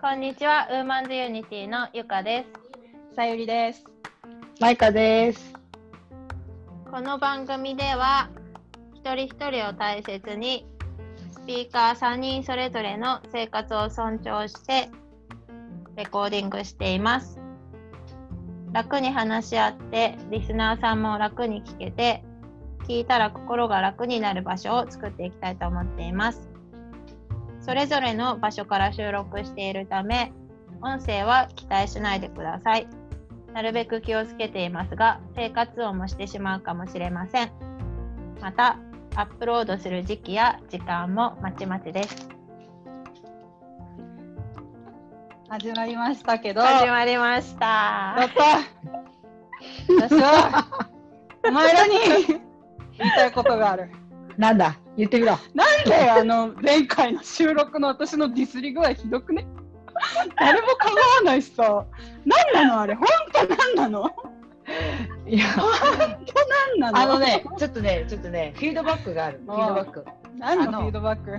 こんにちは、ウーマンズユニティのゆかです。 さゆりです。 まいかです。 この番組では一人一人を大切にスピーカー3人それぞれの生活を尊重してレコーディングしています。楽に話し合ってリスナーさんも楽に聞けて聞いたら心が楽になる場所を作っていきたいと思っています。それぞれの場所から収録しているため音声は期待しないでください。なるべく気をつけていますが生活音もしてしまうかもしれません。またアップロードする時期や時間もまちまちです。 始まりましたけど。 始まりました。 やった私はお前らに言いたいことがある。 なんだ言ってみろ。 なんで前回の収録の私のディスり具合ひどくね。誰も構わないしさ。なんなのあれ、ほんとなんなの。 いや、 ほんとなんなの。 ちょっとね、フィードバックがある。フィードバック。 何のフィードバック？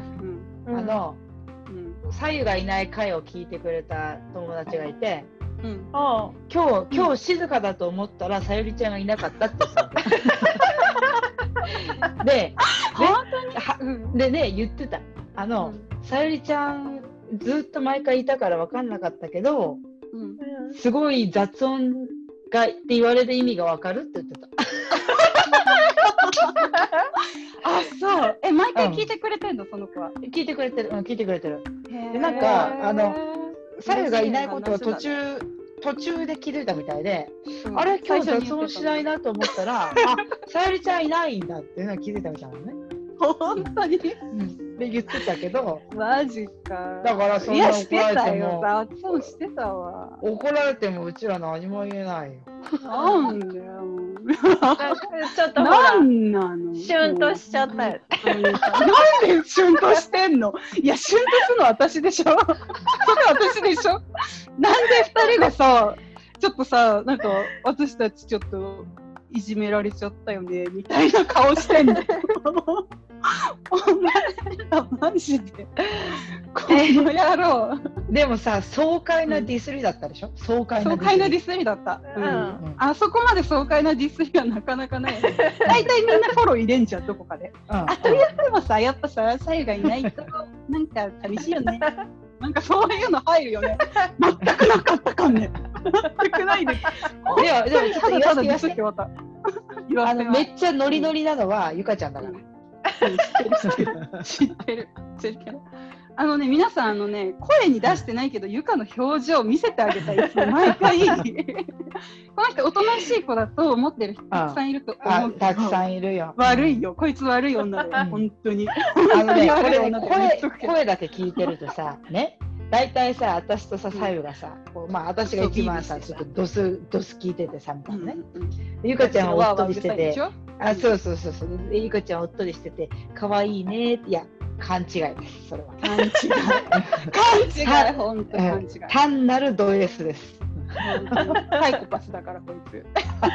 さゆがいない回を聞いてくれた友達がいて、 今日静かだと思ったらさゆりちゃんがいなかったってさ。でね言ってた。さゆりちゃんずっと毎回いたから分かんなかったけど、すごい雑音がって言われる意味が分かるって言ってた。 あ、そう。毎回聞いてくれてんの、その子は。 聞いてくれてる。でなんかさゆがいないことを途中で気づいたみたいで、あれ今日雑音しないなと思ったら、さゆりちゃんいないんだっていうのは気づいたみたいなのね。 本当に？ で言ってたけど。 マジか。 だからそんな怒られても。 雑音してたわ。 怒られてもうちら何も言えないよ。 なんだよ。 ちょっとほらなんなの？ シュンとしちゃったよ。 なんでシュンとしてんの？いや、シュンとするの私でしょ。それ私でしょ。なんで2人がさ、ちょっとさ、なんか私たちちょっといじめられちゃったよねみたいな顔してんの。お前らマジでこの野郎。 でもさ、爽快なディスりだったでしょ。爽快なディスリだった。 あそこまで爽快なディスりはなかなかない。大体みんなフォロー入れんじゃん、どこかで。というでもさ、やっぱさ、さゆがいないとなんか寂しいよね。なんかそういうの入るよね。全くなかったかんね。全くないで。 でもちょっと言わせて言わせて。 めっちゃノリノリなのはゆかちゃんだから。 知ってる。皆さん声に出してないけどゆかの表情を見せてあげたい。毎回この人おとなしい子だと思ってる人たくさんいると思う。 たくさんいるよ。 悪いよ、こいつ悪い女だよ。本当に。 声だけ聞いてるとさね。だいたいさ、私とさ、さゆがさ、私が一番さ、ちょっとドス聞いててさ、みたいなね。ゆかちゃんはおっとりしてて、そう。ゆかちゃんはおっとりしてて、可愛いね。いや、勘違いです。それは。 勘違い、本当に勘違い。 単なるド S です。 サイコパスだから、こいつ。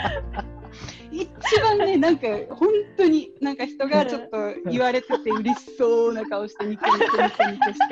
一番ね、なんか本当になんか人がちょっと言われてて嬉しそうな顔してニコニコして。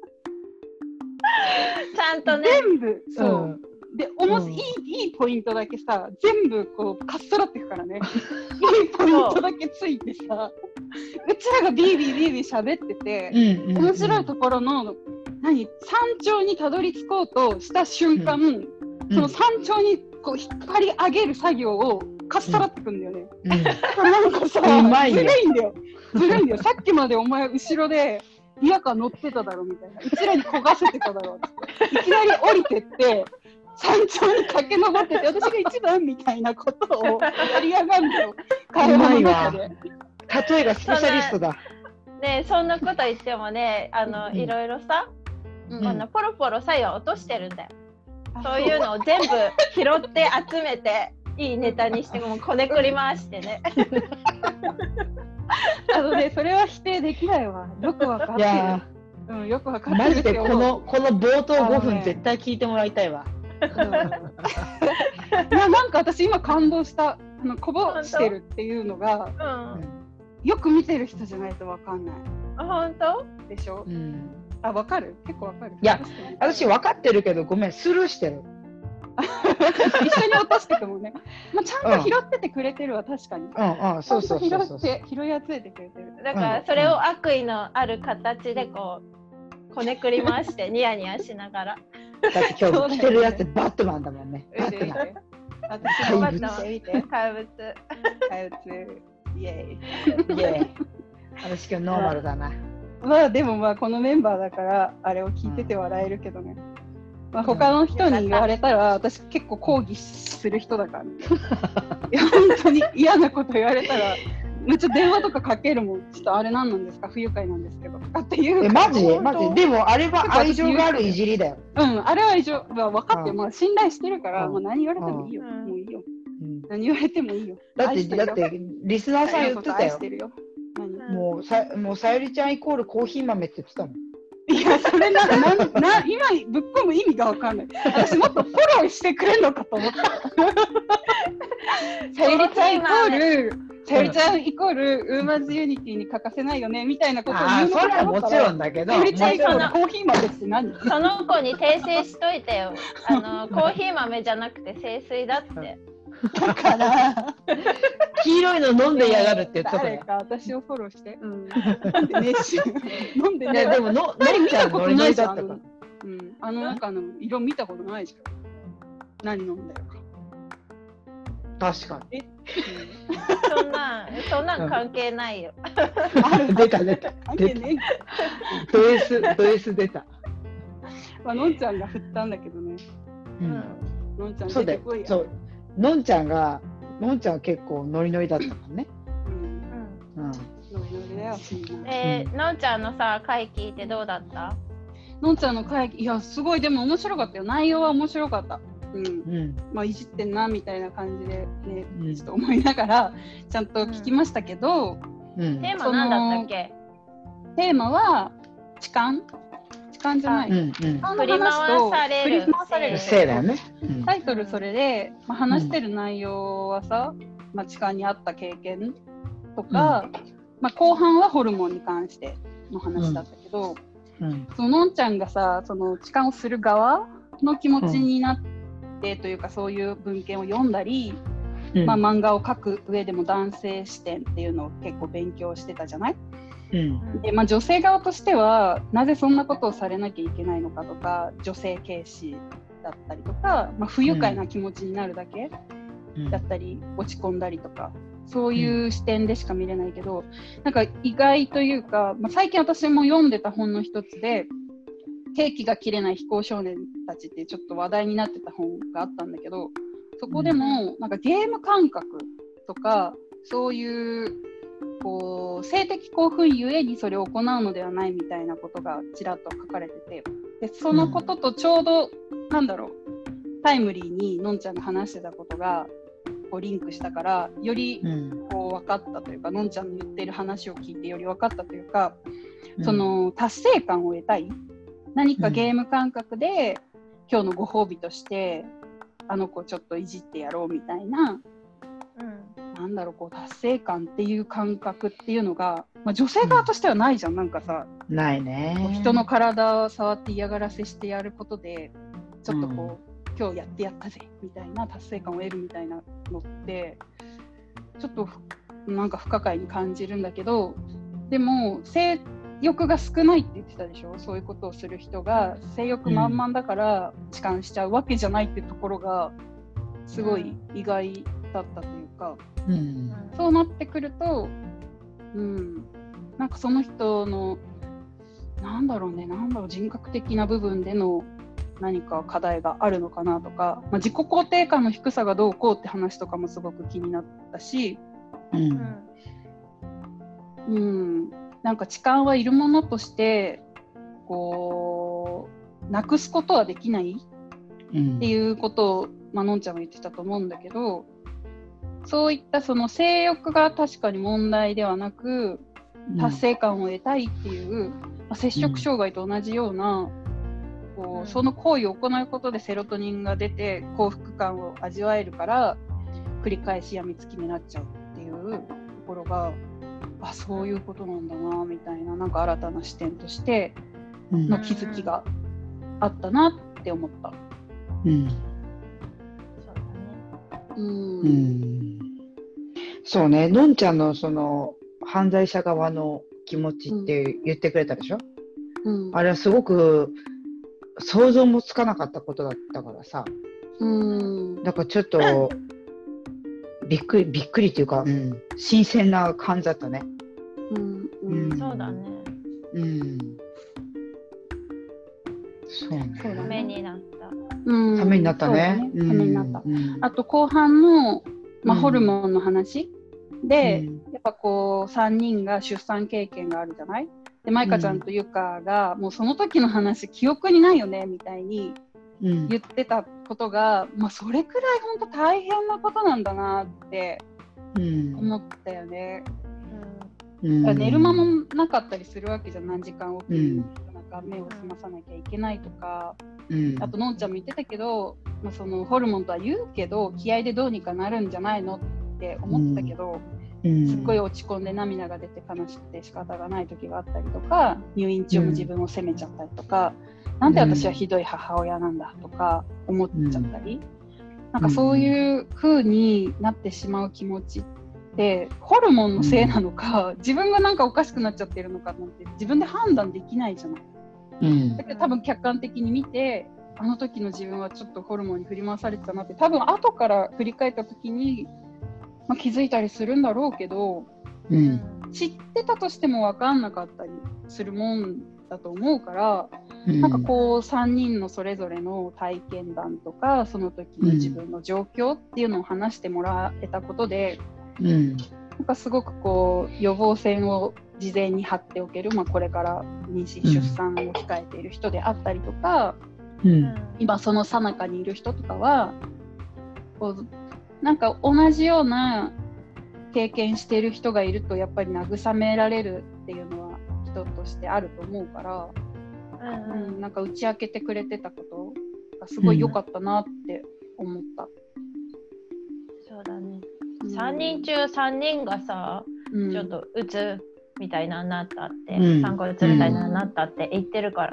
ちゃんとね、 全部そうでいいポイントだけさ、全部こうかっさらっていくからね。いいポイントだけついてさ、うちらがビービー喋ってて、面白いところの山頂にたどり着こうとした瞬間、その山頂にこう引っ張り上げる作業をかっさらってくんだよね。なんかさ、ずるいんだよ。さっきまでお前後ろでリアカー乗ってただろみたいな、うちらに焦がせてただろっていきなり降りてって山頂に駆け上ってて、私が一番みたいなことをやりやがるの。会話の中で例えがスペシャリストだね。そんなこと言ってもね、いろいろさ、ポロポロさや落としてるんだよ。そういうのを全部拾って集めていいネタにしてもこねくり回してね。 それは否定できないわ。よくわかってる。よくわかってる。 マジでこの冒頭5分絶対聞いてもらいたいわ。 なんか私今感動した。こぼしてるっていうのが、よく見てる人じゃないとわかんない。 本当？ でしょ？ あ、わかる？結構わかる。 いや、私分かってるけど、ごめん、スルーしてる。 一緒に落としててもね、まあ、ちゃんと拾っててくれてるわ、確かに。 そうそうそうそう。 拾い集めてくれてる。 だからそれを悪意のある形でこうこねくり回してニヤニヤしながら。 だって今日着てるやつバットマンだもんね。 バットマン。 私もバットマン見て、怪物。 イエーイ。イエーイ。私今日ノーマルだな。 まあでもまあこのメンバーだからあれを聞いてて笑えるけどね。まあ、他の人に言われたら、私結構抗議する人だから、ね、いや本当に嫌なこと言われたらめっちゃ電話とかかけるもん。ちょっとあれ何なんですか、不愉快なんですけどとかっていう。 マジでもあれは愛情があるいじりだよ。 あれは愛情は分かって、まあ、信頼してるから、もう何言われてもいいよ、もういいよ、何言われてもいいよ。 だってリスナーさん言ってたよ。もうさゆりちゃんイコールコーヒー豆って言ってたもん。 いや、それ今ぶっ込む意味がわかんない。私もっとフォローしてくれるのかと思った。さゆりちゃんイコールウーマンズユニティに欠かせないよねみたいなことを言うのかと思ったら、それはもちろんだけど、さゆりちゃんイコールコーヒー豆って何？ その子に訂正しといてよ。コーヒー豆じゃなくて清水だって。 だから黄色いの飲んでやがるって言ったから。 誰か私をフォローして。なんでね飲んでね。 でも飲ん見たことないじゃん。中の色見たことないじゃん。何飲んだよか。確かに。 そんなん関係ないよ。 出た。ド S 出た。 まあのんちゃんが振ったんだけどね。のんちゃん出てこいや。 のんちゃんは結構ノリノリだったもんね。 ノリノリだよ。 のんちゃんのさ回聞いてどうだった？ のんちゃんの回、いやすごいでも面白かったよ。内容は面白かった。まあいじってんなみたいな感じでね、ちょっと思いながらちゃんと聞きましたけど、 テーマ何だったっけ？ テーマは痴漢じゃない。 振り回される。 せいだよね。 タイトルそれで、話してる内容はさ、痴漢にあった経験とか、後半はホルモンに関しての話だったけど、そののんちゃんがさ、その痴漢をする側の気持ちになってというか、そういう文献を読んだり、漫画を描く上でも男性視点っていうのを結構勉強してたじゃない？で女性側としてはなぜそんなことをされなきゃいけないのかとか、女性軽視だったりとか、不愉快な気持ちになるだけだったり、落ち込んだりとか、そういう視点でしか見れないけど、なんか意外というか、最近私も読んでた本の一つで刑期が切れない非行少年たちっていうちょっと話題になってた本があったんだけど、そこでもなんかゲーム感覚とかそういう性的興奮ゆえにそれを行うのではないみたいなことがちらっと書かれてて、でそのこととちょうど、タイムリーにのんちゃんが話してたことがリンクしたから、より分かったというか、のんちゃんの言ってる話を聞いてより分かったというか、その達成感を得たい、何かゲーム感覚で今日のご褒美としてあの子ちょっといじってやろうみたいな、達成感っていう感覚っていうのが、女性側としてはないじゃん。なんかさ、 ないね。 人の体を触って嫌がらせしてやることでちょっと今日やってやったぜみたいな達成感を得るみたいなのってちょっとなんか不可解に感じるんだけど、でも性欲が少ないって言ってたでしょ。そういうことをする人が性欲満々だから痴漢しちゃうわけじゃないってところがすごい意外だったというか、そうなってくると、なんかその人の人格的な部分での何か課題があるのかなとか、自己肯定感の低さがどうこうって話とかもすごく気になったし、なんか痴漢はいるものとしてなくすことはできないっていうことを、のんちゃんは言ってたと思うんだけど、そういったその性欲が確かに問題ではなく、達成感を得たいっていう、摂食障害と同じような、その行為を行うことでセロトニンが出て幸福感を味わえるから繰り返しやみつきになっちゃうっていうところが、そういうことなんだなみたいな、なんか新たな視点としての気づきがあったなって思った。 そうね、のんちゃんのその犯罪者側の気持ちって言ってくれたでしょ、あれはすごく想像もつかなかったことだったからさ、だからちょっとびっくりっていうか、新鮮な感じだったね。 そうだね。 そうね。 ためになった。 ためになったね。 ためになった。あと後半の、ホルモンの話で、やっぱこう3人が出産経験があるじゃない。で、マイカちゃんとユカが、もうその時の話記憶にないよねみたいに言ってたことが、それくらい本当大変なことなんだなって思ったよね。寝る間もなかったりするわけじゃん。何時間起きる、なんか目を澄まさなきゃいけないとか、あとのんちゃんも言ってたけど、そのホルモンとは言うけど気合でどうにかなるんじゃないのって思ってたけど、すっごい落ち込んで涙が出て悲しくて仕方がない時があったりとか、入院中も自分を責めちゃったりとか、なんで私はひどい母親なんだとか思っちゃったり、なんかそういう風になってしまう気持ちってホルモンのせいなのか、自分がなんかおかしくなっちゃってるのかなんて自分で判断できないじゃない。だけど多分客観的に見て、あの時の自分はちょっとホルモンに振り回されてたなって多分後から振り返った時に、気づいたりするんだろうけど、知ってたとしても分かんなかったりするもんだと思うから、なんかこう3人のそれぞれの体験談とかその時の自分の状況っていうのを話してもらえたことで、なんかすごくこう予防線を事前に張っておける、これから妊娠出産を控えている人であったりとか、今その最中にいる人とかはこうなんか同じような経験している人がいるとやっぱり慰められるっていうのは人としてあると思うから、なんか打ち明けてくれてたことがすごい良かったなって思った。 そうだね。3人中3人がさ、ちょっとうつみたいなのになったって、産後うつみたいなのになったって言ってるから、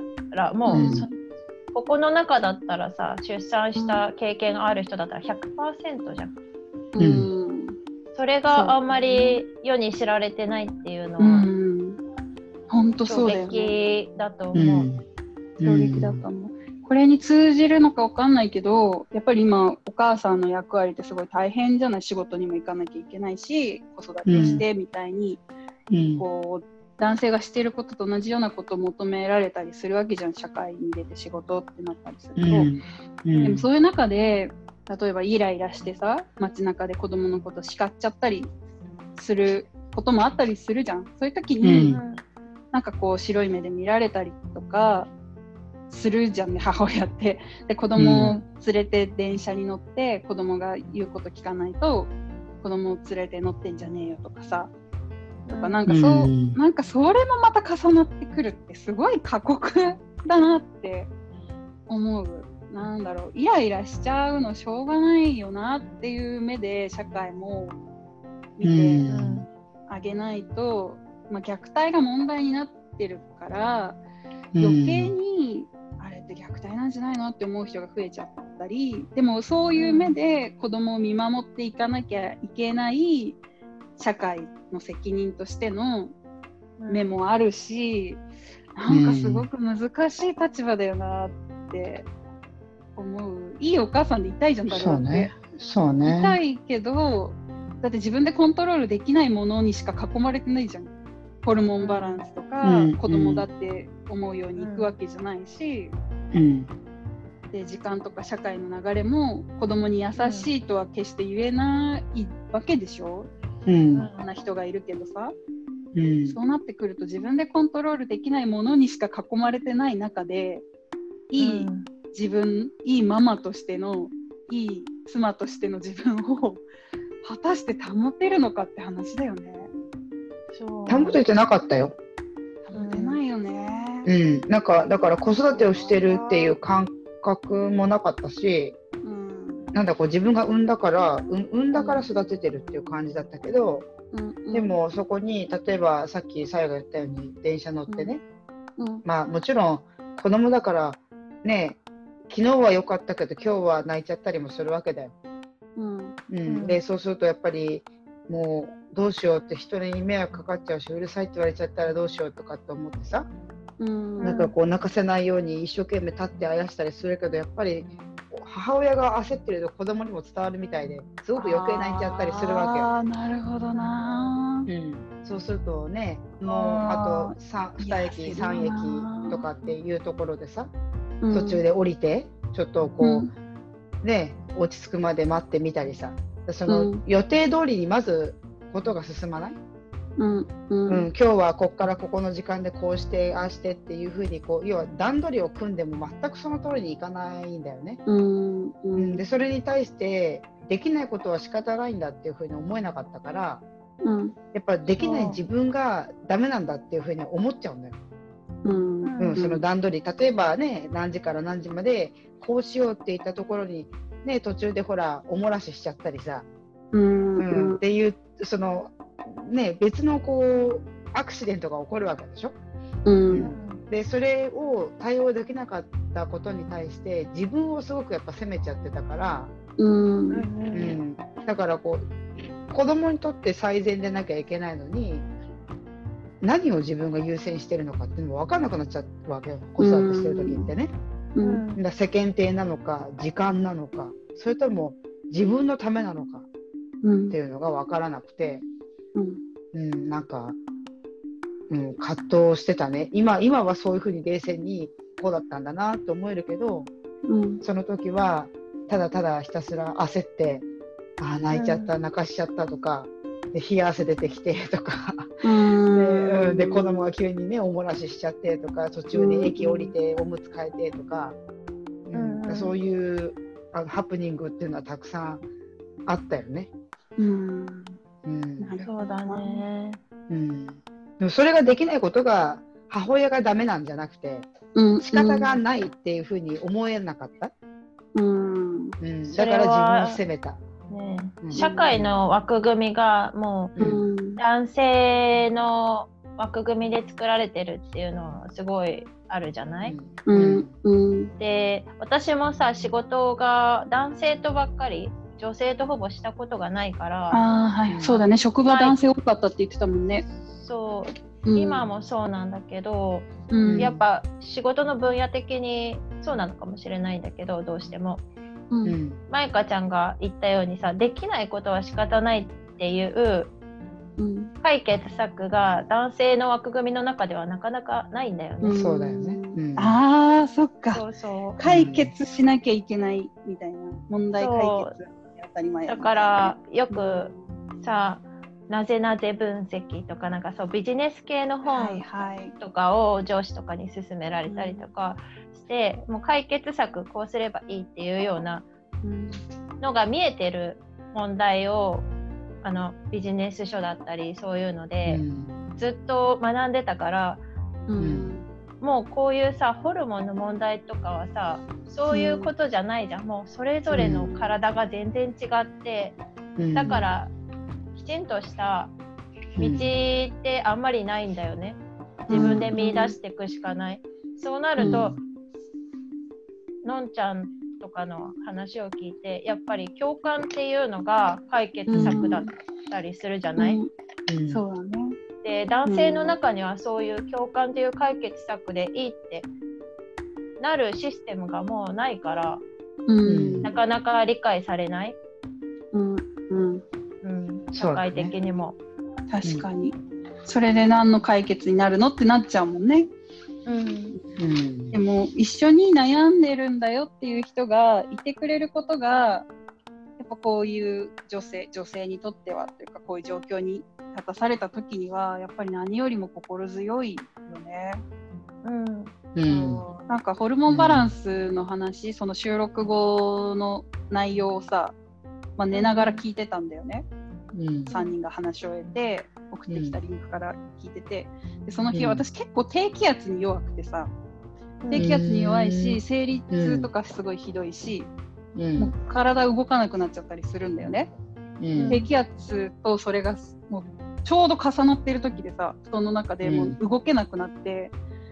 もう、ここの中だったらさ、出産した経験がある人だったら 100% じゃん。それがあんまり世に知られてないっていうのは、 本当そうだよね。 衝撃だと思う。 衝撃だったの。これに通じるのかわかんないけど、やっぱり今お母さんの役割ってすごい大変じゃない。仕事にも行かなきゃいけないし、子育てしてみたいに、こう男性がしていることと同じようなことを求められたりするわけじゃん。社会に出て仕事ってなったりすると、でもそういう中で例えばイライラしてさ、街中で子供のこと叱っちゃったりすることもあったりするじゃん。そういう時に、なんかこう白い目で見られたりとかするじゃんね、母親って。で、子供を連れて電車に乗って、子供が言うこと聞かないと子供を連れて乗ってんじゃねえよとかさ、とかなんかなんかそれもまた重なってくるってすごい過酷だなって思う。なんだろう、イライラしちゃうのしょうがないよなっていう目で社会も見てあげないと、虐待が問題になってるから余計にあれって虐待なんじゃないのって思う人が増えちゃったり、でもそういう目で子供を見守っていかなきゃいけない社会の責任としての目もあるし、なんかすごく難しい立場だよなって思う。いいお母さんでいたいじゃん、だろうって。 そうね。 いたいけど、だって自分でコントロールできないものにしか囲まれてないじゃん。ホルモンバランスとか、子供だって思うようにいくわけじゃないし、で時間とか社会の流れも子供に優しいとは決して言えないわけでしょ。そんな人がいるけどさ、そうなってくると自分でコントロールできないものにしか囲まれてない中で、いい自分、いいママとしての、いい妻としての自分を果たして保てるのかって話だよね。 保ててなかったよ。 保てないよね。 なんかだから子育てをしてるっていう感覚もなかったし、なんだこう自分が産んだから育ててるっていう感じだったけど、でもそこに例えばさっきさやが言ったように電車乗ってね、 まあもちろん子供だからね、昨日は良かったけど今日は泣いちゃったりもするわけだよ。でそうするとやっぱりもうどうしようって人に迷惑かかっちゃうし、うるさいって言われちゃったらどうしようとかって思ってさ、なんかこう泣かせないように一生懸命立ってあやしたりするけど、やっぱり母親が焦ってると子供にも伝わるみたいですごく余計泣いちゃったりするわけよ。 なるほどな、 そうするとね、もうあと 2駅3駅とかっていうところでさ、途中で降りてちょっとこう、ね、落ち着くまで待ってみたりさ、その予定通りにまずことが進まない、今日はここからここの時間でこうしてああしてっていうふうにこう要は段取りを組んでも全くその通りにいかないんだよね。でそれに対してできないことは仕方ないんだっていうふうに思えなかったから、やっぱできない自分がダメなんだっていうふうに思っちゃうんだよ。その段取り、例えばね、何時から何時までこうしようって言ったところに、ね、途中でほらおもらししちゃったりさ、っていうその、ね、別のこうアクシデントが起こるわけでしょ。でそれを対応できなかったことに対して自分をすごくやっぱ責めちゃってたから、だからこう子供にとって最善でなきゃいけないのに、何を自分が優先してるのかっていうのも分からなくなっちゃうわけよ、子育てしてる時ってね。だ世間体なのか時間なのか、それとも自分のためなのかっていうのが分からなくて、なんか、葛藤してたね。今はそういうふうに冷静にこうだったんだなと思えるけど、その時はただただひたすら焦って、泣いちゃった、泣かしちゃったとかで、冷や汗出てきてとかで子供が急にねおもらししちゃってとか、途中で駅降りておむつ替えてとか、そういうハプニングっていうのはたくさんあったよね。 そうだね。 でもそれができないことが母親がダメなんじゃなくて、仕方がないっていうふうに思えなかった。だから自分を責めた。 社会の枠組みがもう、男性の枠組みで作られてるっていうのはすごいあるじゃない。で私もさ、仕事が男性とばっかり、女性とほぼしたことがないから。 そうだね、職場男性多かったって言ってたもんね。 そう、今もそうなんだけど、やっぱ仕事の分野的にそうなのかもしれないんだけど、どうしてもまゆかちゃんが言ったようにさ、できないことは仕方ないっていう解決策が男性の枠組みの中ではなかなかないんだよね。 そうだよね。 そっか。解決しなきゃいけないみたいな、問題解決当たり前だからよくさ、なぜなぜ分析とか、なんかそうビジネス系の本とかを上司とかに勧められたりとかして、もう解決策こうすればいいっていうようなのが見えてる問題をビジネス書だったりそういうのでずっと学んでたから、もうこういうさホルモンの問題とかはさ、そういうことじゃないじゃん。もうそれぞれの体が全然違って、だからきちんとした道ってあんまりないんだよね。自分で見出していくしかない。そうなると、のんちゃんとかの話を聞いて、やっぱり共感っていうのが解決策だったりするじゃない。 そうだね。 で男性の中にはそういう共感っていう解決策でいいってなるシステムがもうないから、なかなか理解されない、社会的にも。 確かに、それで何の解決になるのってなっちゃうもんね。でも一緒に悩んでるんだよっていう人がいてくれることが、やっぱこういう女性にとってはというか、こういう状況に立たされた時にはやっぱり何よりも心強いよね。なんかホルモンバランスの話、その収録後の内容をさ、寝ながら聞いてたんだよね。3人が話を終えて送ってきたリンクから聞いてて、でその日私結構低気圧に弱くてさ、低気圧に弱いし、生理痛とかすごいひどいし、もう体動かなくなっちゃったりするんだよね。低気圧とそれがもうちょうど重なってる時でさ、布団の中でもう動けなくなって、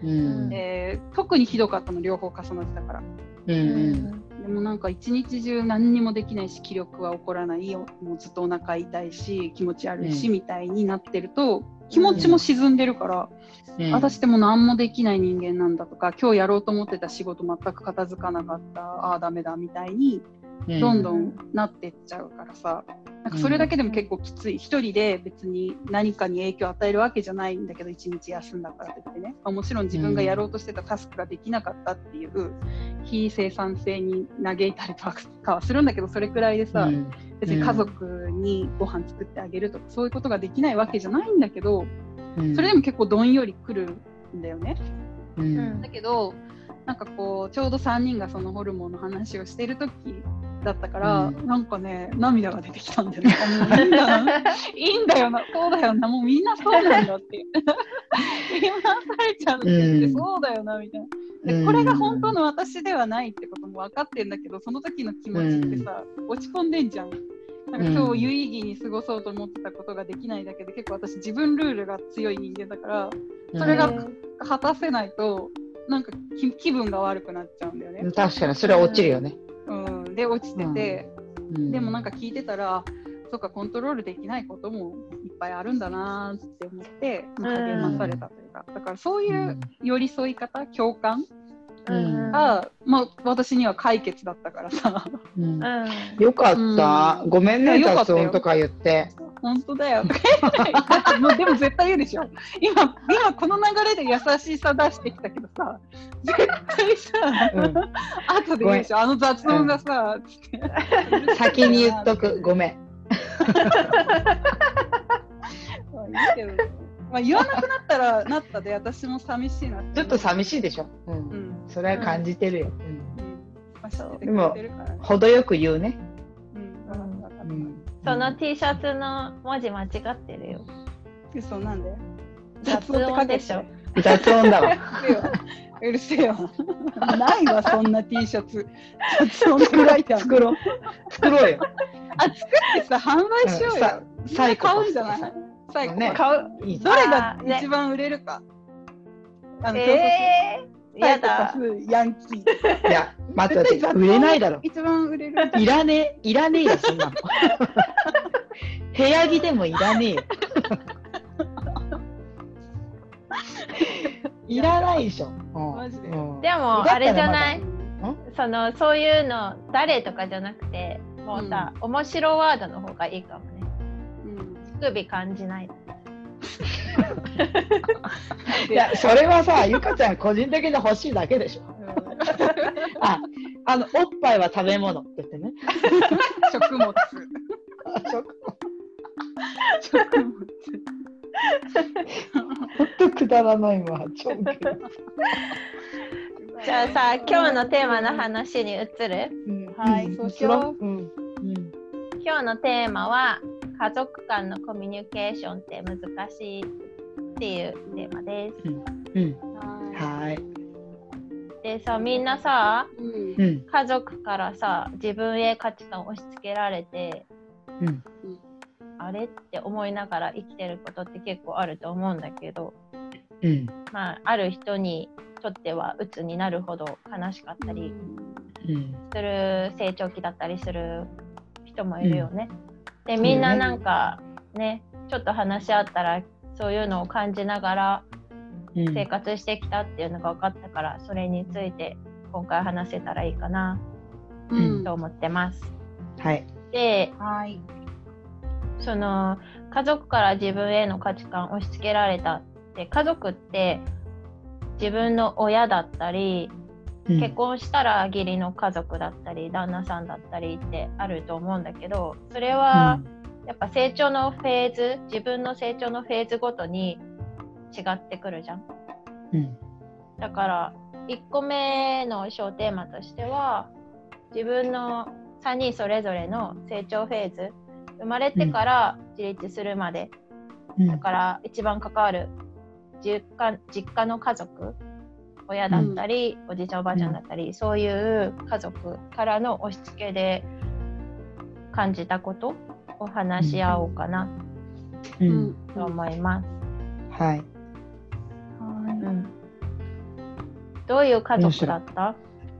特にひどかったの、両方重なってたから。でもなんか一日中何にもできないし、気力は起こらないよ、もうずっとお腹痛いし気持ち悪いし、みたいになってると気持ちも沈んでるから、私ってもう何もできない人間なんだとか、今日やろうと思ってた仕事全く片付かなかった、ああダメだみたいにどんどんなってっちゃうからさ、なんかそれだけでも結構きつい。一人で別に何かに影響を与えるわけじゃないんだけど、一日休んだからといってね、もちろん自分がやろうとしてたタスクができなかったっていう非生産性に嘆いたりとかはするんだけど、それくらいでさ、別に家族にご飯作ってあげるとかそういうことができないわけじゃないんだけど、それでも結構どんよりくるんだよね。だけどなんかこうちょうど3人がそのホルモンの話をしている時だったから、なんかね涙が出てきたんだよね。いいんだよな、そうだよな、もうみんなそうなんだって振り回されちゃうって言って、そうだよなみたいな。でこれが本当の私ではないってことも分かってんだけど、その時の気持ちってさ、落ち込んでんじゃん。なんか今日有意義に過ごそうと思ってたことができないだけで、結構私自分ルールが強い人間だから、それが果たせないとなんか気分が悪くなっちゃうんだよね。 確かにそれは落ちるよね。 で落ちてて、でもなんか聞いてたら、そっかコントロールできないこともいっぱいあるんだなって思って、励まされたというか、だからそういう寄り添い方、共感が、私には解決だったからさ、 よかった、ごめんね雑音とか言って。 本当だよ。もうでも絶対言うでしょ。今この流れで優しさ出してきたけどさ、絶対さ、後で言うでしょ。あの雑音がさ、 先に言っとく。ごめん。いいけど、言わなくなったらなったで、私も寂しいなって。 ちょっと寂しいでしょ。それは感じてるよ。でも程よく言うね。 その T シャツの文字間違ってるよ。 嘘、なんで？ 雑音でしょ。 雑音だわ。 うるせえわ。ないわ、そんな T シャツ。雑音くらい作ろうよ。 作ってさ、販売しようよ。買うんじゃない？最後ね。買う。どれが一番売れるか。 やだ。ヤンキー。いや、待って、売れないだろ。 一番売れる。 いらねえよ、そんなの。部屋着でもいらねえよ。いらないでしょ。 マジで。でも、あれじゃない？そういうの、誰とかじゃなくて、もうさ、面白ワードの方がいいかもね。乳首感じない。 いや、それはさ、ゆかちゃん個人的に欲しいだけでしょ。おっぱいは食べ物って言ってね。 食物。 ほんとくだらないわ。 じゃあさ、今日のテーマの話に移る？ はい、そうしよう。 今日のテーマは、家族間のコミュニケーションって難しいっていうテーマです。 はい。 でさ、みんなさ、家族からさ、自分へ価値観を押し付けられて、あれって思いながら生きてることって結構あると思うんだけど、ある人にとっては鬱になるほど悲しかったりする成長期だったりする人もいるよね。で、みんななんかね、ちょっと話し合ったらそういうのを感じながら生活してきたっていうのが分かったから、それについて今回話せたらいいかなと思ってます。で、その家族から自分への価値観を押し付けられたって、家族って自分の親だったり、結婚したら義理の家族だったり旦那さんだったりってあると思うんだけど、それはやっぱ成長のフェーズ、自分の成長のフェーズごとに違ってくるじゃん。だから1個目の小テーマとしては、自分の3人それぞれの成長フェーズ、生まれてから自立するまで、だから一番関わる実家の家族、親だったり、おじいちゃんおばあちゃんだったり、そういう家族からの押し付けで感じたことを話し合おうかなと思います。 どういう家族だった？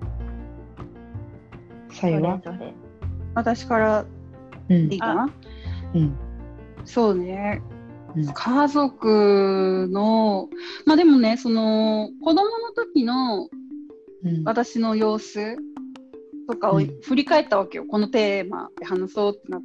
さゆは？ 私からいいかな？そうね。家族の、まあでもね、その子供の時の私の様子とかを振り返ったわけよ。このテーマで話そうってなって、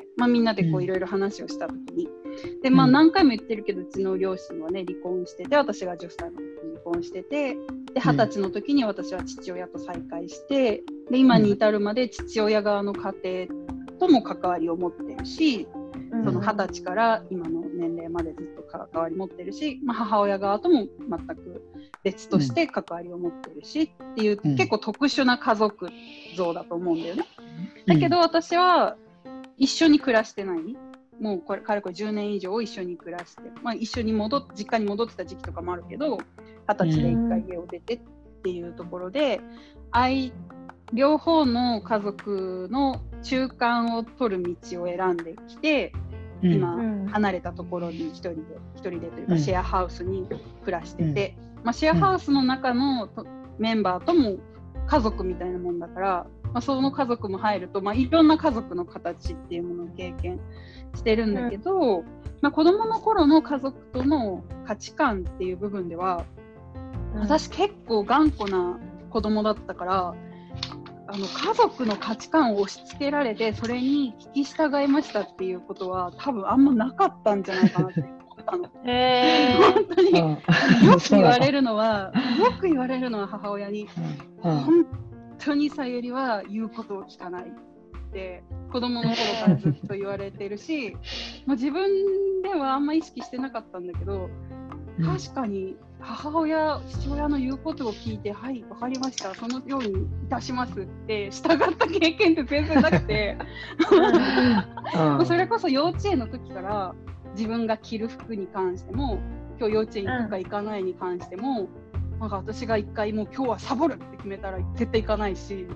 まあみんなでこういろいろ話をした時に。で、まあ何回も言ってるけど、うちの両親はね、離婚してて、私が10歳の時に離婚してて、で、20歳の時に私は父親と再会して、で、今に至るまで父親側の家庭とも関わりを持ってるし、その20歳から今の年齢までずっと関わり持ってるし、まあ、母親側とも全く別として関わりを持ってるしっていう、結構特殊な家族像だと思うんだよね。だけど私は一緒に暮らしてない。もうこれかれこれ10年以上一緒に暮らして、まあ、一緒に実家に戻ってた時期とかもあるけど、20歳で1回家を出てっていうところで、両方の家族の中間を取る道を選んできて、今離れたところに一人でというかシェアハウスに暮らしてて、まあ、シェアハウスの中のメンバーとも家族みたいなもんだから、まあ、その家族も入ると、まあ、いろんな家族の形っていうものを経験してるんだけど、まあ、子供の頃の家族との価値観っていう部分では、私結構頑固な子供だったから、家族の価値観を押し付けられてそれに聞き従いましたっていうことは多分あんまなかったんじゃないかなって思ったの。本当によく言われるのは母親に、本当にさゆりは言うことを聞かないって子供の頃からずっと言われてるし、まあ、自分ではあんま意識してなかったんだけど、確かに父親の言うことを聞いて、はい、わかりました、そのようにいたしますって従った経験って全然なくてそれこそ幼稚園の時から自分が着る服に関しても、今日幼稚園行くか行かないに関しても、なんか私が一回もう今日はサボるって決めたら絶対行かないし、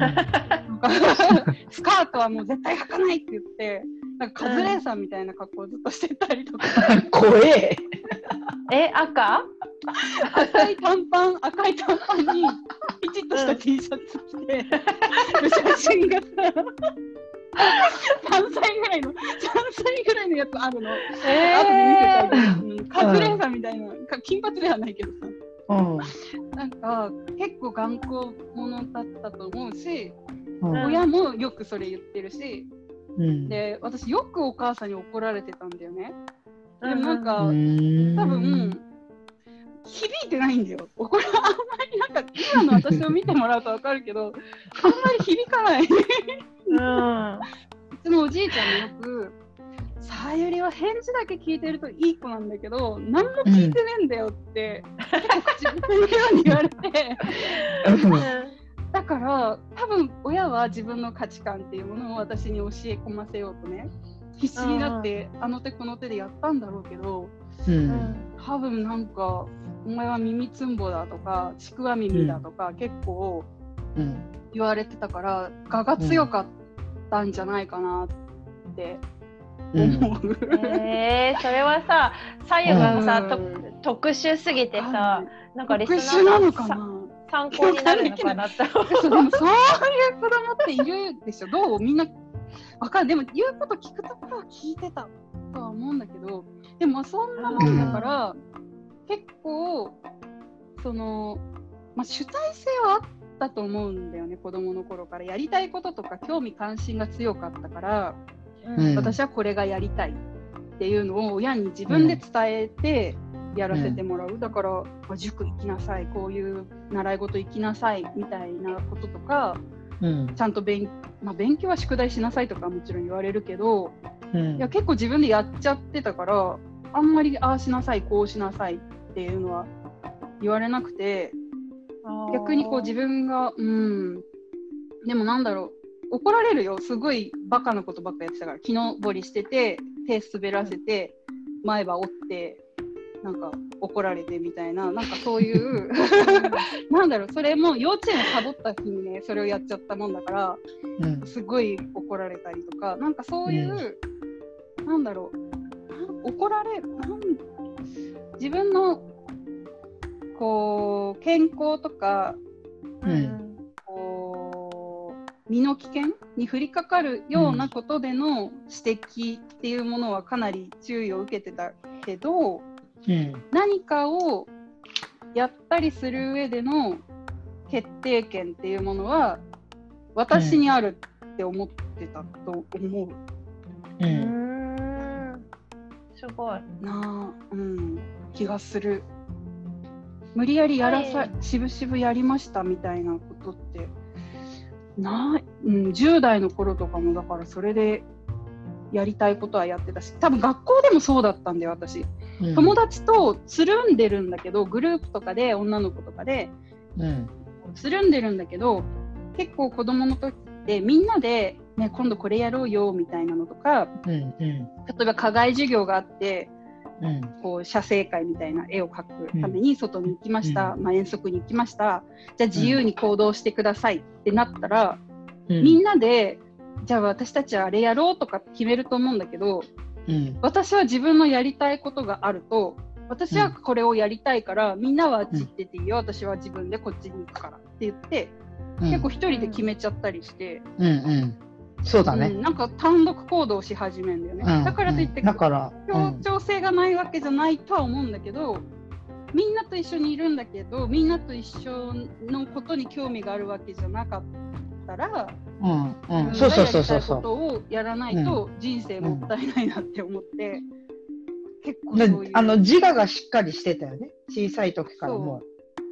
スカートはもう絶対履かないって言って、なんかカズレーザーみたいな格好をずっとしてたりとか。 怖え。 赤い短パンにピチッとした T シャツ着て、写真がさ3歳ぐらいのやつあるの。あと見せたり、カズレーザーみたいな、金髪ではないけどさ、なんか結構頑固者だったと思うし、親もよくそれ言ってるし、で私よくお母さんに怒られてたんだよね。でもなんか多分響いてないんだよ。これあんまりなんか今の私を見てもらうと分かるけど、あんまり響かない。うちのおじいちゃんもよく、さゆりは返事だけ聞いてるといい子なんだけど、何も聞いてねえんだよって結構口ぶつのように言われてだから多分親は自分の価値観っていうものを私に教え込ませようとね、必死になってあの手この手でやったんだろうけど、多分なんかお前は耳つんぼだとかちくわ耳だとか結構言われてたから、我が強かったんじゃないかなって思う。 それはさ、さゆがさ、特殊すぎてさ、なんかリスナーが参考になるのかなって。でもそういう子供っているでしょ。どうみんなわかる。でも言うこと聞くところは聞いてたとは思うんだけど、でもそんなもんだから、結構その、まあ、主体性はあったと思うんだよね。子供の頃からやりたいこととか興味関心が強かったから、私はこれがやりたいっていうのを親に自分で伝えてやらせてもらう。だから、まあ、塾行きなさい、こういう習い事行きなさいみたいなこととか、ちゃんと勉強は宿題しなさいとかはもちろん言われるけど、いや結構自分でやっちゃってたから、あんまりああしなさいこうしなさいっていうのは言われなくて、逆にこう自分がでもなんだろう、怒られるよ。すごいバカなことばっかやってたから、木登りしてて手滑らせて前歯折ってなんか怒られてみたいな、なんかそういうなんだろう、それも幼稚園をサボった日にねそれをやっちゃったもんだから、すごい怒られたりとか、なんかそういう、なんだろう、怒られ自分のこう健康とか、身の危険に降りかかるようなことでの指摘っていうものはかなり注意を受けてたけど、何かをやったりする上での決定権っていうものは私にあるって思ってたと思う。 すごいなあ、気がする。無理やりしぶしぶやりましたみたいなことって10代の頃とかもだからそれでやりたいことはやってたし、多分学校でもそうだったんだよ私、友達とつるんでるんだけど、グループとかで女の子とかで、つるんでるんだけど、結構子供の時ってみんなで、ね、今度これやろうよみたいなのとか、例えば課外授業があって、こう写生会みたいな絵を描くために外に行きました、遠足に行きました、じゃあ自由に行動してくださいってなったら、みんなでじゃあ私たちはあれやろうとか決めると思うんだけど、私は自分のやりたいことがあると、私はこれをやりたいから、みんなはあっち行ってていいよ、私は自分でこっちに行くからって言って、結構一人で決めちゃったりして、 そうだね、 なんか単独行動し始めるんだよね、だからといって協調性がないわけじゃないとは思うんだけど、みんなと一緒にいるんだけど、みんなと一緒のことに興味があるわけじゃなかったら、自分がやりたいことをやらないと人生もったいないなって思って、結構そういう自我がしっかりしてたよね、小さい時からも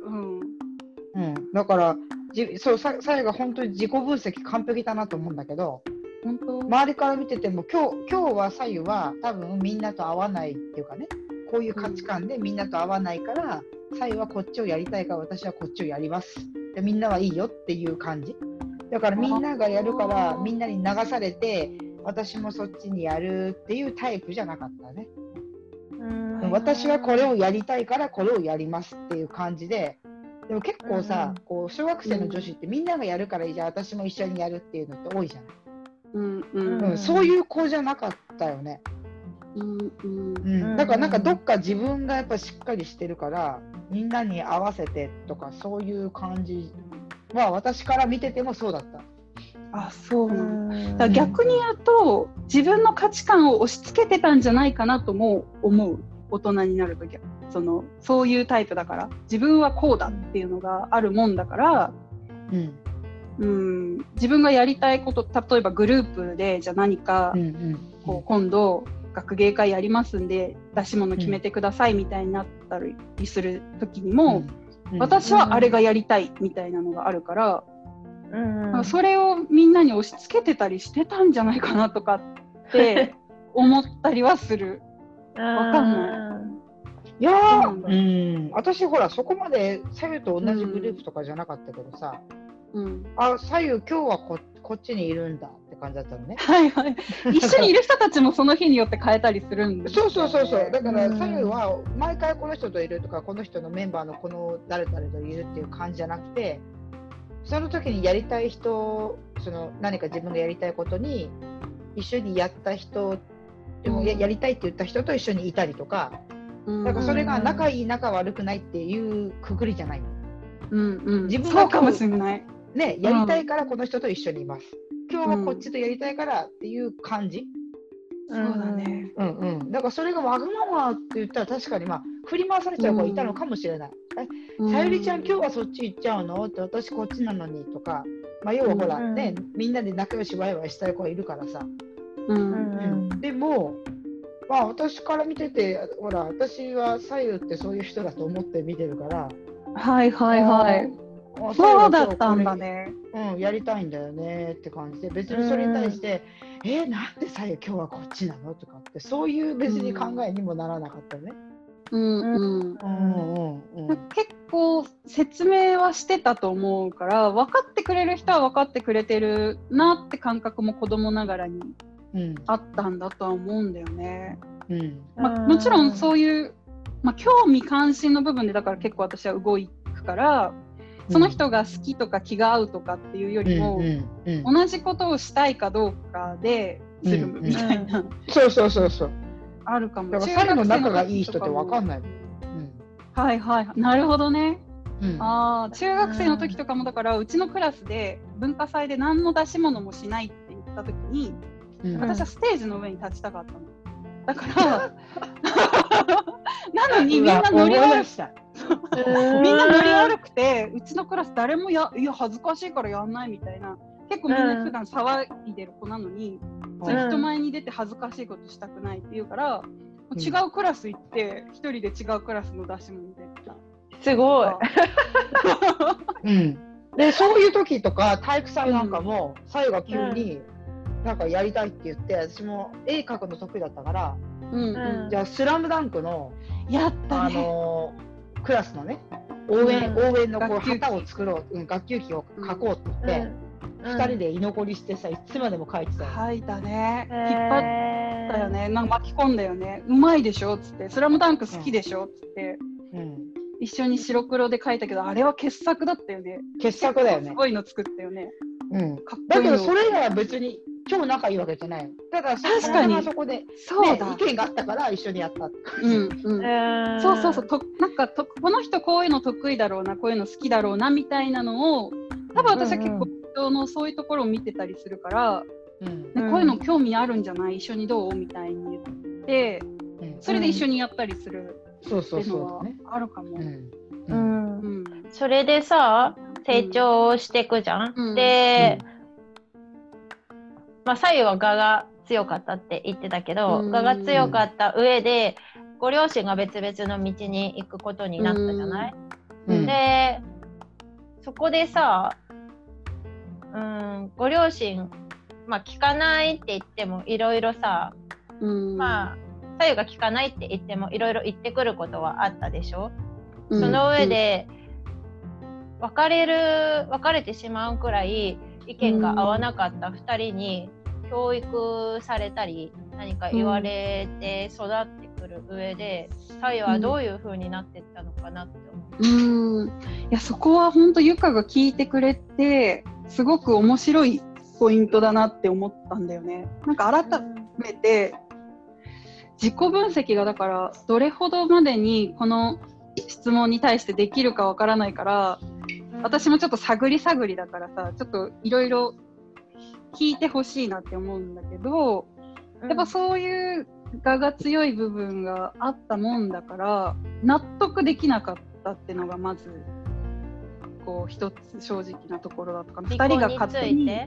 だからさやが本当に自己分析完璧だなと思うんだけど、周りから見てても今日はさゆは多分みんなと合わないっていうかね、こういう価値観でみんなと合わないから、さゆはこっちをやりたいから私はこっちをやります、でみんなはいいよっていう感じだから、みんながやるからみんなに流されて私もそっちにやるっていうタイプじゃなかったね。私はこれをやりたいからこれをやりますっていう感じで、でも結構さ、こう小学生の女子ってみんながやるからじゃあ私も一緒にやるっていうのって多いじゃない、そういう子じゃなかったよね。だからなんかどっか自分がやっぱしっかりしてるからみんなに合わせてとかそういう感じは私から見ててもそうだった。 そうなんだ。逆に言うと自分の価値観を押し付けてたんじゃないかなとも思う。大人になるときはそういうタイプだから、自分はこうだっていうのがあるもんだから、自分がやりたいこと、例えばグループでじゃあ何か、こう今度学芸会やりますんで出し物決めてくださいみたいになったりするときにも、私はあれがやりたいみたいなのがあるから、それをみんなに押し付けてたりしてたんじゃないかなとかって思ったりはする。わかんない。 いや私ほらそこまでさゆと同じグループとかじゃなかったけどさ、さゆ今日はこっちにいるんだって感じだったのね。 一緒にいる人たちもその日によって変えたりするんですよね。 そうだからさゆは毎回この人といるとかこの人のメンバーのこの誰々といるっていう感じじゃなくて、その時にやりたい人、何か自分がやりたいことに一緒にやった人でも やりたいって言った人と一緒にいたりとか、だからそれが仲いい仲悪くないっていうくくりじゃない。 自分がそうかもしれないね、やりたいからこの人と一緒にいます、今日はこっちとやりたいからっていう感じ。 そうだね。 だからそれがわがままって言ったら確かに振り回されちゃう子がいたのかもしれない。さゆりちゃん今日はそっち行っちゃうのって、私こっちなのにとか、要はほらね、みんなで仲良しワイワイしたい子がいるからさ。でも私から見てて、ほら私はさゆってそういう人だと思って見てるから、 そうだったんだね。 やりたいんだよねって感じで、別にそれに対してなんでさゆ今日はこっちなのとかってそういう別に考えにもならなかったね。 結構説明はしてたと思うから、分かってくれる人は分かってくれてるなって感覚も子供ながらにあったんだとは思うんだよね。もちろんそういう、興味関心の部分でだから結構私は動くから、その人が好きとか気が合うとかっていうよりも、同じことをしたいかどうかでするみたいな、 そうあるかも。 だから最後仲がいい人って分かんない。 なるほどね。 中学生の時とかもだからうちのクラスで文化祭で何の出し物もしないって言った時に、私はステージの上に立ちたかったの。だからなのにみんなノリ悪くて、うちのクラス誰もいや恥ずかしいからやんないみたいな、結構みんな普段騒いでる子なのに、人前に出て恥ずかしいことしたくないって言うから、違うクラス行って一人で違うクラスの出し物でた。 すごい。 でそういう時とか体育祭なんかも、さゆが急になんかやりたいって言って、私も絵描くの得意だったから、じゃあスラムダンクのやったね、 クラスのね応援のこう旗を作ろう、学級旗を描こうって言って、2人で居残りしてさ、いつまでも描いてたよ。 描いたね、引っ張ったよね、なんか巻き込んだよね。うまいでしょっつって、スラムダンク好きでしょっつって、一緒に白黒で描いたけど、あれは傑作だったよね。 傑作だよね。 すごいの作ったよね。 だけどそれ以外は別に超仲いいわけじゃない。だから確かにそこで、そうだ、意見があったから一緒にやったって。 そうなんかこの人こういうの得意だろうな、こういうの好きだろうなみたいなのを、多分私は結構人のそういうところを見てたりするから、こういうの興味あるんじゃない、一緒にどうみたいに言って、それで一緒にやったりするっていうのはあるかも。 それでさ、成長していくじゃん。で、さゆは我が強かったって言ってたけど、我が強かった上でご両親が別々の道に行くことになったじゃない。でそこでさ、ご両親、聞かないって言ってもいろいろさ、さゆが聞かないって言ってもいろいろ言ってくることはあったでしょ。その上で、別れてしまうくらい意見が合わなかった2人に教育されたり何か言われて育ってくる上で、さゆはどういう風になっていったのかなって思う。 いや、そこは本当ゆかが聞いてくれてすごく面白いポイントだなって思ったんだよね。なんか改めて自己分析がだからどれほどまでにこの質問に対してできるかわからないから、私もちょっと探りだからさ、ちょっといろいろ聞いてほしいなって思うんだけど、やっぱそういう我が強い部分があったもんだから納得できなかったっていうのがまずこう一つ正直なところだったかな。2人が勝手に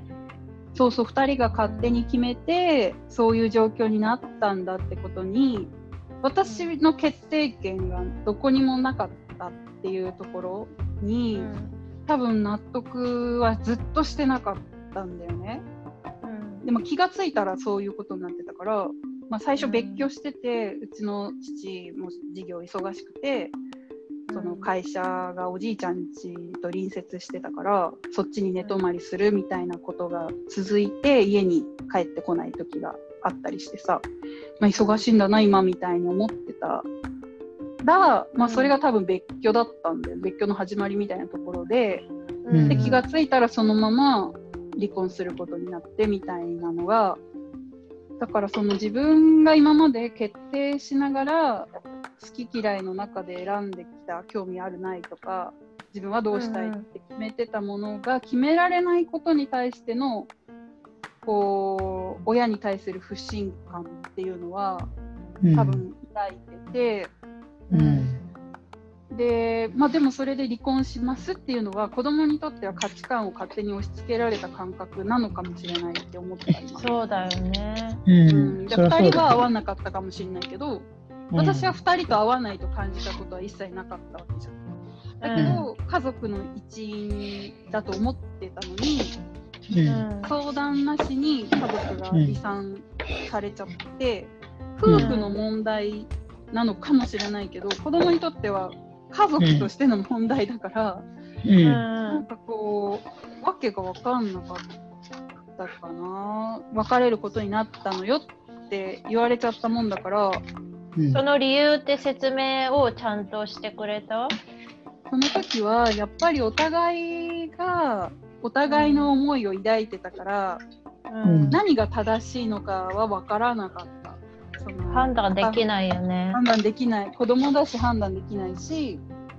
2人が勝手に決めてそういう状況になったんだってことに、私の決定権がどこにもなかったっていうところに、多分納得はずっとしてなかったんだよね。でも気がついたらそういうことになってたから、最初別居してて、うちの父も事業忙しくて、その会社がおじいちゃん家と隣接してたから、そっちに寝泊まりするみたいなことが続いて、家に帰ってこない時があったりしてさ、忙しいんだな今みたいに思ってたら、それが多分別居だったんで、別居の始まりみたいなところで、で気がついたらそのまま離婚することになってみたいなのが、だからその自分が今まで決定しながら好き嫌いの中で選んできた興味あるないとか、自分はどうしたいって決めてたものが決められないことに対してのこう親に対する不信感っていうのは多分抱いてて、でもそれで離婚しますっていうのは子供にとっては価値観を勝手に押し付けられた感覚なのかもしれないって思ってた今。 そうだよね。 2人は合わなかったかもしれないけど、私は2人と合わないと感じたことは一切なかったわけじゃん。だけど、家族の一員だと思ってたのに、相談なしに家族が離散されちゃって、夫婦の問題なのかもしれないけど、子供にとっては家族としての問題だから、なんかこうわけが分かんなかったかな。別れることになったのよって言われちゃったもんだから、 その理由って説明をちゃんとしてくれた？ その時はやっぱりお互いがお互いの思いを抱いてたから、何が正しいのかは分からなかった。 判断できないよね。 判断できない。子供だし判断できないし、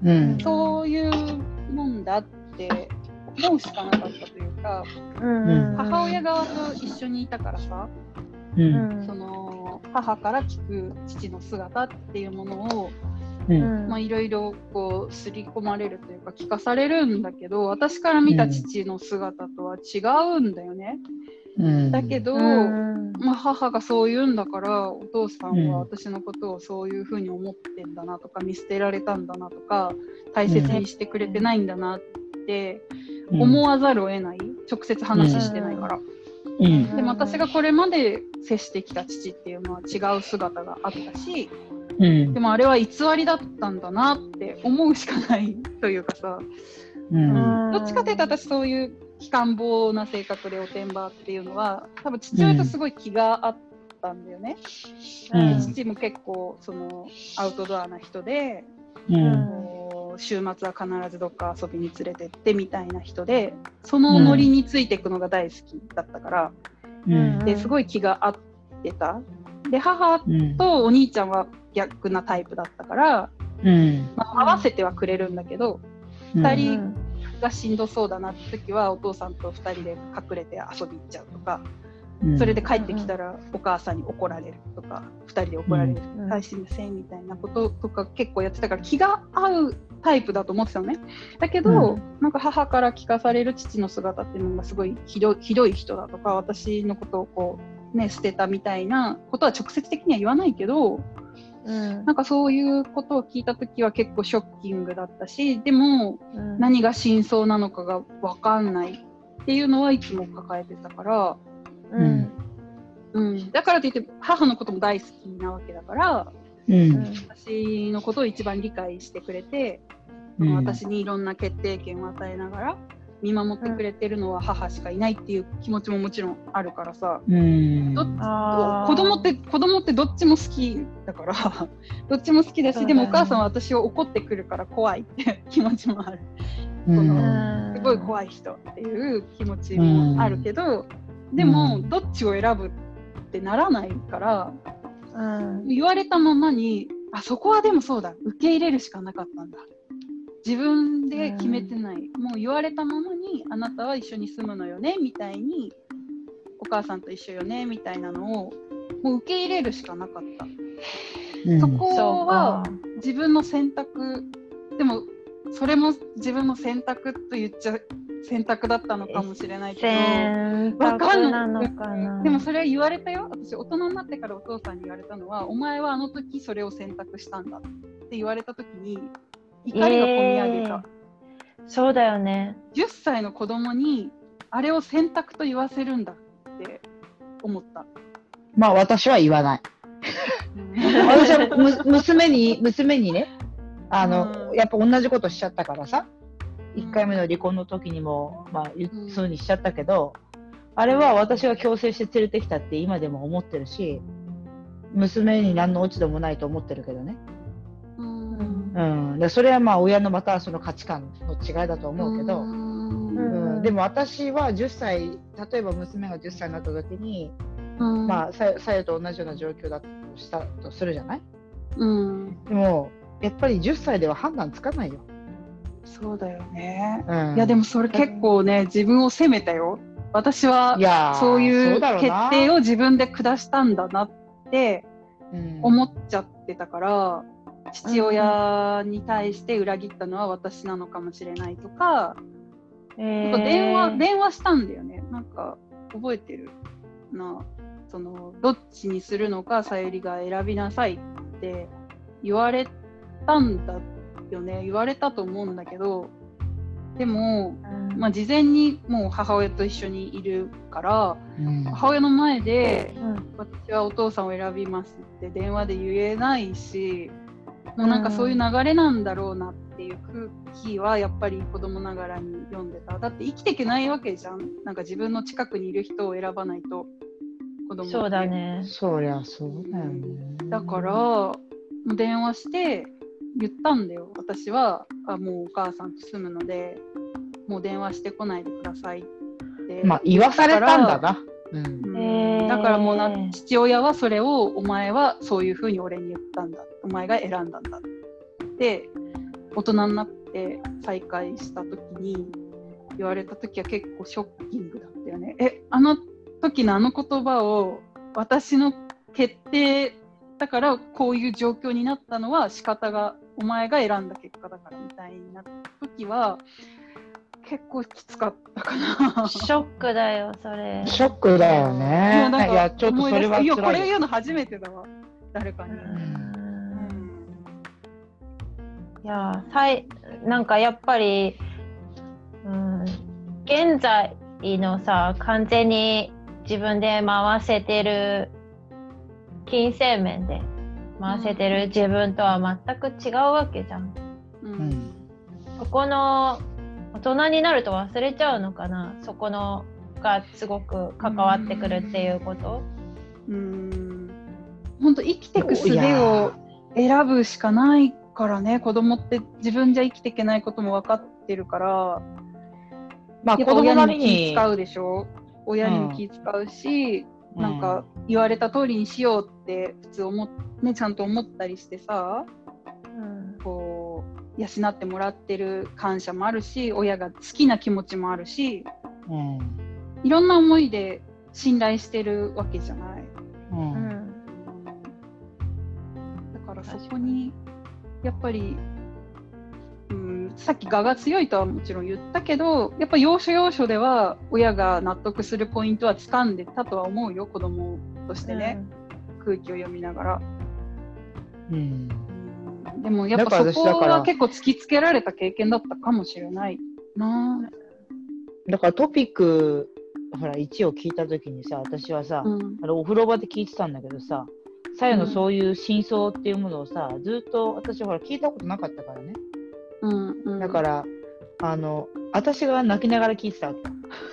そういうもんだって思うしかなかったというか、母親側と一緒にいたからさ、その母から聞く父の姿っていうものをいろいろこう刷り込まれるというか聞かされるんだけど、私から見た父の姿とは違うんだよね。だけど、母がそう言うんだからお父さんは私のことをそういうふうに思ってんだなとか、見捨てられたんだなとか、大切にしてくれてないんだなって思わざるを得ない、直接話してないから。でも私がこれまで接してきた父っていうのは違う姿があったし、でもあれは偽りだったんだなって思うしかないというかさ、どっちかというと私そういう非官房な性格でおてんばっていうのは多分父親とすごい気が合ったんだよね。父も結構そのアウトドアな人で、週末は必ずどっか遊びに連れてってみたいな人で、そのノリについていくのが大好きだったから、ですごい気が合ってた。で母とお兄ちゃんは逆なタイプだったから、合わせてはくれるんだけど、2人がしんどそうだなって時はお父さんと2人で隠れて遊び行っちゃうとか、それで帰ってきたらお母さんに怒られるとか、2人で怒られる、大してませんみたいなこととか結構やってたから、気が合うタイプだと思ってたのね。だけど、なんか母から聞かされる父の姿っていうのがすごいひどい人だとか、私のことをこうね捨てたみたいなことは直接的には言わないけど、なんかそういうことを聞いたときは結構ショッキングだったし、でも、何が真相なのかが分かんないっていうのはいつも抱えてたから、だからといって母のことも大好きなわけだから、私のことを一番理解してくれて、私にいろんな決定権を与えながら見守ってくれてるのは母しかいないっていう気持ちももちろんあるからさ、子供ってどっちも好きだからどっちも好きだし、でもお母さんは私を怒ってくるから怖いって気持ちもある。すごい怖い人っていう気持ちもあるけど、でもどっちを選ぶってならないから、言われたままに、そこはでもそうだ、受け入れるしかなかったんだ、自分で決めてない、もう言われたままにあなたは一緒に住むのよねみたいに、お母さんと一緒よねみたいなのをもう受け入れるしかなかった、そこは自分の選択。でもそれも自分の選択と言っちゃ選択だったのかもしれないけど、分かんない。でもそれは言われたよ。私大人になってからお父さんに言われたのは、お前はあの時それを選択したんだって言われた時に怒りが込み上げた。 そうだよね。 10歳の子供にあれを選択と言わせるんだって思った。 まあ私は言わない。私は娘にね、やっぱ同じことしちゃったからさ、1回目の離婚の時にも、そうにしちゃったけど、あれは私が強制して連れてきたって今でも思ってるし、娘に何の落ち度もないと思ってるけどね。でそれはまあ親のまたその価値観の違いだと思うけど、でも私は10歳、例えば娘が10歳になった時に、さゆと同じような状況だとしたとするじゃない、でもやっぱり10歳では判断つかないよ。 そうだよね、いやでもそれ結構ね、自分を責めたよ。私はそういう決定を自分で下したんだなって思っちゃってたから、父親に対して裏切ったのは私なのかもしれないとか、電話したんだよね。なんか覚えてるな、そのどっちにするのかさゆりが選びなさいって言われたんだよね。言われたと思うんだけど、でも、事前にもう母親と一緒にいるから、母親の前で、私はお父さんを選びますって電話で言えないし、もうなんかそういう流れなんだろうなっていう空気はやっぱり子供ながらに読んでた。だって生きていけないわけじゃん。なんか自分の近くにいる人を選ばないと子供って。 そうだね。 そりゃそうだよね。 だからもう電話して言ったんだよ。私はもうお母さんと住むのでもう電話してこないでくださいって。 言わされたんだな。 だからもう父親はそれをお前はそういうふうに俺に言ったんだ、お前が選んだんだって大人になって再会した時に言われた時は結構ショッキングだったよね。あの時のあの言葉を私の決定だからこういう状況になったのは仕方がお前が選んだ結果だからみたいな時は結構きつかったかな。 ショックだよそれ。 ショックだよね。いやちょっとそれは辛いよ。 これ言うの初めてだわ誰かに。 いやなんかやっぱり、現在のさ完全に自分で回せてる金銭面で回せてる自分とは全く違うわけじゃん。そこの大人になると忘れちゃうのかな、そこのがすごく関わってくるっていうこと。 本当生きていく術を選ぶしかないからね。子供って自分じゃ生きていけないことも分かってるから、まあ子供なりに気使うでしょ。親にも気使うし、なんか言われた通りにしようって普通ね、ちゃんと思ったりしてさ、こう養ってもらってる感謝もあるし、親が好きな気持ちもあるし、いろんな思いで信頼してるわけじゃない。だからそこにやっぱり、さっき我が強いとはもちろん言ったけど、やっぱ要所要所では親が納得するポイントは掴んでたとは思うよ、子供としてね、空気を読みながら。でもやっぱそこは結構突きつけられた経験だったかもしれないな。 だからトピックほら1を聞いた時にさ、私はさ、お風呂場で聞いてたんだけどさ、さやのそういう真相っていうものをさ、ずっと私ほら聞いたことなかったからね。だから私が泣きながら聞いてたわけ。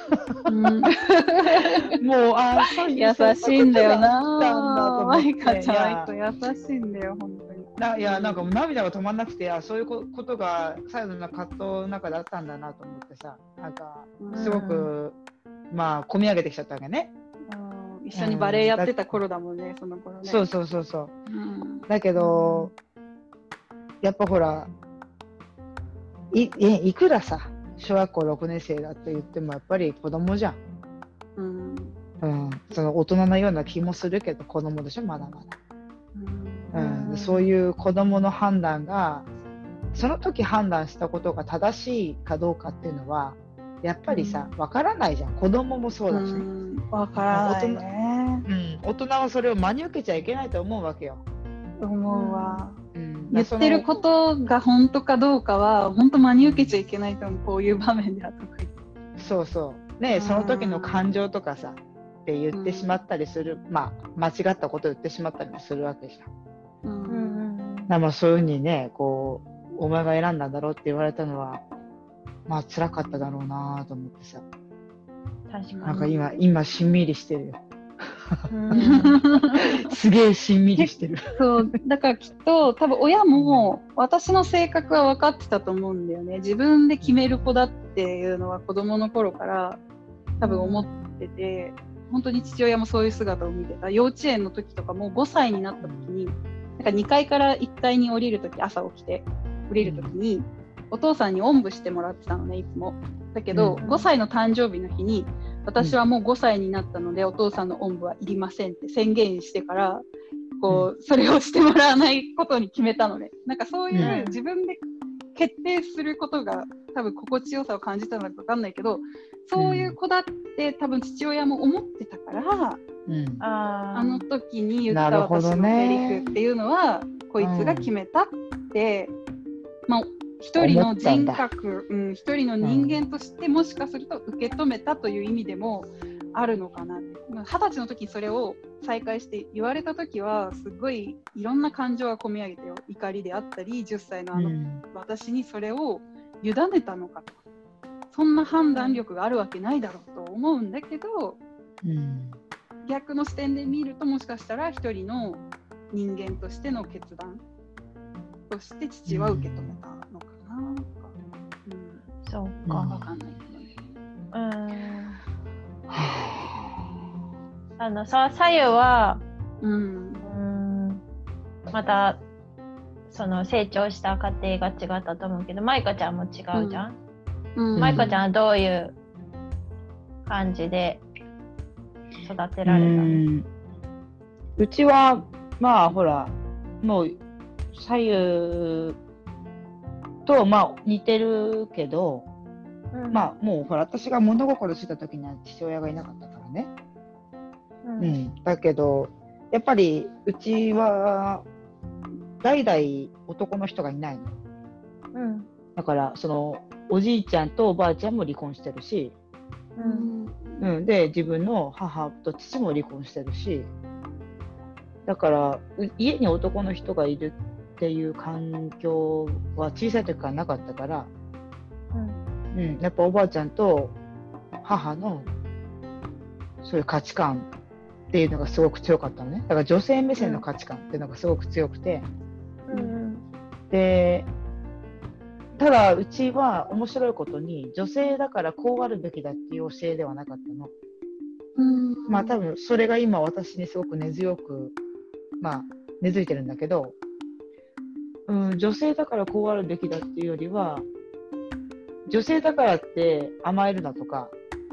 もう優しいんだよな。マイカちゃん優しいんだよ本当に。 いやなんかもう涙が止まんなくて、そういうことが最後の葛藤の中であったんだなと思ってさ、なんかすごく、まあ込み上げてきちゃったわけね。 一緒にバレエやってた頃だもんね、その頃ね。 そう、だけどやっぱほらいくらさ小学校6年生だって言ってもやっぱり子供じゃん。その大人のような気もするけど子供でしょ、まだまだ。そういう子供の判断がその時判断したことが正しいかどうかっていうのはやっぱりさ分からないじゃん。子供もそうだし、 分からないね。 大人はそれを真に受けちゃいけないと思うわけよ。 思うわ。言ってることが本当かどうかは本当真に受けちゃいけないと思う、こういう場面では特に。 そうね、その時の感情とかさって言ってしまったりする、まあ間違ったことを言ってしまったりもするわけじゃん。まあそういうふうにね、こうお前が選んだんだろうって言われたのはまあ辛かっただろうなと思ってさ。 確かに。 なんか今しんみりしてるよ。すげえしんみりしてる。 そうだからきっと多分親も私の性格は分かってたと思うんだよね。自分で決める子だっていうのは子供の頃から多分思ってて、本当に父親もそういう姿を見てた。幼稚園の時とかも5歳になった時になんか2階から1階に降りる時、朝起きて降りる時にお父さんにおんぶしてもらってたのね、いつも。だけど5歳の誕生日の日に私はもう5歳になったので、お父さんのおんぶはいりませんって宣言してからこうそれをしてもらわないことに決めたのね。なんかそういう自分で決定することが多分心地よさを感じたのか分かんないけど、そういう子だって多分父親も思ってたから、あの時に言った私のセリフっていうのは、こいつが決めたって、まあ一人の人格、一人の人間としてもしかすると受け止めたという意味でもあるのかなって。20歳の時にそれを再会して言われた時はすごいいろんな感情が込み上げてよ。怒りであったり、10歳の私にそれを委ねたのかと。そんな判断力があるわけないだろうと思うんだけど、逆の視点で見るともしかしたら一人の人間としての決断として父は受け止めたのかなとか。 そうか。 わかんないけどね。 左右は、またその成長した過程が違ったと思うけど、マイカちゃんも違うじゃん。マイカちゃんはどういう感じで育てられたの？ うちはまあほらもう左右とまあ似てるけど、まあもうほら私が物心ついた時には父親がいなかったからね。だけどやっぱりうちは代々男の人がいないの。だからそのおじいちゃんとおばあちゃんも離婚してるし、で自分の母と父も離婚してるし、だから家に男の人がいるっていう環境は小さい時からなかったから、やっぱおばあちゃんと母のそういう価値観っていうのがすごく強かったのね。だから女性目線の価値観っていうのがすごく強くて、でただうちは面白いことに女性だからこうあるべきだっていう教えではなかったの。まあ多分それが今私にすごく根強く根付いてるんだけど、女性だからこうあるべきだっていうよりは、女性だからって甘えるなとか、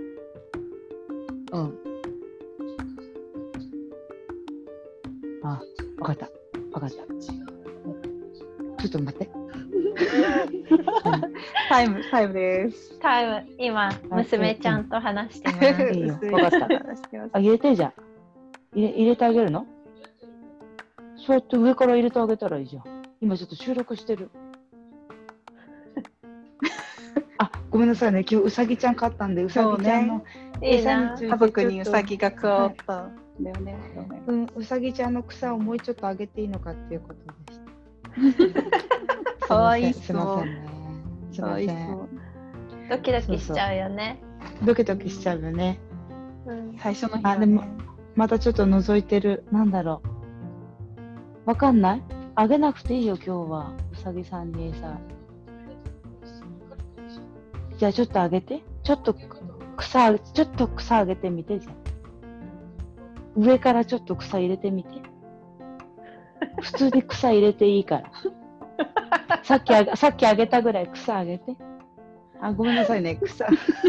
分かった。ちょっと待って。 タイムです。 今、娘ちゃんと話してます。 いいよ、分かった。入れてじゃん。入れてあげるの？そうやって上から入れてあげたらいいじゃん。今ちょっと収録してる。ごめんなさいね。今日うさぎちゃん飼ったんで、うさぎちゃんの餌について家族にうさぎが加わったんだよね。 うさぎちゃんの草をもうちょっとあげていいのかっていうことでした。 かわいそう。 すみませんね。すみません。 ドキドキしちゃうよね。 ドキドキしちゃうよね。 最初の日はね。 でもまたちょっと覗いてる。なんだろう。わかんない？あげなくていいよ今日は。うさぎさんにさ。じゃあちょっとあげて。ちょっと草あげてみてじゃん。上からちょっと草入れてみて。普通に草入れていいから。さっきあげたぐらい草あげて。ごめんなさいね、草。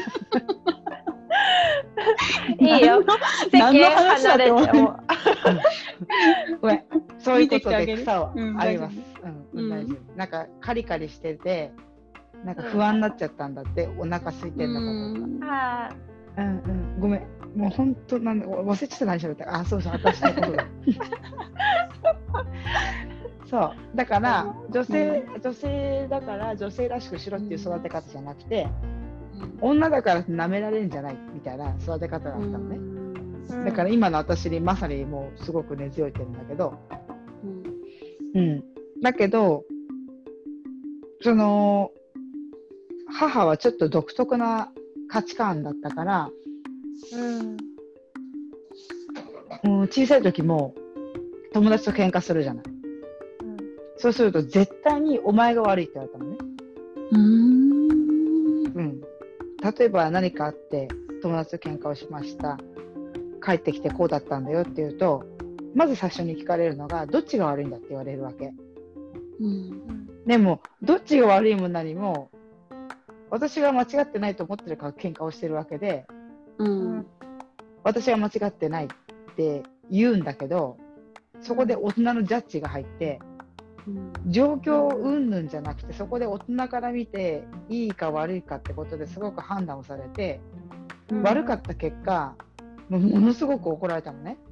いいよ。席離れても。 ごめん。そういうことで草をあげます。大丈夫。なんかカリカリしてて、なんか不安になっちゃったんだって。お腹空いてんのかとか。ごめん。もう本当忘れちゃった何しゃべった。そうそう、私のことだ。そうだから女性だから女性らしくしろっていう育て方じゃなくて、女だから舐められるんじゃないみたいな育て方だったのね。だから今の私にまさにもうすごく根強いてるんだけど、だけどその母はちょっと独特な価値観だったから、小さい時も友達と喧嘩するじゃない。そうすると絶対にお前が悪いって言われたのね。例えば何かあって友達と喧嘩をしました。帰ってきてこうだったんだよって言うと、まず最初に聞かれるのがどっちが悪いんだって言われるわけ。でもどっちが悪いも何も私が間違ってないと思ってるから喧嘩をしてるわけで、私は間違ってないって言うんだけど、そこで大人のジャッジが入って状況云々じゃなくて、そこで大人から見ていいか悪いかってことですごく判断をされて、悪かった結果ものすごく怒られたのね。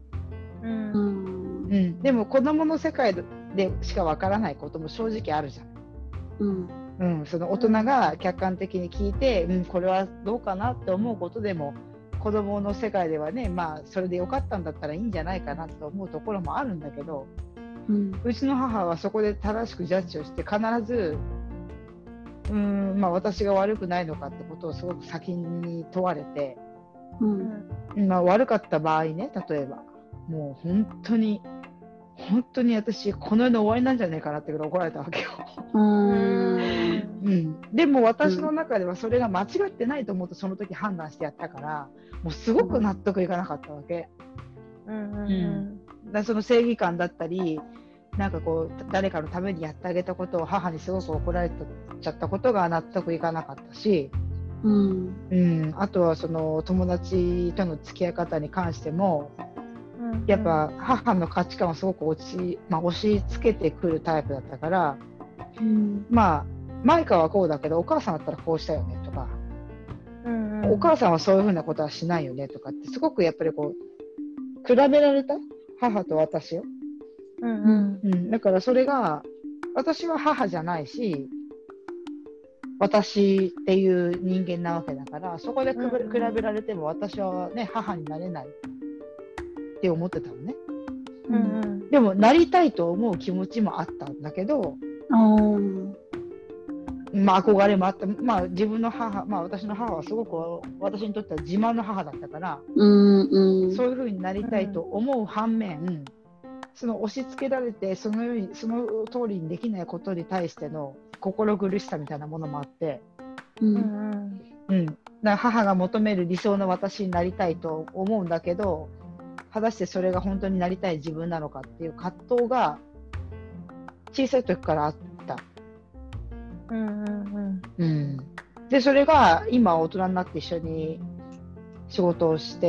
でも子供の世界でしかわからないことも正直あるじゃん。その大人が客観的に聞いて、これはどうかなって思うことでも子供の世界ではね、それでよかったんだったらいいんじゃないかなと思うところもあるんだけど、うちの母はそこで正しくジャッジをして必ず私が悪くないのかってことをすごく先に問われて、悪かった場合ね、例えばもう本当に私この世の終わりなんじゃないかなってぐらい怒られたわけよ。でも私の中ではそれが間違ってないと思うとその時判断してやったから、もうすごく納得いかなかったわけ。その正義感だったりなんかこう誰かのためにやってあげたことを母にすごく怒られちゃったことが納得いかなかったし、あとはその友達との付き合い方に関しても、やっぱ母の価値観をすごく押し付けてくるタイプだったから、まあマイカはこうだけどお母さんだったらこうしたよねとか、お母さんはそういうふうなことはしないよねとかってすごくやっぱりこう比べられた、母と私を。だからそれが私は母じゃないし私っていう人間なわけだから、そこで比べられても私はね母になれないって思ってたのね。でもなりたいと思う気持ちもあったんだけど、まあ憧れもあった。まあ自分の母、まあ私の母はすごく私にとっては自慢の母だったから、そういう風になりたいと思う反面、その押し付けられてその通りにできないことに対しての心苦しさみたいなものもあって、だから母が求める理想の私になりたいと思うんだけど、果たしてそれが本当になりたい自分なのかっていう葛藤が小さい時からあった。でそれが今大人になって一緒に仕事をして、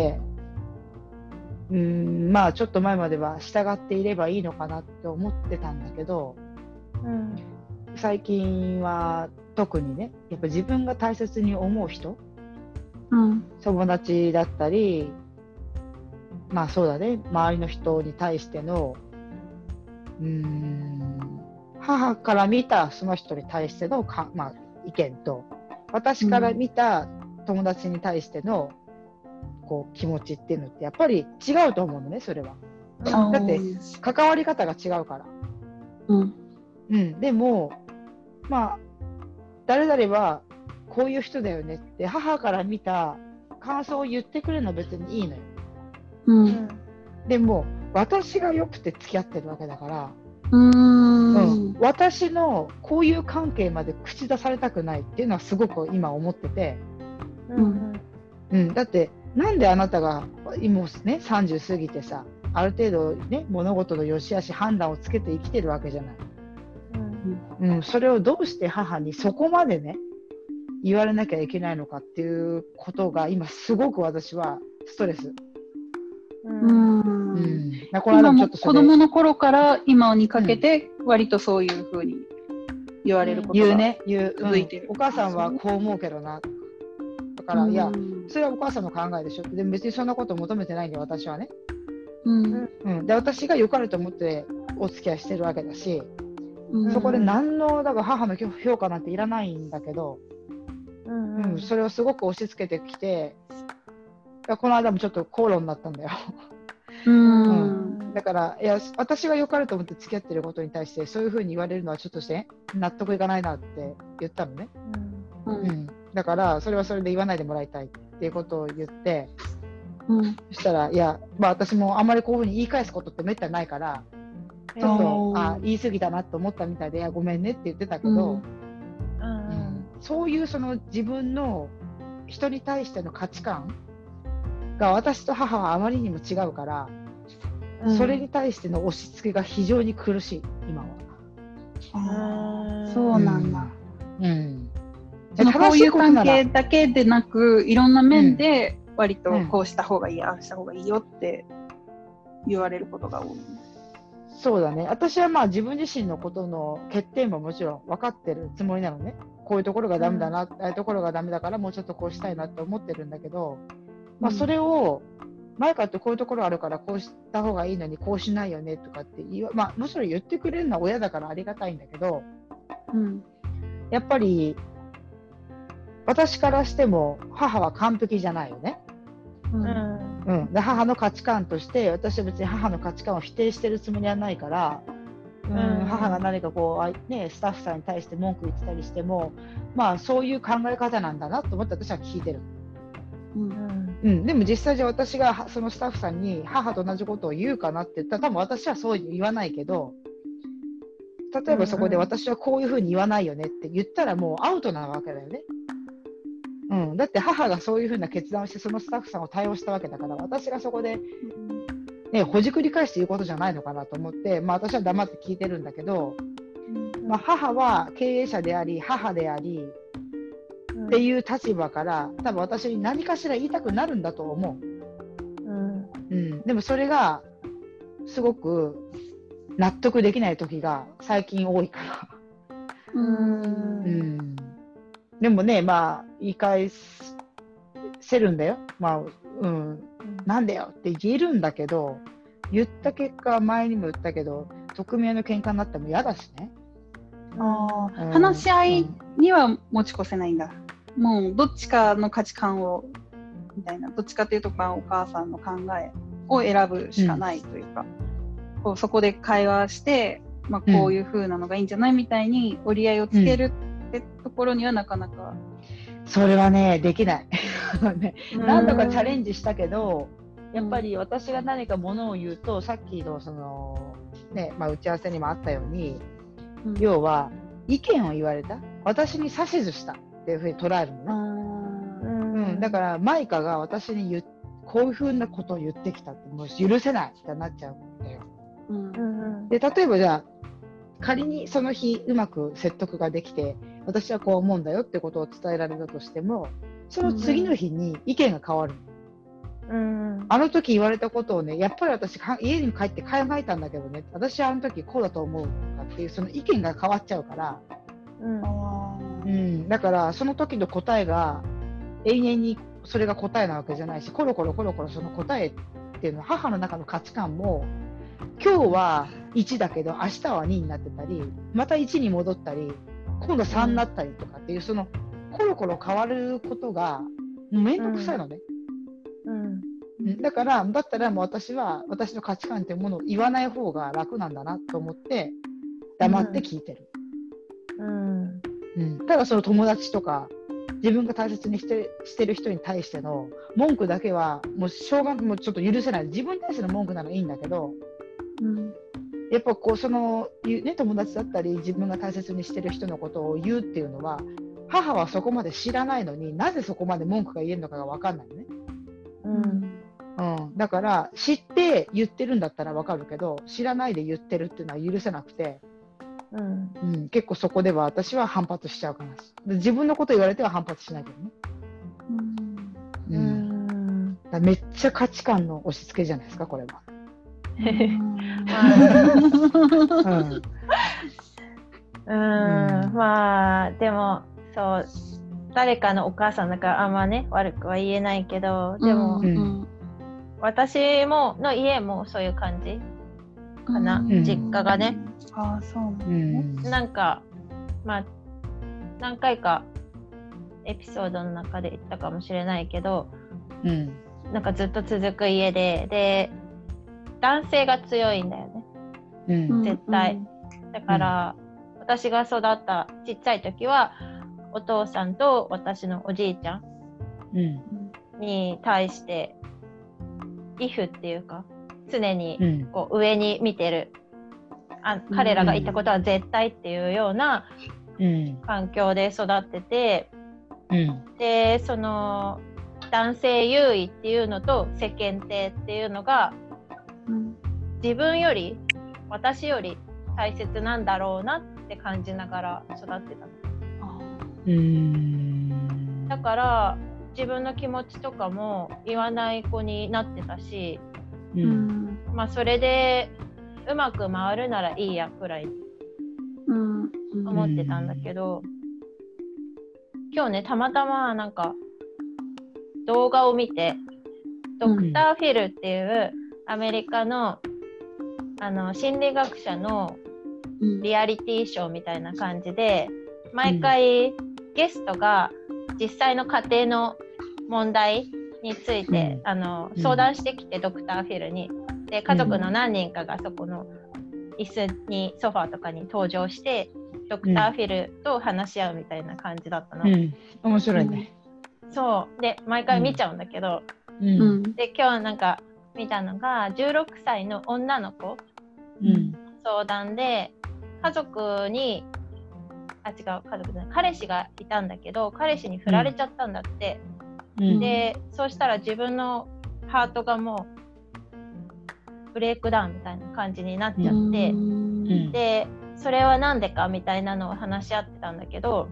まあちょっと前までは従っていればいいのかなって思ってたんだけど、最近は特にね、やっぱ自分が大切に思う人、友達だったり、まあそうだね、周りの人に対しての母から見たその人に対してのまあ、意見と、私から見た友達に対してのこう気持ちっていうのってやっぱり違うと思うのね、それは。だって関わり方が違うから。でもまあ誰々はこういう人だよねって母から見た感想を言ってくれるのは別にいいのよ。でも私がよくて付き合ってるわけだから、私のこういう関係まで口出されたくないっていうのはすごく今思ってて、だってなんであなたが今ね30過ぎてさ、ある程度ね物事の良し悪し判断をつけて生きてるわけじゃない。それをどうして母にそこまでね言われなきゃいけないのかっていうことが今すごく私はストレス。 今も子供の頃から今にかけて割とそういうふうに言われることが続いてる。 お母さんはこう思うけどな。だから、いやそれはお母さんの考えでしょ。でも別にそんなこと求めてないんで私はね。で私が良かれと思ってお付き合いしてるわけだし、そこで何のだから母の評価なんていらないんだけど、それをすごく押し付けてきて、この間もちょっと口論になったんだよ。だからいや私が良かれと思って付き合ってることに対してそういう風に言われるのはちょっとして納得いかないなって言ったのね。だからそれはそれで言わないでもらいたいっていうことを言って、そしたらいや、まあ、私もあんまりこういう風に言い返すことってめったにないからちょっと言い過ぎたなと思ったみたいで、いやごめんねって言ってたけど、そういうその自分の人に対しての価値観が私と母はあまりにも違うから、それに対しての押し付けが非常に苦しい今は。 そうなんだ。こういう関係だけでなくいろんな面で割とこうした方がいい、ああした方がいいよって言われることが多い。 そうだね。私はまあ自分自身のことの欠点ももちろん分かってるつもりなのね。こういうところがダメだな、ああいうところがダメだからもうちょっとこうしたいなって思ってるんだけど、まあ、それを前からってこういうところあるからこうした方がいいのにこうしないよねとかってまあ、もちろん言ってくれるのは親だからありがたいんだけど、やっぱり私からしても母は完璧じゃないよね。で母の価値観として私は別に母の価値観を否定してるつもりはないから、母が何かこう、ね、スタッフさんに対して文句言ってたりしても、まあそういう考え方なんだなと思って私は聞いてる。でも実際じゃ私がそのスタッフさんに母と同じことを言うかなって言ったら多分私はそう言わないけど、例えばそこで私はこういうふうに言わないよねって言ったらもうアウトなわけだよね。だって母がそういうふうな決断をしてそのスタッフさんを対応したわけだから、私がそこで、 ね、ほじくり返して言うことじゃないのかなと思って、私は黙って聞いてるんだけど、母は経営者であり母であり、っていう立場から多分私に何かしら言いたくなるんだと思う、でもそれがすごく納得できない時が最近多いからでもね、言い返せるんだよ、なんだよって言えるんだけど、言った結果、前にも言ったけど、匿名の喧嘩になっても嫌だしね。 話し合いには持ち越せないんだ。もうどっちかの価値観をみたいな、どっちかというとお母さんの考えを選ぶしかないというか、そこで会話して、こういう風なのがいいんじゃないみたいに折り合いをつけるってところにはなかなか、 それはねできない何度かチャレンジしたけど、やっぱり私が何かものを言うと、さっきのそのね、打ち合わせにもあったように、要は意見を言われた、私に指図したっていうふうに捉えるのね。だからマイカが私にこういうふうなことを言ってきたってもう許せないってなっちゃうんだよ。で例えばじゃあ仮にその日うまく説得ができて、私はこう思うんだよってことを伝えられたとしても、その次の日に意見が変わる。あの時言われたことをね、やっぱり私家に帰って考えたんだけどね、私はあの時こうだと思うとかっていう、その意見が変わっちゃうから、だからその時の答えが永遠にそれが答えなわけじゃないし、コロコロその答えっていうのは、母の中の価値観も今日は1だけど明日は2になってたり、また1に戻ったり、今度3になったりとかっていう、そのコロコロ変わることがもうめんどくさいのね。だったらもう私は私の価値観っていうものを言わない方が楽なんだなと思って黙って聞いてる。ただその友達とか自分が大切にしてる人に対しての文句だけはもうもうちょっと許せない。自分に対しての文句ならいいんだけど、やっぱこうその、ね、友達だったり自分が大切にしてる人のことを言うっていうのは、母はそこまで知らないのになぜそこまで文句が言えるのかが分かんないのね。だから知って言ってるんだったら分かるけど、知らないで言ってるっていうのは許せなくて、結構そこでは私は反発しちゃうかな。自分のこと言われては反発しないけどね。だめっちゃ価値観の押し付けじゃないですか、これは。 でもそう誰かのお母さんだからあんまね悪くは言えないけど、でも、私の家もそういう感じかな、実家がね。なんか何回かエピソードの中で言ったかもしれないけど、なんかずっと続く家で男性が強いんだよね、絶対。だから、私が育ったちっちゃい時はお父さんと私のおじいちゃんに対してイフっていうか常にこう上に見てる、彼らが言ったことは絶対っていうような環境で育ってて、でその男性優位っていうのと世間体っていうのが、自分より私より大切なんだろうなって感じながら育ってたの。だから自分の気持ちとかも言わない子になってたし、それでうまく回るならいいやくらい思ってたんだけど、今日ねたまたまなんか動画を見て、ドクター・フィルっていうアメリカの心理学者のリアリティショーみたいな感じで、毎回ゲストが実際の家庭の問題について、相談してきて、ドクター・フィルに。で家族の何人かがそこの椅子にソファーとかに登場してドクター・フィルと話し合うみたいな感じだったの。 面白いね。 そうで毎回見ちゃうんだけど、で今日なんか見たのが16歳の女の子、相談で家族に家族じゃない、彼氏がいたんだけど彼氏に振られちゃったんだって、でそうしたら自分のハートがもうブレイクダウンみたいな感じになっちゃって、でそれはなんでかみたいなのを話し合ってたんだけど、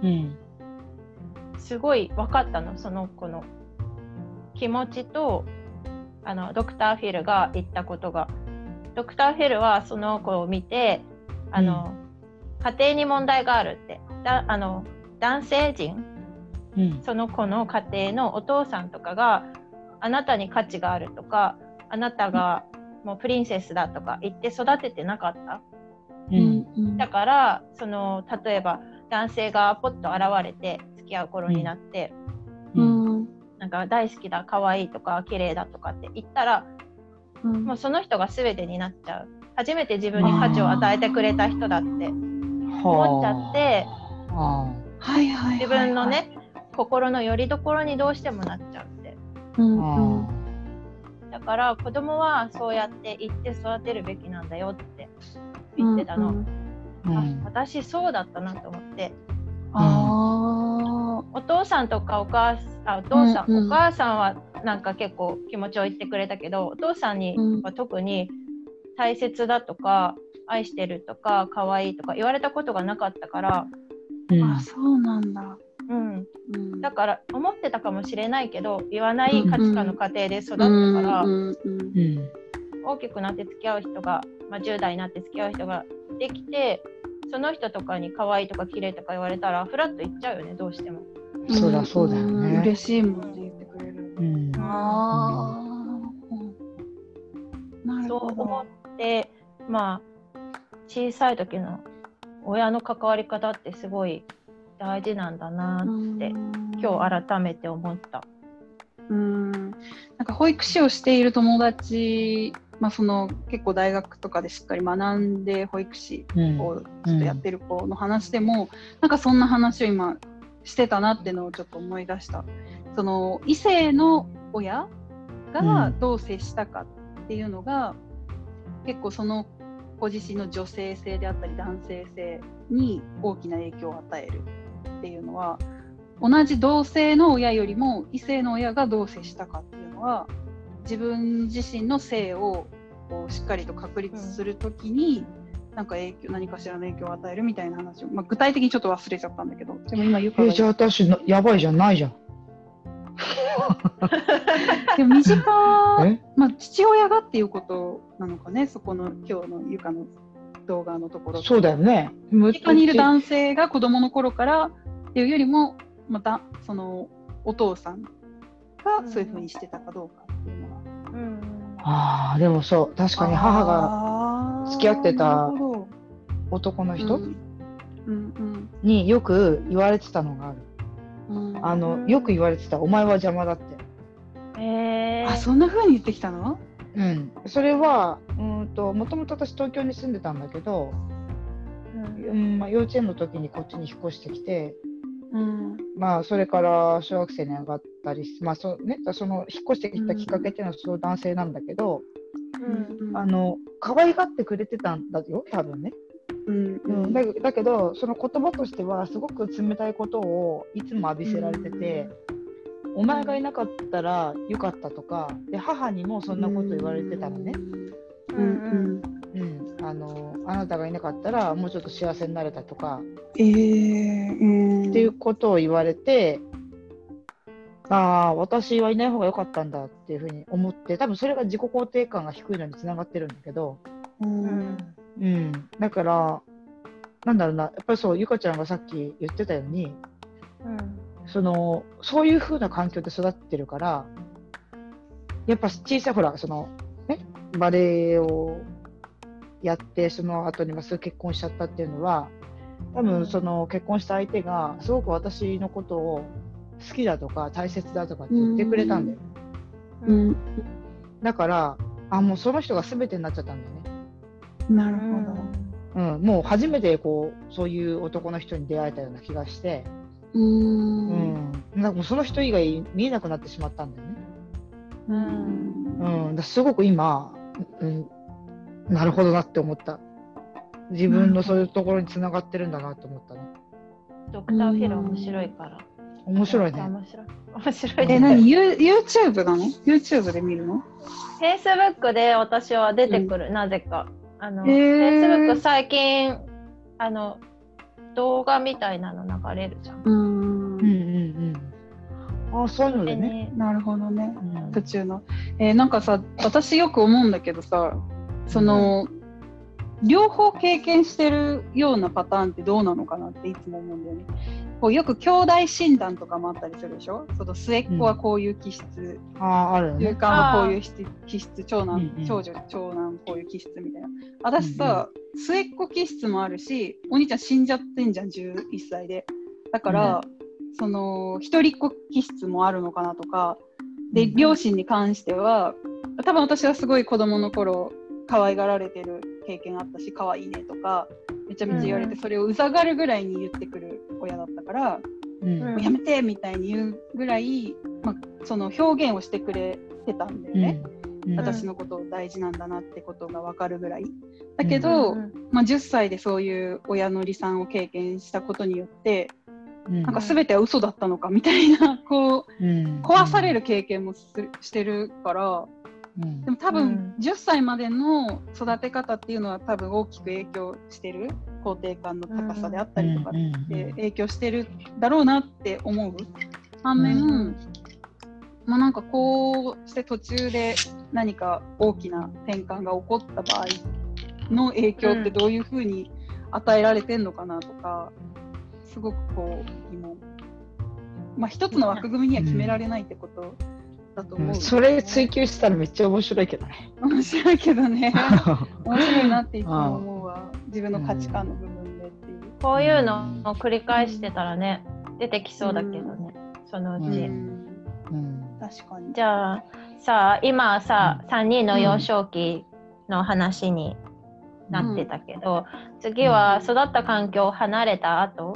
すごい分かったの、その子の気持ちとドクター・フィルが言ったことが。ドクター・フィルはその子を見て家庭に問題があるって男性陣、その子の家庭のお父さんとかがあなたに価値があるとか、あなたがもうプリンセスだとか言って育ててなかった、だから例えば男性がポッと現れて付き合う頃になって、なんか大好きだ、可愛いとか綺麗だとかって言ったら、もうその人が全てになっちゃう。初めて自分に価値を与えてくれた人だって思っちゃって、自分のね心の拠り所にどうしてもなっちゃうって、だから子供はそうやって言って育てるべきなんだよって言ってたの。私そうだったなと思って、お父さんとかお母さんはなんか結構気持ちを言ってくれたけど、お父さんには特に大切だとか愛してるとか可愛いとか言われたことがなかったから、 そうなんだ。 だから思ってたかもしれないけど言わない価値観の家庭で育ったから、大きくなって付き合う人が、10代になって付き合う人ができて、その人とかに可愛いとか綺麗とか言われたらフラッと言っちゃうよね、どうしても。 そうだよね。 嬉しいもんって言ってくれる。 そう思って、小さい時の親の関わり方ってすごい大事なんだなって今日改めて思った。 なんか保育士をしている友達、結構大学とかでしっかり学んで保育士をちょっとやってる子の話でも、なんかそんな話を今してたなっていうのをちょっと思い出した。その異性の親がどう接したかっていうのが、結構その子自身の女性性であったり男性性に大きな影響を与えるっていうのは、同じ同性の親よりも異性の親がどう接したかっていうのは、自分自身の性をこうしっかりと確立するときに、何かしらの影響を与えるみたいな話を、具体的にちょっと忘れちゃったんだけど、でも今ゆかがじゃあ私やばいじゃないじゃん。 でも父親がっていうことなのかね、そこの今日のゆかの動画のところ。 そうだよね。 身近にいる男性が子供の頃からっていうよりも、またそのお父さんがそういうふうにしてたかどうかっていうのは。 でもそう、確かに母が付き合ってた男の人によく言われてたのがある。よく言われてた、お前は邪魔だって。 そんな風に言ってきたの？ それはもともと私東京に住んでたんだけど、幼稚園の時にこっちに引っ越してきて、それから小学生に上がったり、その引っ越してきたきっかけっていうのはその男性なんだけど、可愛がってくれてたんだよ多分ね。だけどその言葉としてはすごく冷たいことをいつも浴びせられてて、お前がいなかったらよかったとかで、母にもそんなこと言われてたのね。あなたがいなかったらもうちょっと幸せになれたとか、っていうことを言われて、私はいない方が良かったんだっていうふうに思って、多分それが自己肯定感が低いのにつながってるんだけど、だからなんだろうな、やっぱりそう、ゆかちゃんがさっき言ってたように、そういう風な環境で育ってるから、やっぱ小さいバレエをやってその後にすぐ結婚しちゃったっていうのは、多分その結婚した相手がすごく私のことを好きだとか大切だとかって言ってくれたんだよ。だからもうその人が全てになっちゃったんだよね。 なるほど。 もう初めてそういう男の人に出会えたような気がして、なんかもうその人以外見えなくなってしまったんだよね。すごく今、なるほどなって思った。自分のそういうところに繋がってるんだなと思ったね。 ドクター・フィル面白いから。 面白いね。 面白いです。 何YouTube なの？ YouTube で見るの？ Facebook で私は出てくる、なぜか。Facebook 最近、動画みたいなの流れるじゃん。 あ、そういうのでね。 なるほどね。途中の。なんかさ、私よく思うんだけどさ、両方経験してるようなパターンってどうなのかなっていつも思うんだよね。こうよく兄弟診断とかもあったりするでしょ。その末っ子はこういう気質、中間はこういう気質、長女、長男こういう気質みたいな。私さ、末っ子気質もあるし、お兄ちゃん死んじゃってんじゃん、11歳で。だから、一人っ子気質もあるのかなとか。で、両親に関しては、多分私はすごい子供の頃可愛がられてる経験あったし、可愛いねとかめちゃめちゃ言われて、それをうざがるぐらいに言ってくる親だったから、もうやめてみたいに言うぐらい、その表現をしてくれてたんだよね。私のことを大事なんだなってことが分かるぐらいだけど、10歳でそういう親の離散を経験したことによって、なんか全ては嘘だったのかみたいな壊される経験もしてるから、でも多分10歳までの育て方っていうのは多分大きく影響してる、肯定感の高さであったりとかって影響してるだろうなって思う反面、なんかこうして途中で何か大きな転換が起こった場合の影響ってどういうふうに与えられてんのかなとか、すごくこう疑問。一つの枠組みには決められないってことだと思う。 それ追求したらめっちゃ面白いけどね。 面白いけどね。面白いなっていつも思うわ。自分の価値観の部分でっていう。 こういうのを繰り返してたらね、出てきそうだけどね、そのうち。 確かに。 じゃあさ、今さ、3人の幼少期の話になってたけど、次は育った環境を離れた後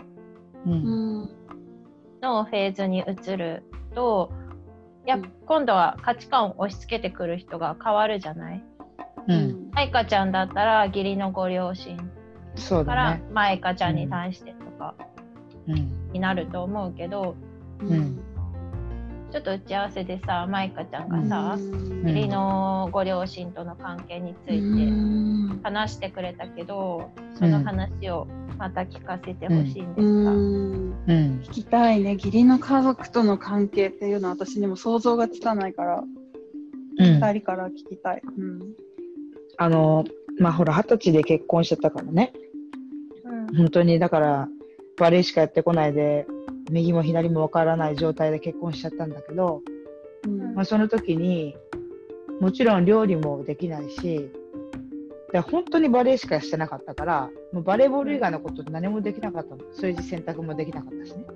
のフェーズに移ると、今度は価値観を押し付けてくる人が変わるじゃない。愛花ちゃんだったら義理のご両親から愛花ちゃんに対してとかになると思うけど、ちょっと打ち合わせでさ、愛花ちゃんがさ、義理のご両親との関係について話してくれたけど、その話をまた聞かせてほしいんですか？ 聞きたいね。義理の家族との関係っていうのは私にも想像がつかないから、2人から聞きたい。 ほら20歳で結婚しちゃったからね、本当にだからバレエしかやってこないで右も左も分からない状態で結婚しちゃったんだけど、その時にもちろん料理もできないし、本当にバレエしかしてなかったから、もうバレーボール以外のこと何もできなかったの。そういう選択もできなかったし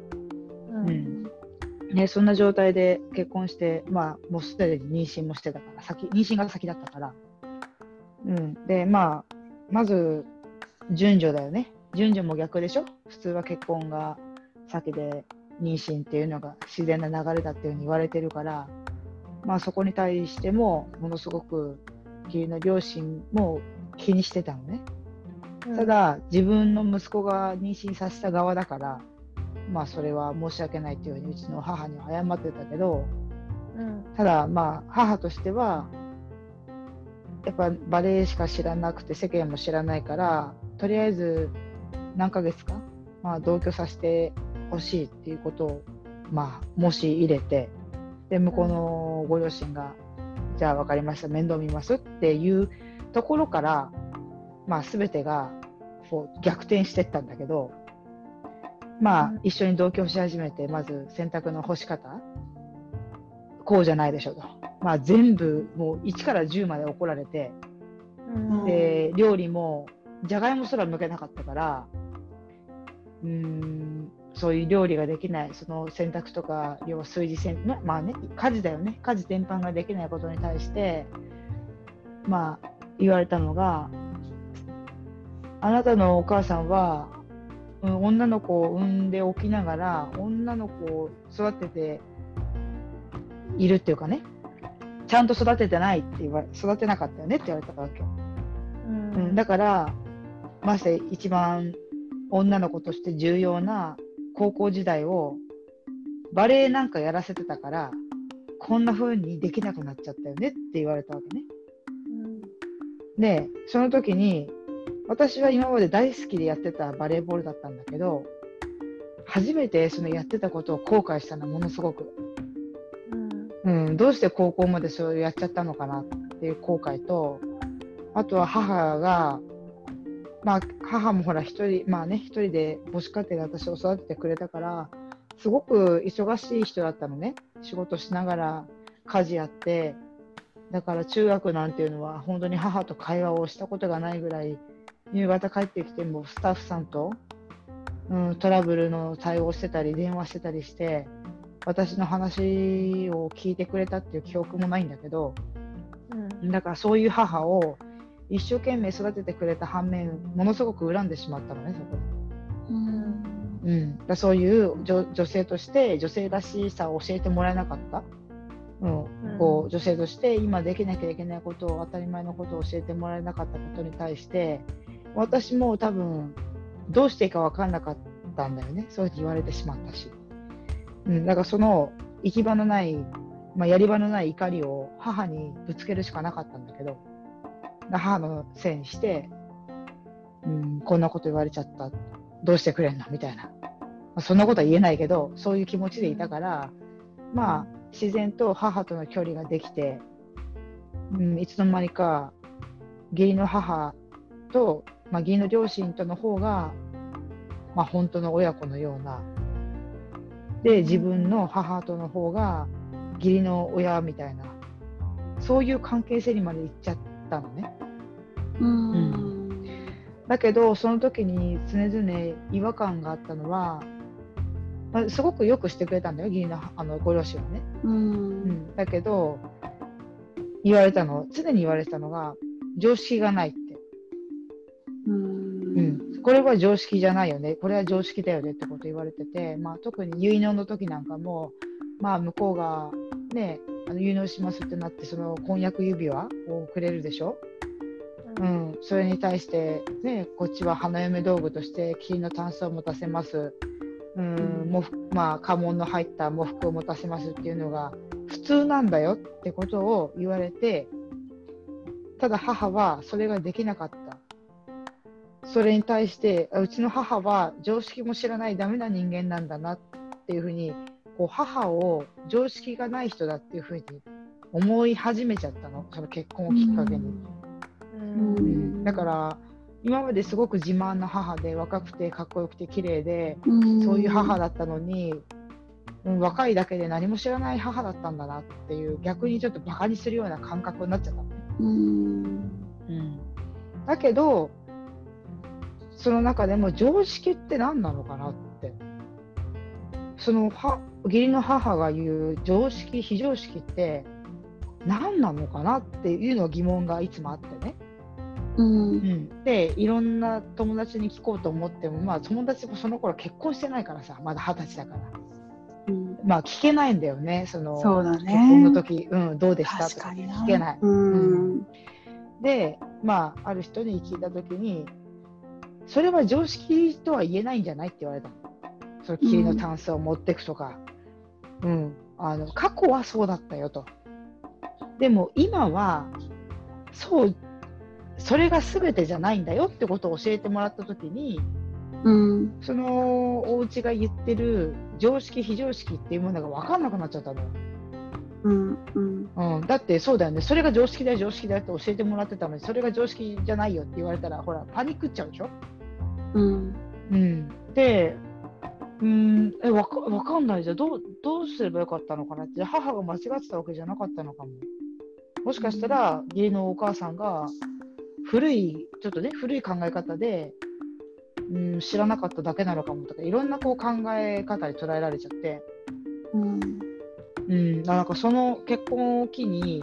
ね。そんな状態で結婚して、もうすでに妊娠もしてたから、妊娠が先だったから、でまず順序だよね。順序も逆でしょ。普通は結婚が先で妊娠っていうのが自然な流れだっていうふうに言われてるから、そこに対してもものすごく義理の両親も気にしてたのね。ただ自分の息子が妊娠させた側だから、それは申し訳ないっていうふうにうちの母には謝ってたけど、ただ母としてはやっぱバレエしか知らなくて世間も知らないから、とりあえず何ヶ月か、同居させてほしいっていうことを申し入れて、で向こうのご両親がじゃあ分かりました、面倒見ますっていうところから、全てがこう逆転していったんだけど、一緒に同居し始めて、まず洗濯の干し方こうじゃないでしょと、全部もう1から10まで怒られて、で料理もじゃがいもすら剥けなかったから、そういう料理ができない、その洗濯とか要は炊事家事だよね、家事全般ができないことに対して言われたのが、あなたのお母さんは、女の子を産んでおきながら女の子を育てているっていうかね、ちゃんと育ててないって育てなかったよねって言われたわけ。だからまして一番女の子として重要な高校時代をバレエなんかやらせてたからこんな風にできなくなっちゃったよねって言われたわけね。でその時に私は今まで大好きでやってたバレーボールだったんだけど、初めてそのやってたことを後悔したのはものすごく、どうして高校までそれをやっちゃったのかなっていう後悔と、あとは母が、母もほら一人で母子家庭で私を育ててくれたから、すごく忙しい人だったのね。仕事しながら家事やって、だから中学なんていうのは本当に母と会話をしたことがないぐらい、夕方帰ってきてもスタッフさんと、トラブルの対応してたり電話してたりして、私の話を聞いてくれたっていう記憶もないんだけど、だからそういう母を一生懸命育ててくれた反面、ものすごく恨んでしまったのね、そこで。だそういう女性として女性らしさを教えてもらえなかった、こう女性として今できなきゃいけないことを、当たり前のことを教えてもらえなかったことに対して、私も多分どうしていいか分からなかったんだよね。そういうふうに言われてしまったし、だからその行き場のない、やり場のない怒りを母にぶつけるしかなかったんだけど、母のせいにして、こんなこと言われちゃった、どうしてくれんのみたいな、そんなことは言えないけど、そういう気持ちでいたから、自然と母との距離ができて、いつの間にか義理の母と、義理の両親との方が、本当の親子のようなで、自分の母との方が義理の親みたいな、そういう関係性にまで行っちゃったのね。だけどその時に常々違和感があったのは、すごくよくしてくれたんだよ、義理のご両親はね。だけど常に言われてたのが、常識がないって。これは常識じゃないよね、これは常識だよねってこと言われてて、特に結納の時なんかも、向こうがね、結納しますってなって、その婚約指輪をくれるでしょ。それに対して、こっちは花嫁道具として金のタンスを持たせます、家紋の入った喪服を持たせますっていうのが普通なんだよってことを言われて、ただ母はそれができなかった。それに対して、うちの母は常識も知らないダメな人間なんだなっていうふうに、母を常識がない人だっていうふうに思い始めちゃったの、その結婚をきっかけに。だから今まですごく自慢の母で、若くてかっこよくて綺麗で、そういう母だったのに、若いだけで何も知らない母だったんだなっていう、逆にちょっとバカにするような感覚になっちゃったのね。だけどその中でも常識って何なのかなって、その義理の母が言う常識非常識って何なのかなっていうの疑問がいつもあってね。でいろんな友達に聞こうと思っても、友達もその頃結婚してないからさ、まだ20歳だから、聞けないんだよね。そうだね、結婚の時、どうでしたとか聞けない。である人に聞いた時に、それは常識とは言えないんじゃないって言われたの。その霧のタンスを持っていくとか、過去はそうだったよと。でも今はそれが全てじゃないんだよってことを教えてもらった時に、そのお家が言ってる常識非常識っていうものが分かんなくなっちゃったのよ。だってそうだよね、それが常識だよ常識だよって教えてもらってたのに、それが常識じゃないよって言われたら、ほらパニックっちゃうでしょ。で分かんないじゃん、どうすればよかったのかなって。母が間違ってたわけじゃなかったのかも。もしかしたら義理のお母さんが古い考え方で、知らなかっただけなのかもとか、いろんな考え方に捉えられちゃって、なんかその結婚を機に、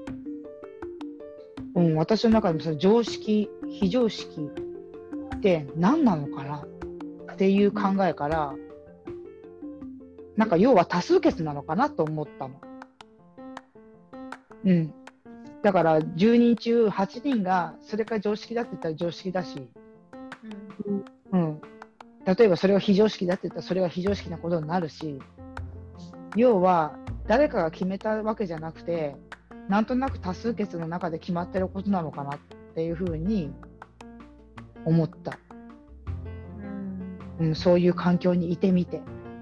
私の中でもその常識非常識って何なのかなっていう考えから、なんか要は多数決なのかなと思ったの。だから10人中8人がそれが常識だって言ったら常識だし、例えばそれが非常識だって言ったらそれは非常識なことになるし、 要は誰かが決めたわけじゃなくて、なんとなく多数決の中で決まってることなのかなっていうふうに思った、そういう環境にいてみて、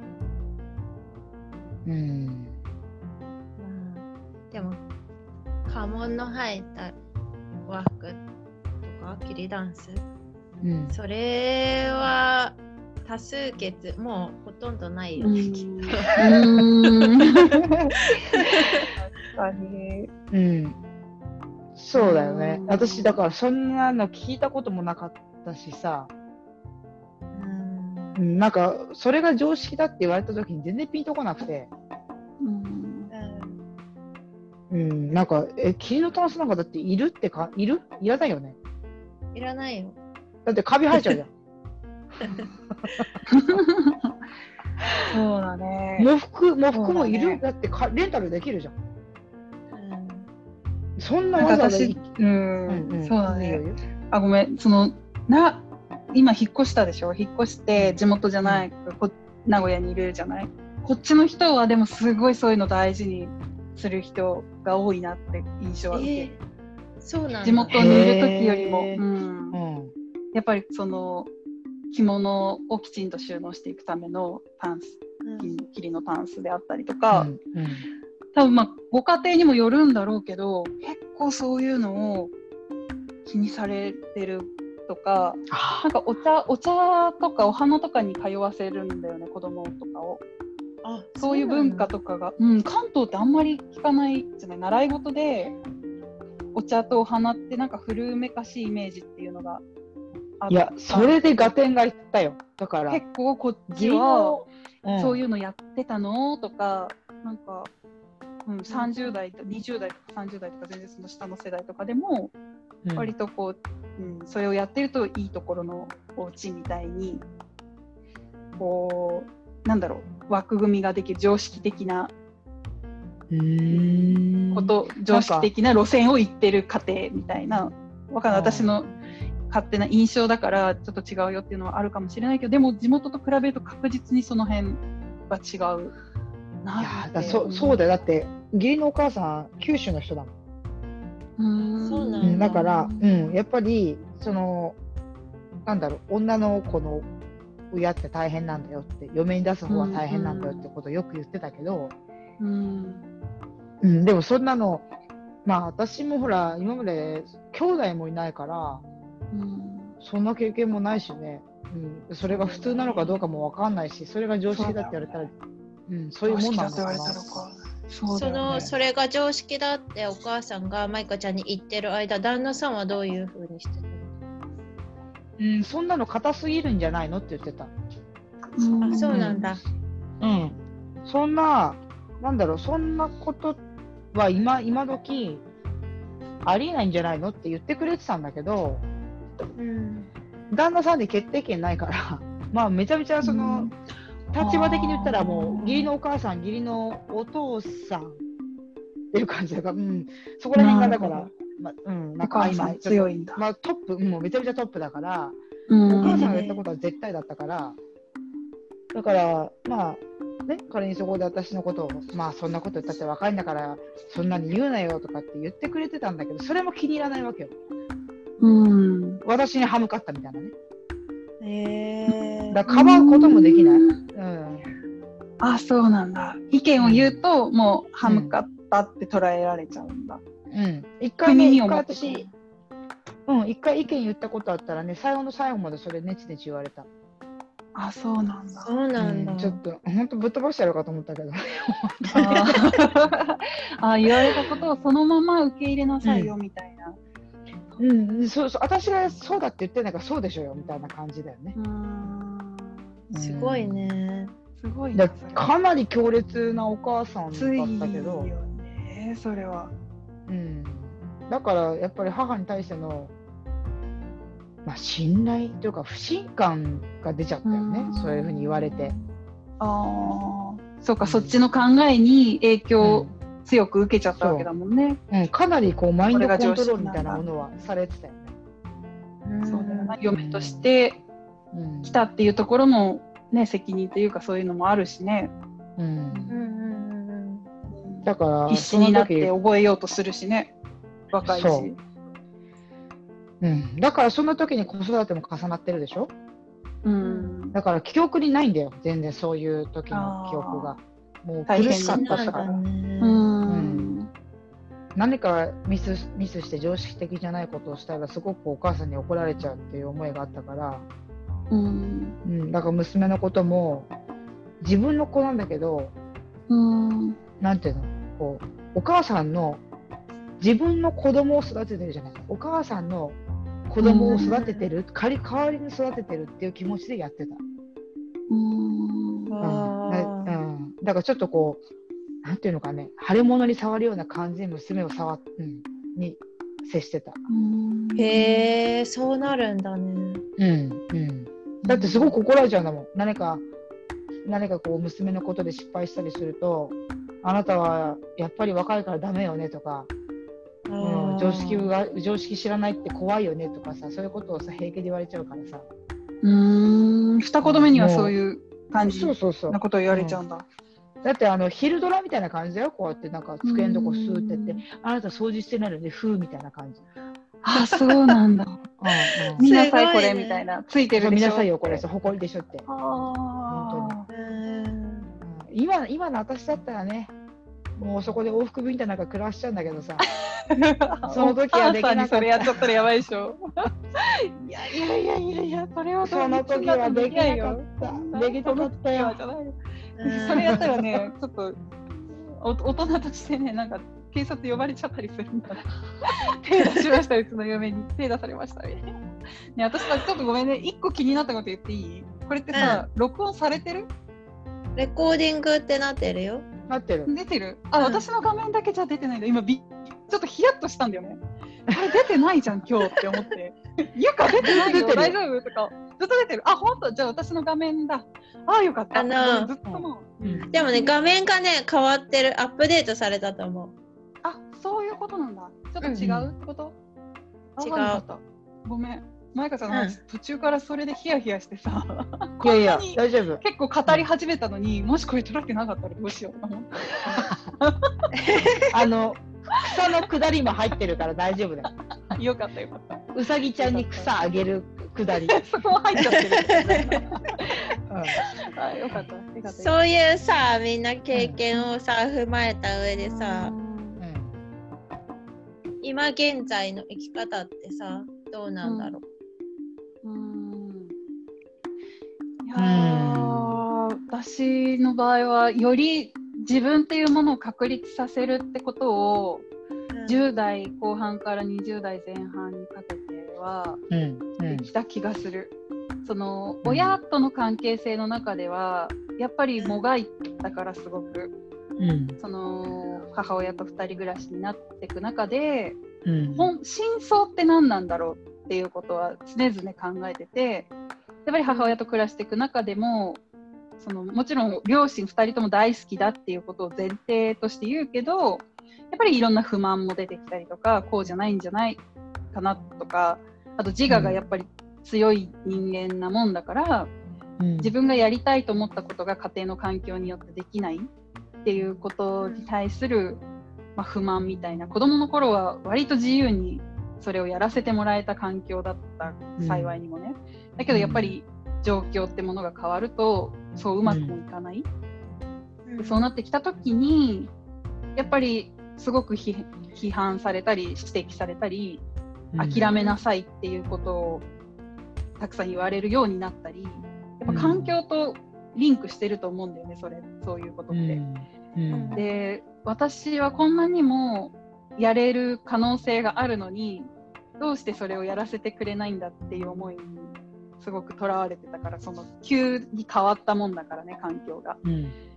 でも家紋の入った和服とかキリダンス、それは多数決もうほとんどないよね。 そうだよね。私だからそんなの聞いたこともなかったしさ、なんかそれが常識だって言われた時に全然ピンとこなくて、なんか霧のタンスなんかだっているいらないよね。 いらないよ。 だってカビ生えちゃうじゃん。 そうだね。 喪服もいる、だってレンタルできるじゃん。そんなわざわざそうだね。あ、ごめん、今引っ越したでしょ。引っ越して地元じゃない、名古屋にいるじゃない。こっちの人はでもすごいそういうの大事にする人が多いなって印象は受ける。 そうなんだ。 地元にいる時よりも、やっぱりその着物をきちんと収納していくためのタンス、霧のタンスであったりとか、多分ご家庭にもよるんだろうけど、結構そういうのを気にされてるとか、なんかお茶とかお花とかに通わせるんだよね、子供とかを。そういう文化とかが、関東ってあんまり聞かないじゃない。習い事でお茶とお花ってなんか古めかしいイメージっていうのがあった。 いや、それで合点がいったよ。だから結構こっちはそういうのやってたのとか、なんか30代と20代とか30代とか全然その下の世代とかでも割とこう、それをやってるといいところのお家みたいにこうなんだろう、枠組みができる常識的な常識的な路線を行ってる家庭みたいな、わかんない、私の勝手な印象だからちょっと違うよっていうのはあるかもしれないけど、でも地元と比べると確実にその辺は違うな。 いやそうだよ。だって義理のお母さん九州の人だもん。 そうなんだ。 だから、やっぱりそのなんだろう、女の子の親って大変なんだよって、嫁に出す方は大変なんだよってことをよく言ってたけど、でもそんなの、私もほら今まで兄弟もいないから、そんな経験もないしね、それが普通なのかどうかも分かんないし、それが常識だって言われたら、そういうもんなのかな。 それが常識だってお母さんがマイカちゃんに言ってる間、旦那さんはどういう風にしてたの？ そんなの硬すぎるんじゃないのって言ってた。 そうなんだ。 そんなことは今時ありえないんじゃないのって言ってくれてたんだけど、旦那さんで決定権ないからめちゃめちゃその、立場的に言ったらもう義理のお母さん、義理のお父さんっていう感じだから、そこら辺がだから、なんか今強いんだ。 トップ、もうめちゃめちゃトップだから、お母さんが言ったことは絶対だったから、だから仮にそこで私のことをそんなこと言ったって若いんだからそんなに言うなよとかって言ってくれてたんだけど、それも気に入らないわけよ。私に歯向かったみたいなね。だからかばうこともできない。 そうなんだ。意見を言うと、もう歯向かったって捉えられちゃうんだ。 一回私一回意見言ったことあったらね、最後の最後までそれネチネチ言われた。 そうなんだ。 そうなんだ。 ちょっと本当ぶっ飛ばしてやろうかと思ったけど。 言われたことをそのまま受け入れなさいよみたいな。 そう私がそうだって言ってんだからそうでしょよみたいな感じだよね。 すごいね。 すごいね。かなり強烈なお母さんだったけど。 ついよね、それは。 だからやっぱり母に対しての信頼というか不信感が出ちゃったよね。そういうふうに言われて。 そうか、そっちの考えに影響を強く受けちゃったわけだもんね。 かなりこうマインドコントロールみたいなものはされてたよね。 そうだよな、嫁として来たっていうところのね、責任というかそういうのもあるしね。 だから必死になって覚えようとするしね、若いし。 だからその時に子育ても重なってるでしょ。だから記憶にないんだよ、全然そういう時の記憶が。もう苦しかったから。何かミスして常識的じゃないことをしたらすごくお母さんに怒られちゃうっていう思いがあったから、だから娘のことも自分の子なんだけど、なんていうの、こうお母さんの自分の子供を育ててるじゃないか、お母さんの子供を育ててる、代わりに育ててるっていう気持ちでやってた。だからちょっとこうなんていうのかね、腫れ物に触るような感じで娘をに接してた。 へえ、そうなるんだね。 だってすごく怒られちゃうんだもん。何かこう娘のことで失敗したりすると、あなたはやっぱり若いからダメよねとか、常識知らないって怖いよねとかさ、そういうことをさ平気で言われちゃうからさ。 二子供にはそういう感じなことを言われちゃうんだ。 だって昼ドラみたいな感じだよ。こうやってなんか机のとこスーってやって、あなた掃除してないのでふーみたいな感じ。 そうなんだ。見なさいこれみたいな、ついてるでしょ。 見なさいよこれ、ほこりでしょって。本当に。今の私だったらね、もうそこで往復便みたいな暮らしちゃうんだけどさ。その時はできなかった。 それやっちゃったらやばいでしょ。いや、それはその時はできなかった。できなかったよ。 それやったらね、ちょっと大人としてね、なんか警察呼ばれちゃったりするんだ。手出しました、うちの嫁に手出されましたね。私はちょっとごめんね、一個気になったこと言っていい？これってさ、録音されてる？ レコーディングってなってるよ。 なってる。 出てる？私の画面だけじゃ出てないんだ。今ちょっとヒヤッとしたんだよね。これ出てないじゃん今日って思って。ゆか出てないよ、大丈夫とか。ずっと出てる。本当？じゃあ私の画面だ。よかった。ずっともう。でもね、画面がね変わってる、アップデートされたと思う。 そういうことなんだ。ちょっと違うってこと？ 違う。 ごめん。マイカちゃんの途中からそれでヒヤヒヤしてさ。 いや大丈夫。 結構語り始めたのに、もしこれ取られてなかったらどうしようと思って。 草の下りも入ってるから大丈夫だよ。 よかった。 うさぎちゃんに草あげる下り。 そこも入っちゃってる。よかった。 そういうさ、みんな経験をさ、踏まえた上でさ、今現在の生き方ってさ、どうなんだろう。 私の場合はより自分っていうものを確立させるってことを、10代後半から20代前半にかけてはできた気がする。その親との関係性の中ではやっぱりもがいたから、すごく、その母親と2人暮らしになっていく中で、真相って何なんだろうっていうことは常々考えてて、やっぱり母親と暮らしていく中でも、もちろん両親2人とも大好きだっていうことを前提として言うけど、やっぱりいろんな不満も出てきたりとか、こうじゃないんじゃないかなとか、あと自我がやっぱり強い人間なもんだから、自分がやりたいと思ったことが家庭の環境によってできないっていうことに対する、不満みたいな、子供の頃は割と自由にそれをやらせてもらえた環境だった、幸いにもね。だけどやっぱり状況ってものが変わるとそううまくもいかない、そうなってきた時にやっぱりすごく批判されたり指摘されたり、諦めなさいっていうことをたくさん言われるようになったり、やっぱ環境とリンクしてると思うんだよね、そういうことって、で、私はこんなにもやれる可能性があるのにどうしてそれをやらせてくれないんだっていう思いにすごくとらわれてたから、その急に変わったもんだからね、環境が。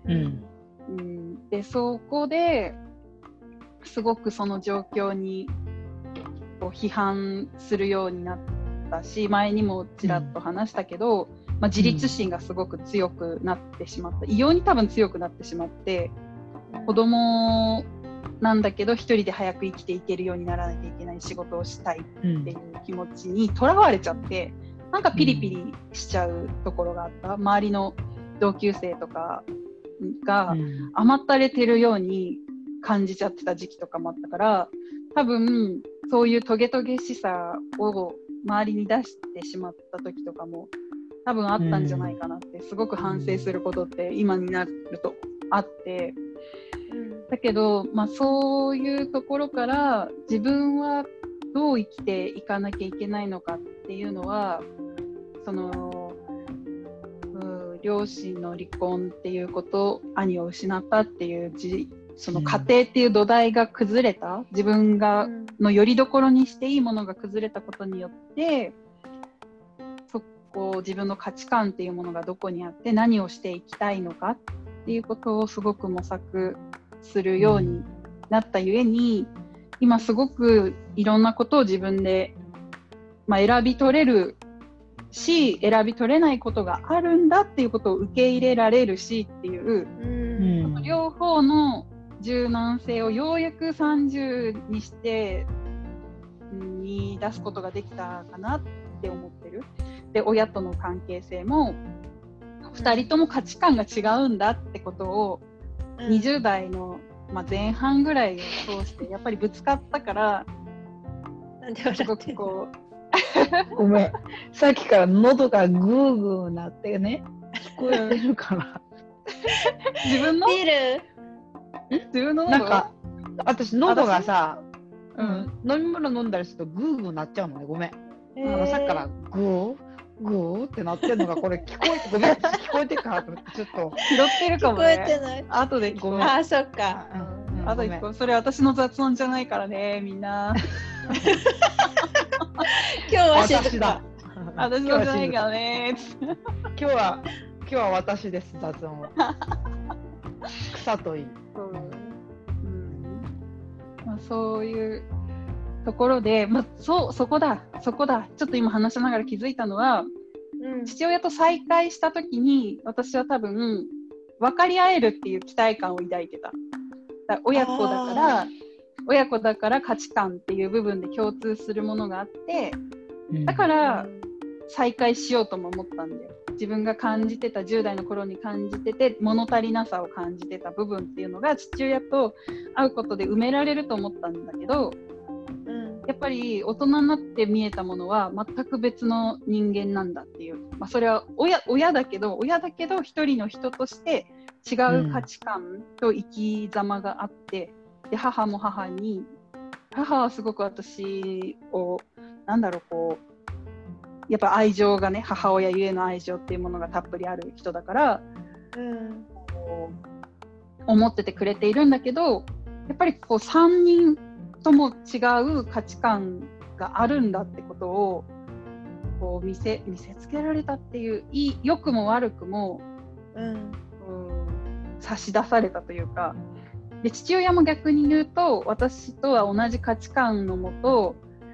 で、そこですごくその状況にこう批判するようになったし、前にもちらっと話したけど、自立心がすごく強くなってしまった、異様に多分強くなってしまって、子供なんだけど一人で早く生きていけるようにならなきゃいけない仕事をしたいっていう気持ちにとらわれちゃって、なんかピリピリしちゃうところがあった。周りの同級生とかが甘ったれてるように感じちゃってた時期とかもあったから、多分そういうトゲトゲしさを周りに出してしまった時とかも多分あったんじゃないかなってすごく反省することって今になるとあって、だけど、そういうところから自分はどう生きていかなきゃいけないのかっていうのは、その両親の離婚っていうこと、兄を失ったっていうその家庭っていう土台が崩れた、自分がの拠り所にしていいものが崩れたことによって、そこ自分の価値観っていうものがどこにあって何をしていきたいのかっていうことをすごく模索するようになったゆえに、今すごくいろんなことを自分で、選び取れるし、選び取れないことがあるんだっていうことを受け入れられるしっていう、両方の柔軟性をようやく30にして見出すことができたかなって思ってる。で、親との関係性も2人とも価値観が違うんだってことを20代の、前半ぐらいを通してやっぱりぶつかったから、すごくこうごめん、さっきから喉がグーグーなってね、聞こえてるから自分のビール自分のなんか私喉がさ、飲み物飲んだりするとグーグーなっちゃうのね。ごめん、さっきからグーグーってなってるのがこれ聞こえて、ごめん、聞こえてるかなと思ってちょっと拾ってるかもね。 聞こえてない。 後でごめん。 そっか。 後でそれ私の雑音じゃないからね、みんな。 今日は私だ。 私のじゃないからね。 今日は私です、雑音は。草といい。 そういうところで、そこだ。ちょっと今話しながら気づいたのは、父親と再会したときに、私は多分分かり合えるっていう期待感を抱いてた。親子だから価値観っていう部分で共通するものがあって、だから再会しようとも思ったんだよ。自分が感じてた10代の頃に感じてて物足りなさを感じてた部分っていうのが父親と会うことで埋められると思ったんだけど、やっぱり大人になって見えたものは全く別の人間なんだっていう、それは親だけど一人の人として違う価値観と生き様があって、で母はすごく私をやっぱ愛情がね、母親ゆえの愛情っていうものがたっぷりある人だから、思っててくれているんだけど、やっぱり3人とも違う価値観があるんだってことを見せつけられたっていう、良くも悪くも、差し出されたというか、で父親も逆に言うと私とは同じ価値観のもと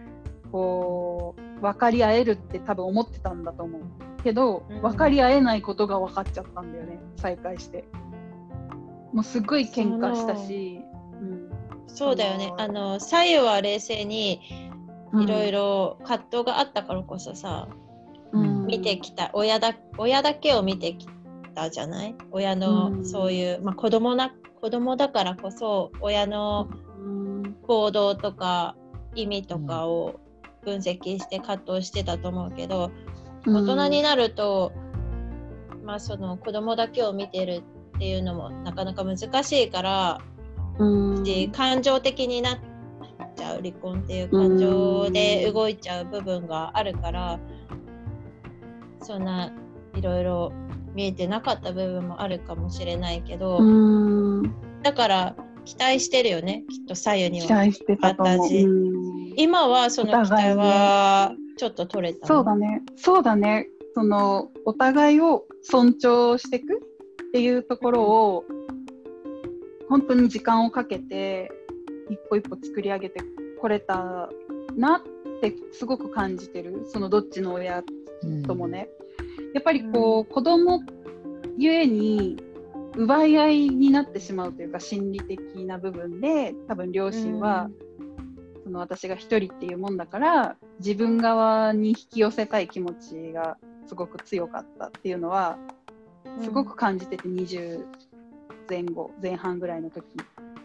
分かり合えるって多分思ってたんだと思うけど、分かり合えないことが分かっちゃったんだよね、再会して。もうすごい喧嘩したし、 そうだよね。左右は冷静にいろいろ葛藤があったからこそさ、見てきた親だけを見てきたじゃない。親のそういう、子供だからこそ親の行動とか意味とかを分析して葛藤してたと思うけど、大人になると、その子供だけを見てるっていうのもなかなか難しいから、感情的になっちゃう、離婚っていう感情で動いちゃう部分があるから、そんないろいろ見えてなかった部分もあるかもしれないけど、だから期待してるよね、きっと左右には。 期待してたと思う。 今はその期待はちょっと取れた。 そうだね。そのお互いを尊重していくっていうところを本当に時間をかけて一歩一歩作り上げてこれたなってすごく感じてる。そのどっちの親ともね、やっぱり子供ゆえに奪い合いになってしまうというか、心理的な部分で多分両親は、その私が一人っていうもんだから自分側に引き寄せたい気持ちがすごく強かったっていうのはすごく感じてて、20前半ぐらいの時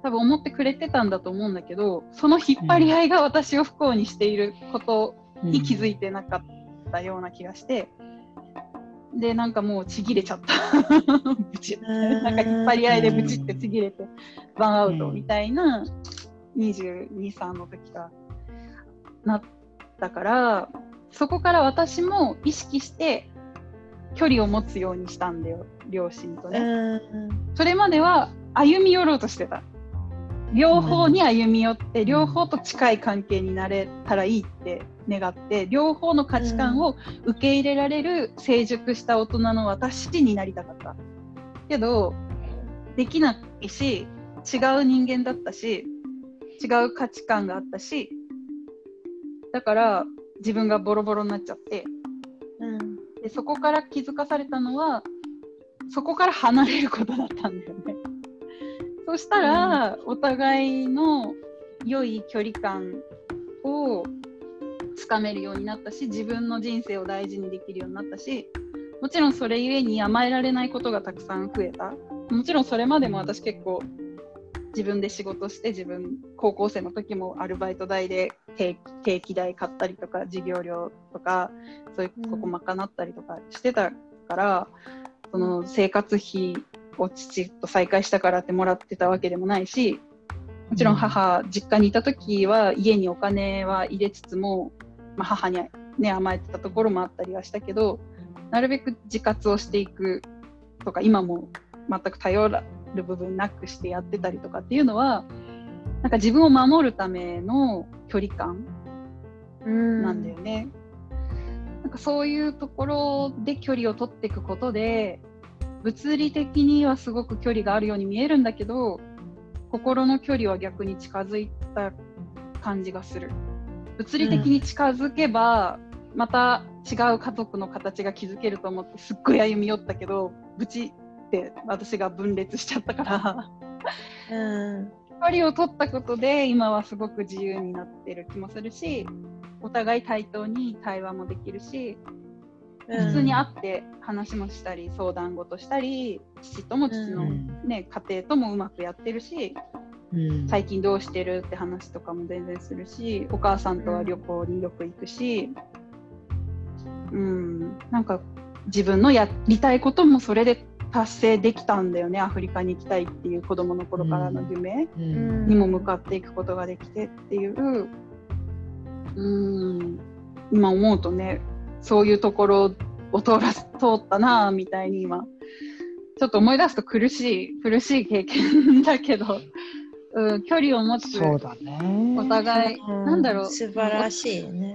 多分思ってくれてたんだと思うんだけど、その引っ張り合いが私を不幸にしていることに気づいてなかったような気がして、でなんかもうちぎれちゃったブチなんか引っ張り合いでブチってちぎれてワンアウトみたいな22、3の時がなったから、そこから私も意識して距離を持つようにしたんだよ、両親とね。それまでは歩み寄ろうとしてた。両方に歩み寄って、両方と近い関係になれたらいいって願って、両方の価値観を受け入れられる成熟した大人の私になりたかった。けど、できないし、違う人間だったし、違う価値観があったし、だから自分がボロボロになっちゃって、でそこから気づかされたのは、そこから離れることだったんだよね。そしたら、お互いの良い距離感をつかめるようになったし、自分の人生を大事にできるようになったし、もちろんそれゆえに甘えられないことがたくさん増えた。もちろんそれまでも私結構自分で仕事して、高校生の時もアルバイト代で定期代買ったりとか、授業料とかそういうここ賄ったりとかしてたから、その生活費を父と再会したからってもらってたわけでもないし、もちろん実家にいた時は家にお金は入れつつも、母に、ね、甘えてたところもあったりはしたけど、なるべく自活をしていくとか、今も全く頼る部分なくしてやってたりとかっていうのは、なんか自分を守るための距離感なんだよね。なんかそういうところで距離を取っていくことで、物理的にはすごく距離があるように見えるんだけど、心の距離は逆に近づいた感じがする。物理的に近づけば、また違う家族の形が築けると思ってすっごい歩み寄ったけど、ブチって私が分裂しちゃったから距離を取ったことで今はすごく自由になってる気もするし、お互い対等に対話もできるし、普通に会って話もしたり、相談事したり、父とも父の、ね、家庭ともうまくやってるし、最近どうしてるって話とかも全然するし、お母さんとは旅行によく行くし、なんか自分のやりたいこともそれで達成できたんだよね。アフリカに行きたいっていう子供の頃からの夢にも向かっていくことができてっていう、今思うとね、そういうところを通ったなみたいに今ちょっと思い出すと苦しい経験だけど、距離を持つ、 そうだね、 お互い、なんだろう、 素晴らしいね。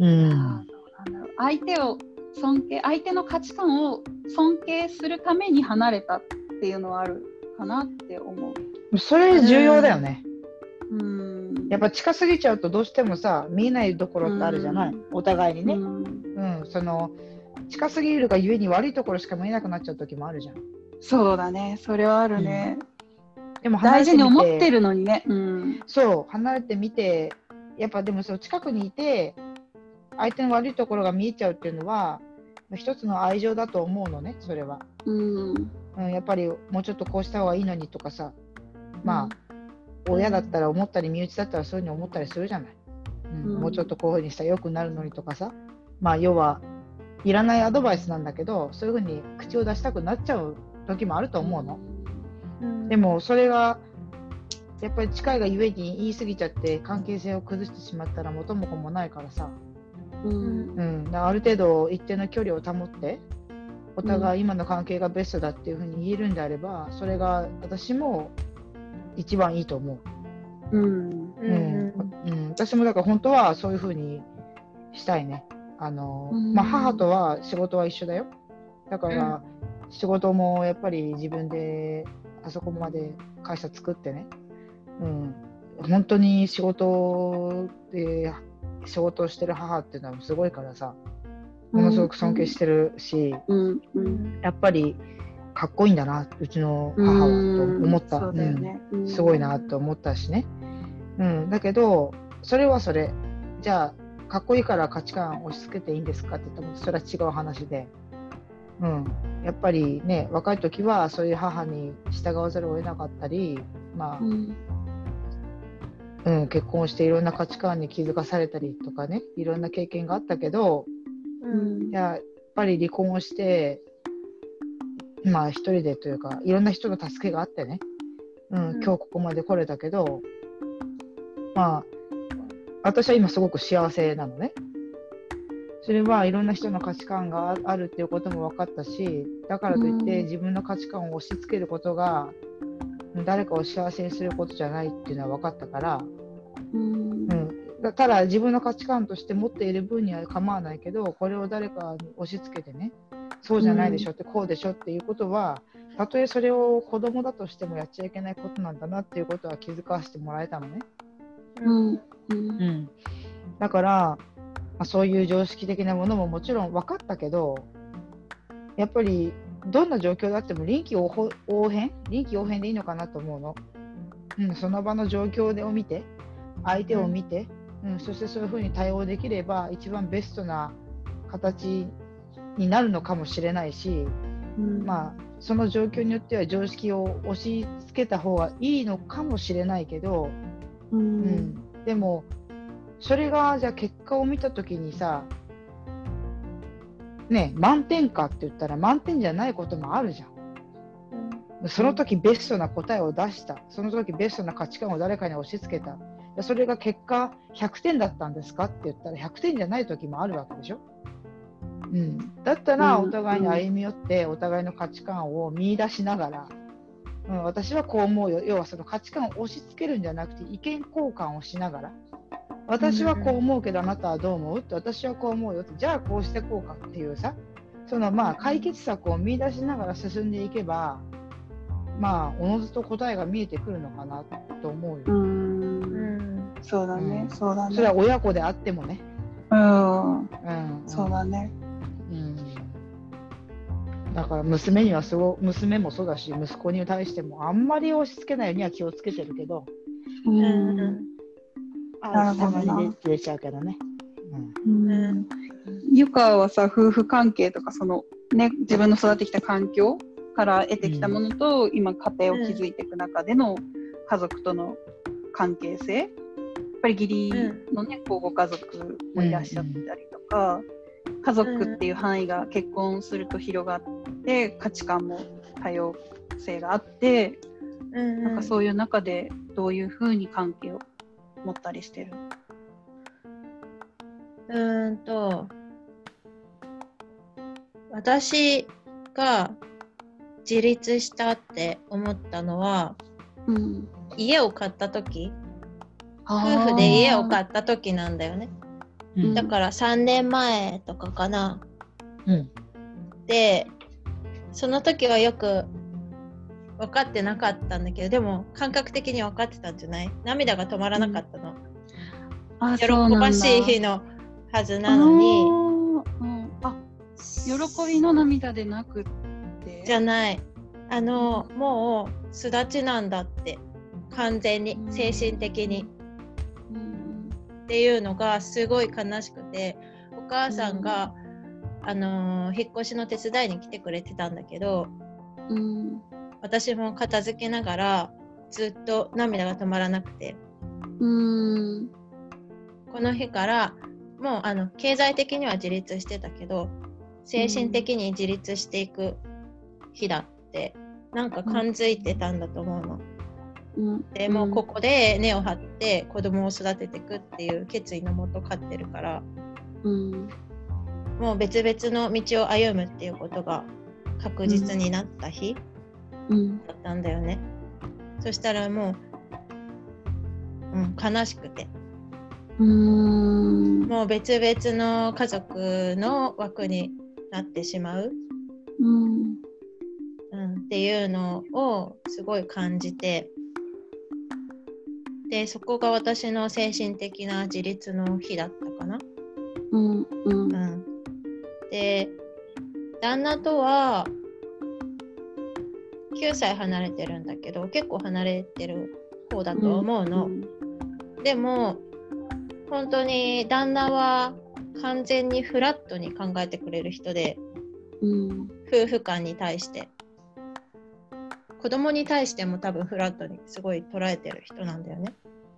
相手の価値観を尊敬するために離れたっていうのはあるかなって思う。 それ重要だよね。やっぱ近すぎちゃうとどうしてもさ、見えないところってあるじゃない、お互いにね。その近すぎるがゆえに悪いところしか見えなくなっちゃう時もあるじゃん。 そうだね、それはあるね。 でも大事に思ってるのにね。 そう離れてみて、やっぱでもその近くにいて相手の悪いところが見えちゃうっていうのは一つの愛情だと思うのね、それは。やっぱりもうちょっとこうした方がいいのにとかさ、親だったら思ったり、身内だったらそういうふうに思ったりするじゃない。もうちょっとこういうふうにしたら良くなるのにとかさ、要はいらないアドバイスなんだけど、そういうふうに口を出したくなっちゃう時もあると思うの。でもそれがやっぱり近いがゆえに言い過ぎちゃって関係性を崩してしまったら元も子もないからさ、だからある程度一定の距離を保ってお互い今の関係がベストだっていうふうに言えるんであれば、それが私も一番いいと思う。私もだから本当はそういうふうにしたいね。母とは仕事は一緒だよ。だから仕事もやっぱり自分であそこまで会社作ってね、本当に仕事をしてる母っていうのはすごいからさ、ものすごく尊敬してるし、やっぱりかっこいいんだな、うちの母はと思った。すごいなと思ったしね。だけどそれはそれじゃあかっこいいから価値観を押し付けていいんですかって言ったらそれは違う話で、 やっぱりね、若い時はそういう母に従わざるを得なかったり、結婚していろんな価値観に気づかされたりとかね、いろんな経験があったけど、やっぱり離婚をして、一人でというか、いろんな人の助けがあってね、今日ここまで来れたけど、私は今すごく幸せなのね。それはいろんな人の価値観があるっていうことも分かったし、だからといって自分の価値観を押し付けることが誰かを幸せにすることじゃないっていうのは分かったから、ただ自分の価値観として持っている分には構わないけど、これを誰かに押し付けてね、そうじゃないでしょって、こうでしょっていうことは、たとえそれを子供だとしてもやっちゃいけないことなんだなっていうことは気づかせてもらえたのね。だからそういう常識的なものももちろん分かったけど、やっぱりどんな状況であっても臨機応変でいいのかなと思うの。その場の状況を見て、相手を見て、そしてそういうふうに対応できれば一番ベストな形になるのかもしれないし、その状況によっては常識を押し付けた方がいいのかもしれないけど、でもそれがじゃあ結果を見たときにさ、満点かって言ったら満点じゃないこともあるじゃん。その時ベストな答えを出した、その時ベストな価値観を誰かに押し付けた、それが結果100点だったんですかって言ったら100点じゃない時もあるわけでしょ。だったらお互いに歩み寄ってお互いの価値観を見出しながら、私はこう思うよ、要はその価値観を押し付けるんじゃなくて意見交換をしながら、私はこう思うけどあなたはどう思うって、私はこう思うよって、じゃあこうしてこうかっていうさ、その解決策を見出しながら進んでいけば、おのずと答えが見えてくるのかなと思うよ。 そうだね。 それは親子であってもね。 そうだね。 だから娘もそうだし、息子に対してもあんまり押し付けないようには気をつけてるけど、たまに出ちゃうけどね。 ゆかはさ、夫婦関係とか自分の育ってきた環境から得てきたものと、今家庭を築いていく中での家族との関係性、やっぱり義理のね、ご家族もいらっしゃったりとか、家族っていう範囲が結婚すると広がって価値観も多様性があって、なんかそういう中でどういうふうに関係を持ったりしてる？ 私が自立したって思ったのは、家を買った時、夫婦で家を買った時なんだよね。だから3年前とかかな。で、その時はよく分かってなかったんだけど、でも感覚的に分かってたんじゃない？涙が止まらなかったの。喜ばしい日のはずなのに。 喜びの涙でなくってじゃない。もう巣立ちなんだって、完全に精神的に。っていうのがすごい悲しくて、お母さんが、引っ越しの手伝いに来てくれてたんだけど、私も片付けながらずっと涙が止まらなくて、この日からもう経済的には自立してたけど、精神的に自立していく日だってなんか感づいてたんだと思うの。でもうここで根を張って子供を育てていくっていう決意のもと飼ってるから、もう別々の道を歩むっていうことが確実になった日だったんだよね。そしたらもう、悲しくて、もう別々の家族の枠になってしまう、っていうのをすごい感じて、でそこが私の精神的な自立の日だったかな。で旦那とは9歳離れてるんだけど、結構離れてる方だと思うの。でも本当に旦那は完全にフラットに考えてくれる人で、 夫婦間に対して、子供に対しても多分フラットにすごい捉えてる人なんだよね。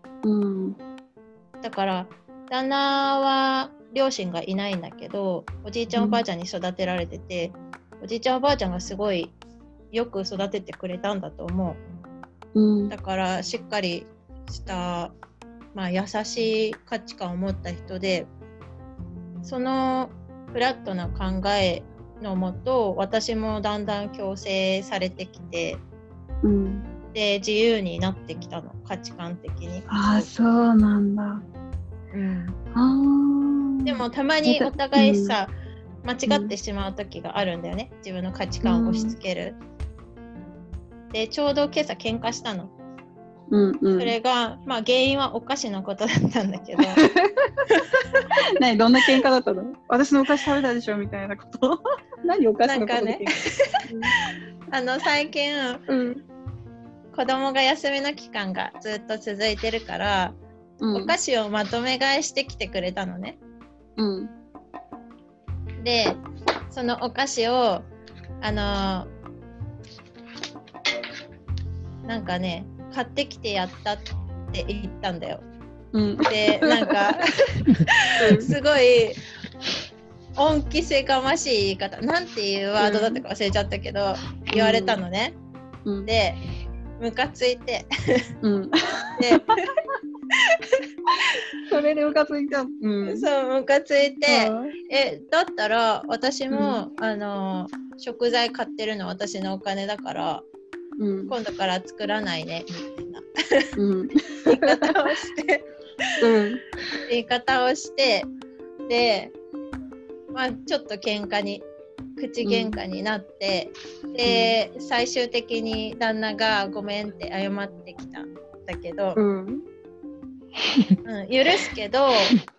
だから旦那は両親がいないんだけど、おじいちゃんおばあちゃんに育てられてて、おじいちゃんおばあちゃんがすごいよく育ててくれたんだと思う。だからしっかりした、優しい価値観を持った人で、そのフラットな考えのもと、私もだんだん強制されてきて、で自由になってきたの、価値観的に。 そうなんだ。 でもたまにお互いさ、間違ってしまう時があるんだよね、自分の価値観を押し付ける。でちょうど今朝喧嘩したの。それが原因はお菓子のことだったんだけどどんな喧嘩だったの？私のお菓子食べたでしょみたいなこと何お菓子のことで喧嘩最近、子供が休みの期間がずっと続いてるから、お菓子をまとめ買いしてきてくれたのね。でそのお菓子をなんかね、買ってきてやったって言ったんだよ。でなんかすごい恩着せがましい言い方、なんていうワードだったか忘れちゃったけど、言われたのね。でムカついてでそれでムカついた。 そうムカついて、だったら私も、食材買ってるの私のお金だから、今度から作らないねみたいな、言い方をして言い方をしてで、ちょっと口喧嘩になって、で最終的に旦那がごめんって謝ってきたんだけど、許すけど、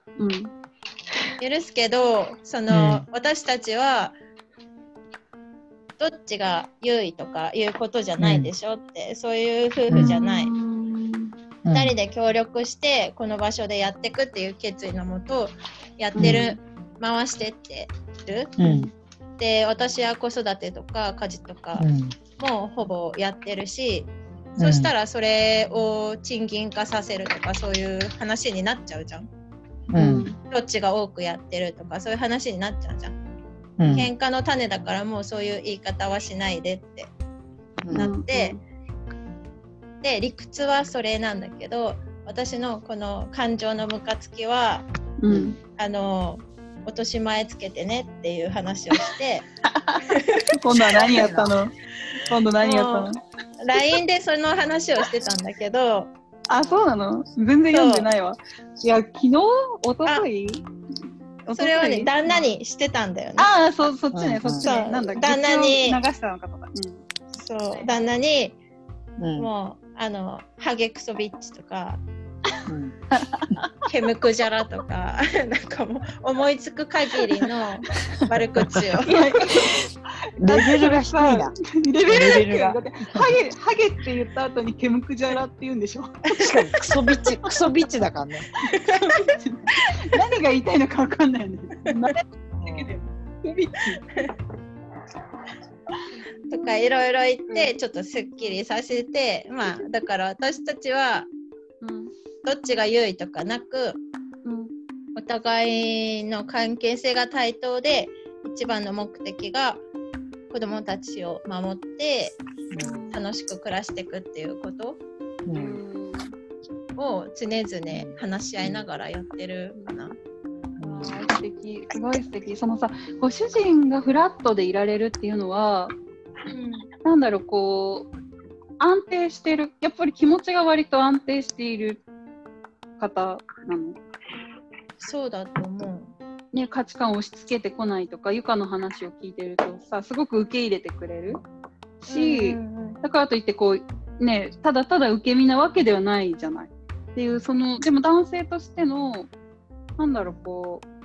私たちはどっちが優位とかいうことじゃないでしょって、そういう夫婦じゃない、2人で協力してこの場所でやっていくっていう決意のもとやってる、回してってる、で私は子育てとか家事とかもほぼやってるし、そしたらそれを賃金化させるとかそういう話になっちゃうじゃん、どっちが多くやってるとかそういう話になっちゃうじゃん、喧嘩の種だからもうそういう言い方はしないでってなって、で理屈はそれなんだけど、私のこの感情のムカつきは、落とし前つけてねっていう話をして今度は何やったの ？LINE でその話をしてたんだけどそうなの？全然読んでないわ。いや昨日おとといそれをね旦那にしてたんだよね。 そっちね。なんだ旦那に流したのかとか。 そう旦那に、もうハゲクソビッチとか、ケムクジャラとかなんかもう思いつく限りの悪口をレベルが低いな。 レベルがだってハゲって言った後にケムクジャラって言うんでしょ。 しかもクソビッチだからね。 何が言いたいのか分かんないよね。 とかいろいろ言ってちょっとすっきりさせて、だから私たちはどっちが優位とかなく、お互いの関係性が対等で一番の目的が子どもたちを守って楽しく暮らしていくっていうことを常々話し合いながらやってるかな。 素敵、すごい素敵。そのさ、ご主人がフラットでいられるっていうのは、なんだろう、こう安定してる、やっぱり気持ちが割と安定している方なの？ そうだと思う。 ね、価値観を押し付けてこないとか、ゆかの話を聞いてるとさ、すごく受け入れてくれるし、だからといってこうね、ただただ受け身なわけではないじゃないっていう、そのでも男性としてのなんだろう、こう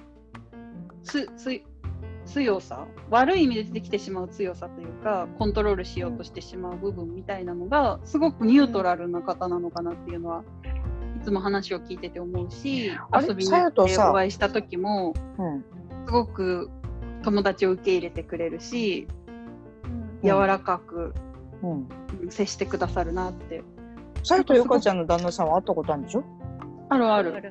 強さ、悪い意味で出てきてしまう強さというか、コントロールしようとしてしまう部分みたいなのがすごくニュートラルな方なのかなっていうのはいつも話を聞いてて思うし、遊びに行ってお会いした時もすごく友達を受け入れてくれるし、 柔らかく、接してくださるなって。 さゆとゆかちゃんの旦那さんは会ったことあるんでしょ？ あるある。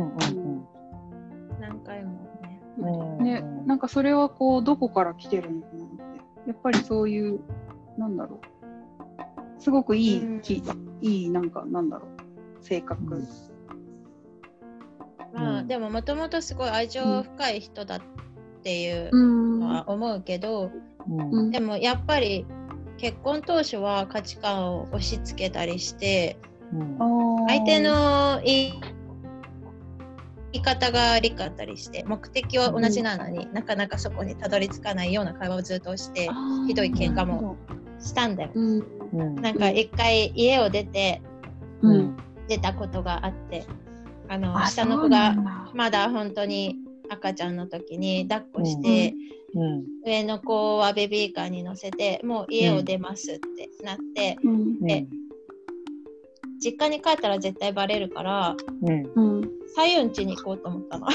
何回もね。なんかそれはこうどこから来てるのかなって。やっぱりそういうなんだろう。すごくいいなんかなんだろう性格。 まあでももともとすごい愛情深い人だっていうのは思うけど、でもやっぱり結婚当初は価値観を押し付けたりして、相手の言い方が悪かったりして目的は同じなのに、なかなかそこにたどり着かないような会話をずっとしてひどい喧嘩もしたんだよ。なんか一回家を出たことがあって、下の子がまだ本当に赤ちゃんの時に抱っこして、上の子はベビーカーに乗せてもう家を出ますってなって、で実家に帰ったら絶対バレるから、彩雲家に行こうと思ったの。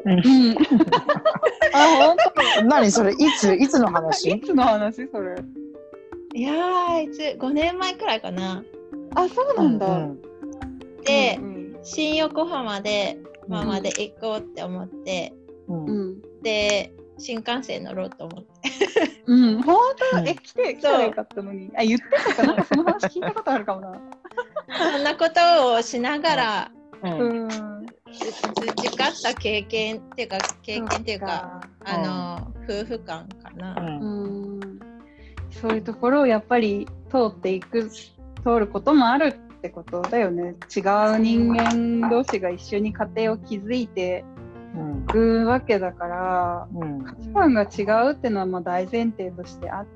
本当？何それ？いつの話？ いつの話それ？ いやー、5年前くらいかな。 あ、そうなんだ。 で、新横浜でママで行こうって思って、で新幹線乗ろうと思って。 本当？来たらよかったのに。言ってたかな？その話聞いたことあるかもな。 そんなことをしながら、培った経験っていうか夫婦間かな。 そういうところをやっぱり通ることもあるってことだよね。違う人間同士が一緒に家庭を築いていくわけだから、価値観が違うっていうのはまあ大前提としてあって、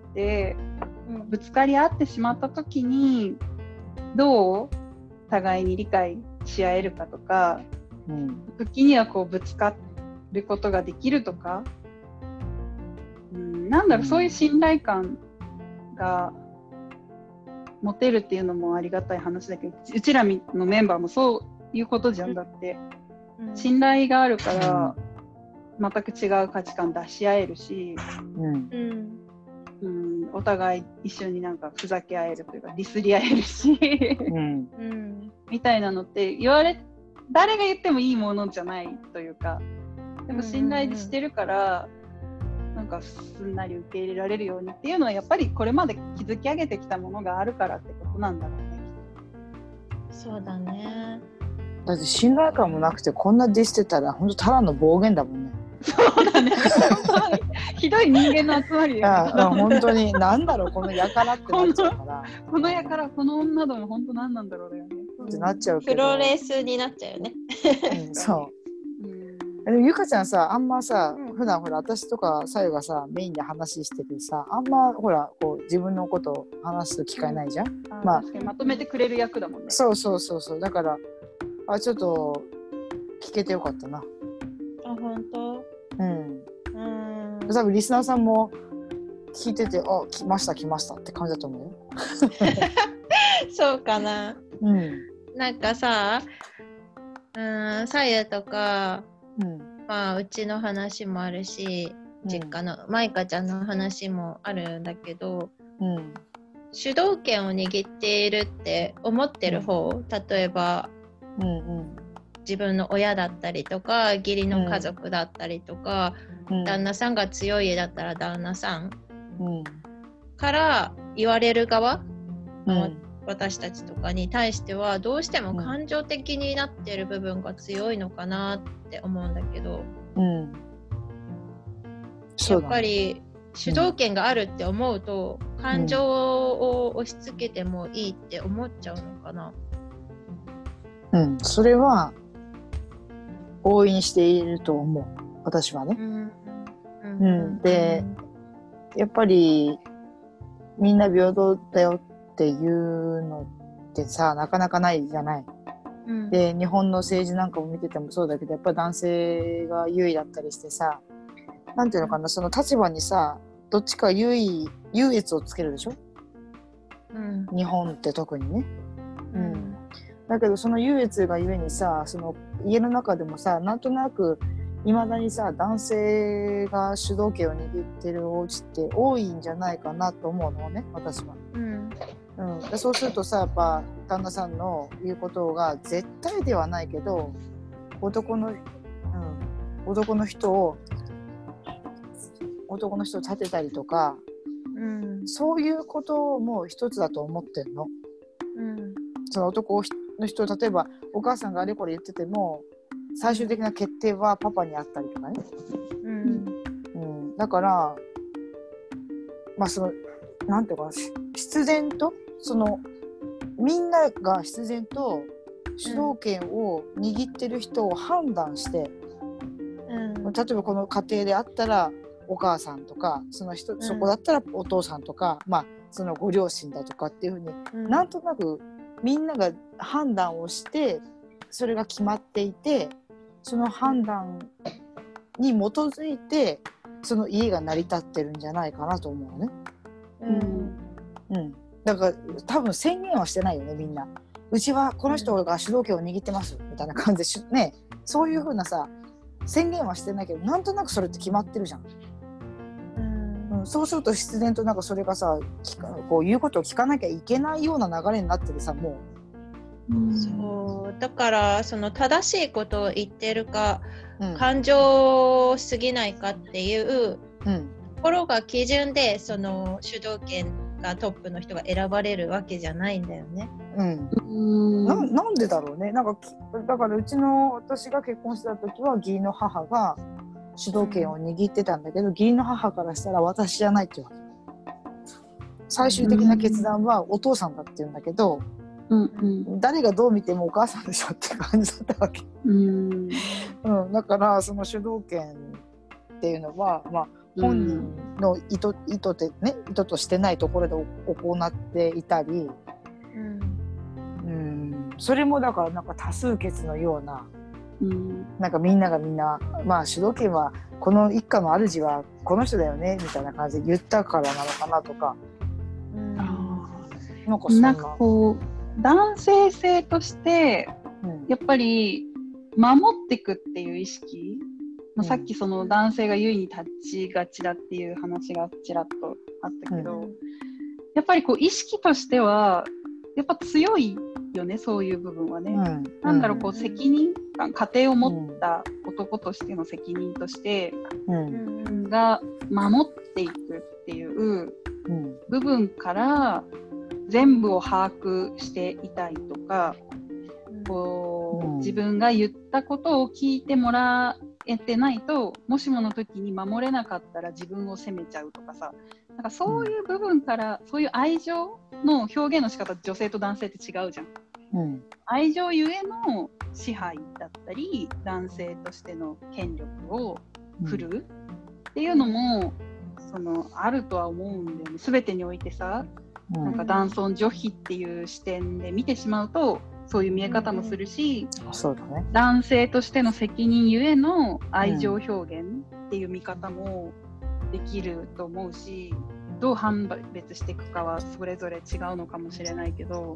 ぶつかり合ってしまった時にどう互いに理解し合えるかとか、時にはこうぶつかることができるとか、なんだろう、そういう信頼感が持てるっていうのもありがたい話だけど、うちらのメンバーもそういうことじゃん。だって信頼があるから全く違う価値観出し合えるし、お互い一緒になんかふざけ合えるというかディスり合えるし、みたいなのって誰が言ってもいいものじゃないというか、でも信頼してるから、なんかすんなり受け入れられるようにっていうのはやっぱりこれまで築き上げてきたものがあるからってことなんだろうね。 そうだね。 だって信頼感もなくてこんなディスってたら本当ただの暴言だもんね。 そうだね。ひどい人間の集まりだよね。 本当に何だろうこの輩ってなっちゃうから。 この輩、この女ども本当何なんだろうだよね。 ってなっちゃうけど。 プロレスになっちゃうよね。 そう。でもゆかちゃんさ、あんまさ、普段ほら私とかさゆがさメインで話しててさ、あんまほらこう自分のことを話す機会ないじゃん。 確かにまとめてくれる役だもんね。 そうだからちょっと聞けてよかったな。 本当？ 多分リスナーさんも聞いてて来ましたって感じだと思うよ。 そうかな。なんかさ、さゆとか、うちの話もあるし、実家のマイカちゃんの話もあるんだけど、主導権を握っているって思ってる方、例えば、自分の親だったりとか義理の家族だったりとか、旦那さんが強い家だったら旦那さん、から言われる側、私たちとかに対してはどうしても感情的になってる部分が強いのかなって思うんだけど、やっぱり主導権があるって思うと、感情を押し付けてもいいって思っちゃうのかな。 それは応援していると思う、私はね。でやっぱりみんな平等だよっていうのってさ、なかなかないじゃない。で日本の政治なんかも見ててもそうだけど、やっぱり男性が優位だったりしてさ、なんていうのかな、その立場にさどっちか優越をつけるでしょ、日本って特にね。だけどその優越がゆえにさ、その家の中でもさ、なんとなくいまだにさ男性が主導権を握ってるお家って多いんじゃないかなと思うのね、私は。でそうするとさ、やっぱ旦那さんの言うことが絶対ではないけど、男の人を立てたりとか、そういうことも一つだと思ってるの。その男の人、例えばお母さんがあれこれ言ってても最終的な決定はパパにあったりとかね。だからまあそのなんていうか必然とそのみんなが必然と主導権を握ってる人を判断して、例えばこの家庭であったらお母さんとかその人、そこだったらお父さんとか、まあそのご両親だとかっていうふうに、なんとなくみんなが判断をしてそれが決まっていて、その判断に基づいてその家が成り立ってるんじゃないかなと思うね。だから多分宣言はしてないよね、みんな。うちはこの人が主導権を握ってますみたいな感じでね、そういう風なさ宣言はしてないけど、なんとなくそれって決まってるじゃん。そうすると必然となんかそれがさ、こう言うことを聞かなきゃいけないような流れになってるさ、もう。 そうだからその正しいことを言ってるか、感情すぎないかっていうところが基準でその主導権がトップの人が選ばれるわけじゃないんだよね。 なんでだろうね。なんかだから私が結婚した時は義理の母が主導権を握ってたんだけど、義理の母からしたら私じゃないっていうわけ。最終的な決断はお父さんだって言うんだけど、誰がどう見てもお母さんでしょって感じだったわけ。だからその主導権っていうのは、まあ、本人の意図としてないところで行っていたり、それもだからなんか多数決のような、なんかみんながまあ主導権はこの一家の主はこの人だよねみたいな感じで言ったからなのかなとか、 なんかこう男性性としてやっぱり守っていくっていう意識、さっきその男性が優位に立ちがちだっていう話がちらっとあったけど、やっぱりこう意識としてはやっぱ強いよね、そういう部分はね。なんだろう、こう責任感、家庭を持った男としての責任として、が守っていくっていう部分から全部を把握していたいとか、こう自分が言ったことを聞いてもらえてないと、もしもの時に守れなかったら自分を責めちゃうとかさ、なんかそういう部分から、そういう愛情の表現の仕方、女性と男性って違うじゃん。愛情ゆえの支配だったり、男性としての権力を振るうっていうのも、そのあるとは思うんだよね。全てにおいてさ、なんか男尊女卑っていう視点で見てしまうとそういう見え方もするし、 そうだね、 男性としての責任ゆえの愛情表現っていう見方もできると思うし、どう判別していくかはそれぞれ違うのかもしれないけど、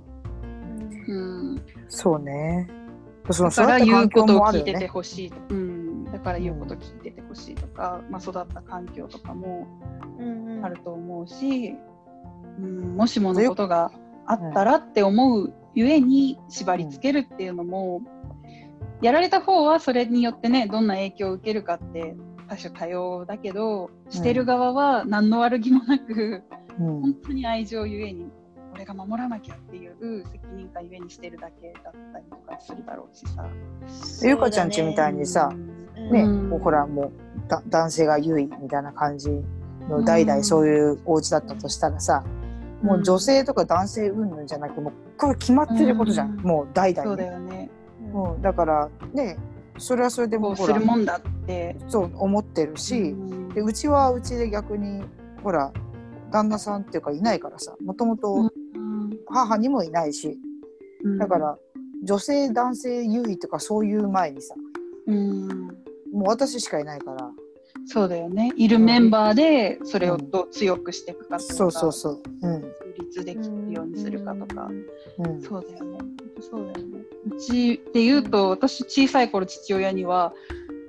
そうね。 だから言うことを聞いててほしいと、だから言うことを聞いててほしいとか、育った環境とかもあると思うし、もしものことがあったらって思うゆえに縛り付けるっていうのも、やられた方はそれによってね、どんな影響を受けるかって多種多様だけど、してる側は何の悪気もなく、本当に愛情ゆえに俺が守らなきゃっていう責任感ゆえにしてるだけだったりとかするだろうしさ。 ゆかちゃんちみたいにさ、ほらもう男性が優位みたいな感じの代々そういうお家だったとしたらさ、もう女性とか男性云々じゃなく、もうこれ決まってることじゃん、もう代々、 そうだよね。 だからね、それはそれでもこうするもんだってそう思ってるし、でうちはうちで逆にほら旦那さんっていうかいないからさ、もともと母にもいないし、だから女性男性優位とかそういう前にさ、もう私しかいないから。 そうだよね。いるメンバーでそれをどう強くしていくかとか、 そう立できるようにするかとか、そうだよね。そうだよね。うちで言うと、私小さい頃父親には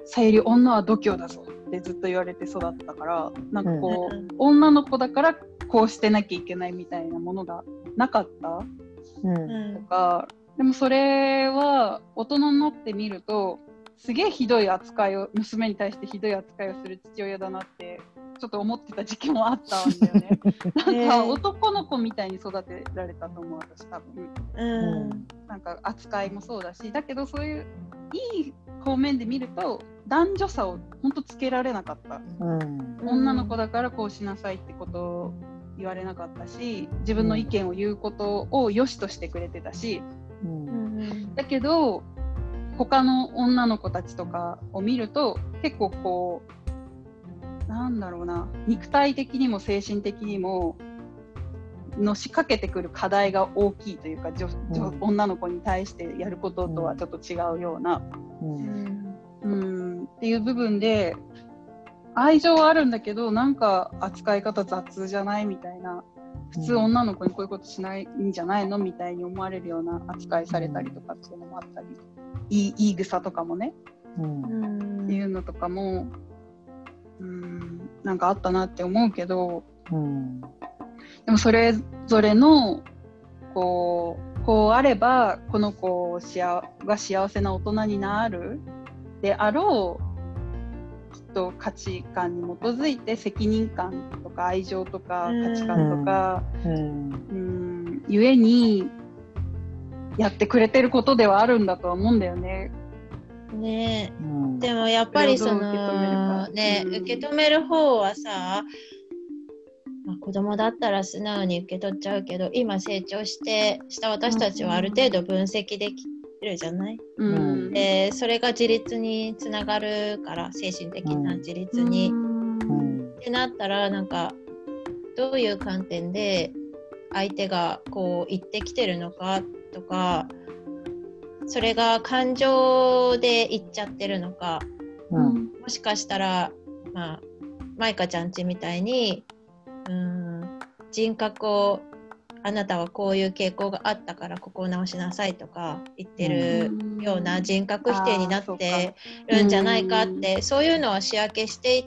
さゆり女は度胸だぞってずっと言われて育ったから、なんかこう、女の子だからこうしてなきゃいけないみたいなものがなかった、とか、でもそれは大人になってみるとすげえひどい扱いを、娘に対してひどい扱いをする父親だなってちょっと思ってた時期もあったんだよね。なんか男の子みたいに育てられたと思う、私多分。なんか扱いもそうだし、だけどそういういい方面で見ると男女差を本当つけられなかった、女の子だからこうしなさいってことを言われなかったし、自分の意見を言うことを良しとしてくれてたし、だけど他の女の子たちとかを見ると結構こう、なんだろうな、肉体的にも精神的にものしかけてくる課題が大きいというか、女の子に対してやることとはちょっと違うような、っていう部分で愛情はあるんだけど、なんか扱い方雑じゃないみたいな、普通女の子にこういうことしないんじゃないのみたいに思われるような扱いされたりとかっていうのもあったり、言い草とかもね、っていうのとかもなんかあったなって思うけど、でもそれぞれのこうあればこの子が幸せな大人になるであろう、きっと価値観に基づいて責任感とか愛情とか価値観とか、ゆえにやってくれてることではあるんだとは思うんだよね。 ね、でもやっぱりそのね、受け止める方はさ、子供だったら素直に受け取っちゃうけど、今成長した私たちはある程度分析できるじゃない、でそれが自立につながるから、精神的な自立に、ってなったら、なんかどういう観点で相手がこう言ってきてるのかとか、それが感情で言っちゃってるのか、もしかしたら、マイカちゃんちみたいに人格を、あなたはこういう傾向があったからここを直しなさいとか言ってるような人格否定になってるんじゃないかって、そういうのを仕分けしていって、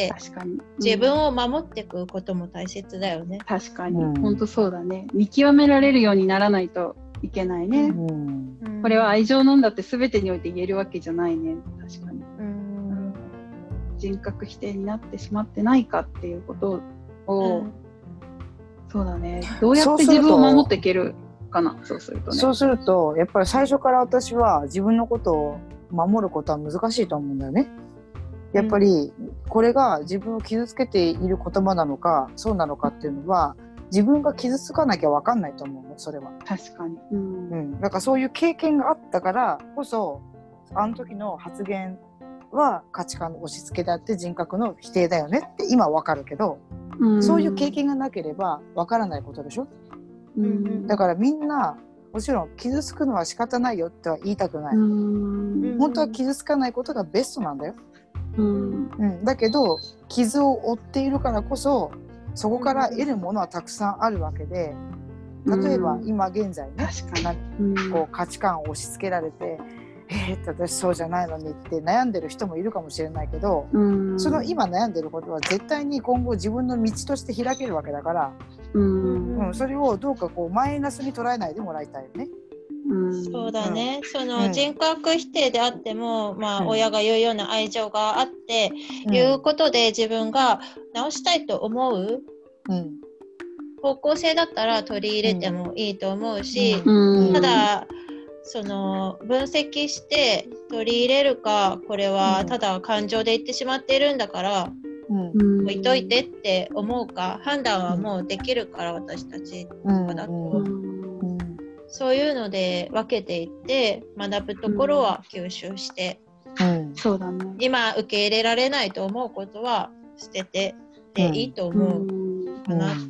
自分を守っていくことも大切だよね。 確かに、本当そうだね。見極められるようにならないといけないね。これは愛情なんだって全てにおいて言えるわけじゃないね。確かに、人格否定になってしまってないかっていうことを、そうだね。どうやって自分を守っていけるかな。そうするとね。 そうするとやっぱり最初から私は自分のことを守ることは難しいと思うんだよね。やっぱりこれが自分を傷つけている言葉なのかそうなのかっていうのは自分が傷つかなきゃ分かんないと思うの、それは。 確かに。 だからそういう経験があったからこそ、あの時の発言は価値観の押し付けであって人格の否定だよねって今分かるけど、そういう経験がなければ分からないことでしょ。だからみんなもちろん傷つくのは仕方ないよっては言いたくない。本当は傷つかないことがベストなんだよ。だけど傷を負っているからこそそこから得るものはたくさんあるわけで、例えば今現在ね、こう価値観を押し付けられて私そうじゃないのにって悩んでる人もいるかもしれないけど、その今悩んでることは絶対に今後自分の道として開けるわけだから、それをどうかこうマイナスに捉えないでもらいたいよね。 そうだね、その人格否定であっても、親が言うような愛情があって、いうことで自分が直したいと思う、方向性だったら取り入れてもいいと思うし、ただその分析して取り入れるか、これはただ感情で言ってしまっているんだから、置いといてって思うか、判断はもうできるから、私たちとかだと、そういうので分けていって学ぶところは吸収して、 そうだね、 今受け入れられないと思うことは捨ててでいいと思うかなって。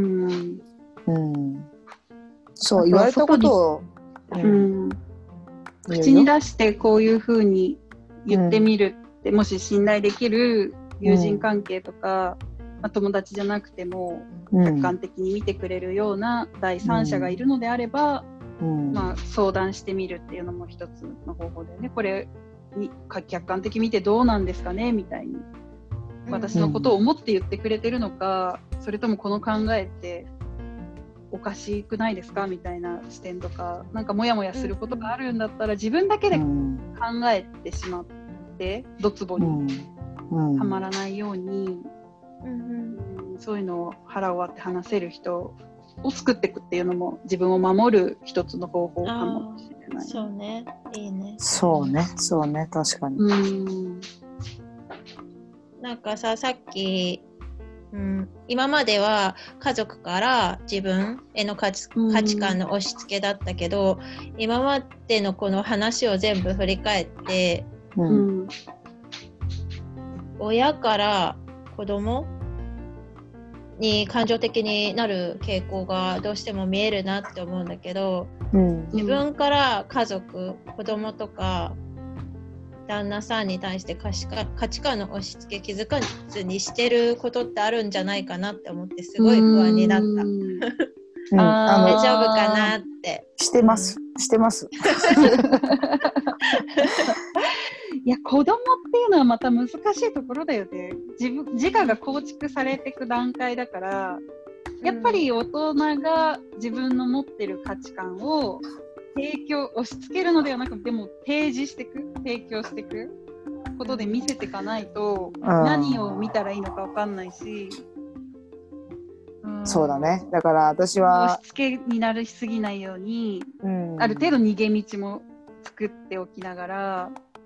そう言われたことを口に出してこういうふうに言ってみるって、もし信頼できる友人関係とか、友達じゃなくても客観的に見てくれるような第三者がいるのであれば、相談してみるっていうのも一つの方法でね。これ客観的見てどうなんですかねみたいに私のことを思って言ってくれてるのか、それともこの考えっておかしくないですかみたいな視点とか、なんかモヤモヤすることがあるんだったら自分だけで考えてしまってドツボにはまらないように、そういうのを腹を割って話せる人を作っていくっていうのも自分を守る一つの方法かもしれない。 そうね、いいね。 そうね、確かに。 なんかさっき、今までは家族から自分への価値観の押し付けだったけど、今までのこの話を全部振り返って、親から子供に感情的になる傾向がどうしても見えるなって思うんだけど、自分から家族、子供とか旦那さんに対して価値観の押し付け気づかずにしてることってあるんじゃないかなって思ってすごい不安になった。大丈夫かなって。 してます。 いや、子供っていうのはまた難しいところだよね。自我が構築されていく段階だから、やっぱり大人が自分の持ってる価値観を押し付けるのではなく、でも提供していくことで見せていかないと、何を見たらいいのか分かんないし、 そうだね。だから私は押し付けになりすぎないように、ある程度逃げ道も作っておきながら、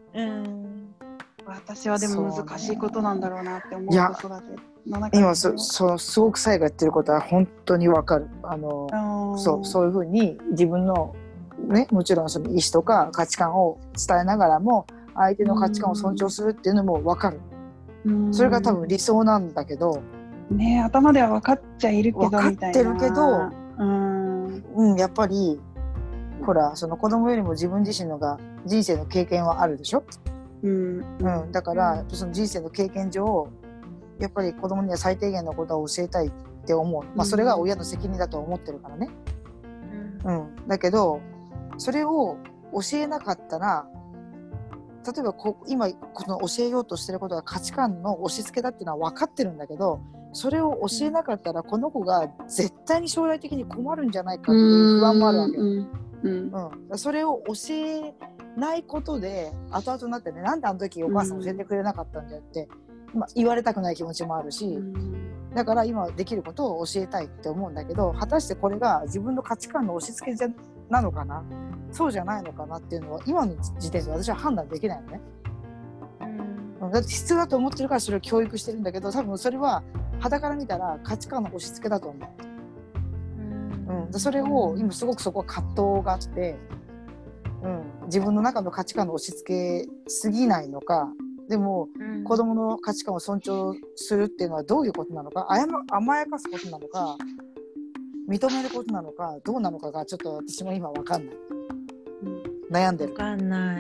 私はでも難しいことなんだろうなって思う。子育ての中で今すごく最後やってることは本当に分かる。 そういうふうに自分のね、もちろんその意思とか価値観を伝えながらも相手の価値観を尊重するっていうのも分かる。それが多分理想なんだけどね、頭では分かっちゃいるけど分かってるけど、やっぱりほらその子供よりも自分自身のが人生の経験はあるでしょ。だからその人生の経験上やっぱり子供には最低限のことを教えたいって思う。それが親の責任だと思ってるからね。だけどそれを教えなかったら、例えば今この教えようとしてることが価値観の押し付けだっていうのは分かってるんだけど、それを教えなかったらこの子が絶対に将来的に困るんじゃないかっていう不安もあるわけよ。それを教えないことで後々になってね、なんであの時お母さん教えてくれなかったんだよって、言われたくない気持ちもあるし、だから今できることを教えたいって思うんだけど、果たしてこれが自分の価値観の押し付けなのかな、そうじゃないのかなっていうのは今の時点で私は判断できないのね。だって必要だと思ってるからそれを教育してるんだけど、多分それは傍から見たら価値観の押し付けだと思う。それを今すごくそこは葛藤があって、自分の中の価値観の押し付けすぎないのか、でも、子供の価値観を尊重するっていうのはどういうことなのか、甘やかすことなのか認めることなのかどうなのかがちょっと私も今分かんない、悩んでる。 分かんない、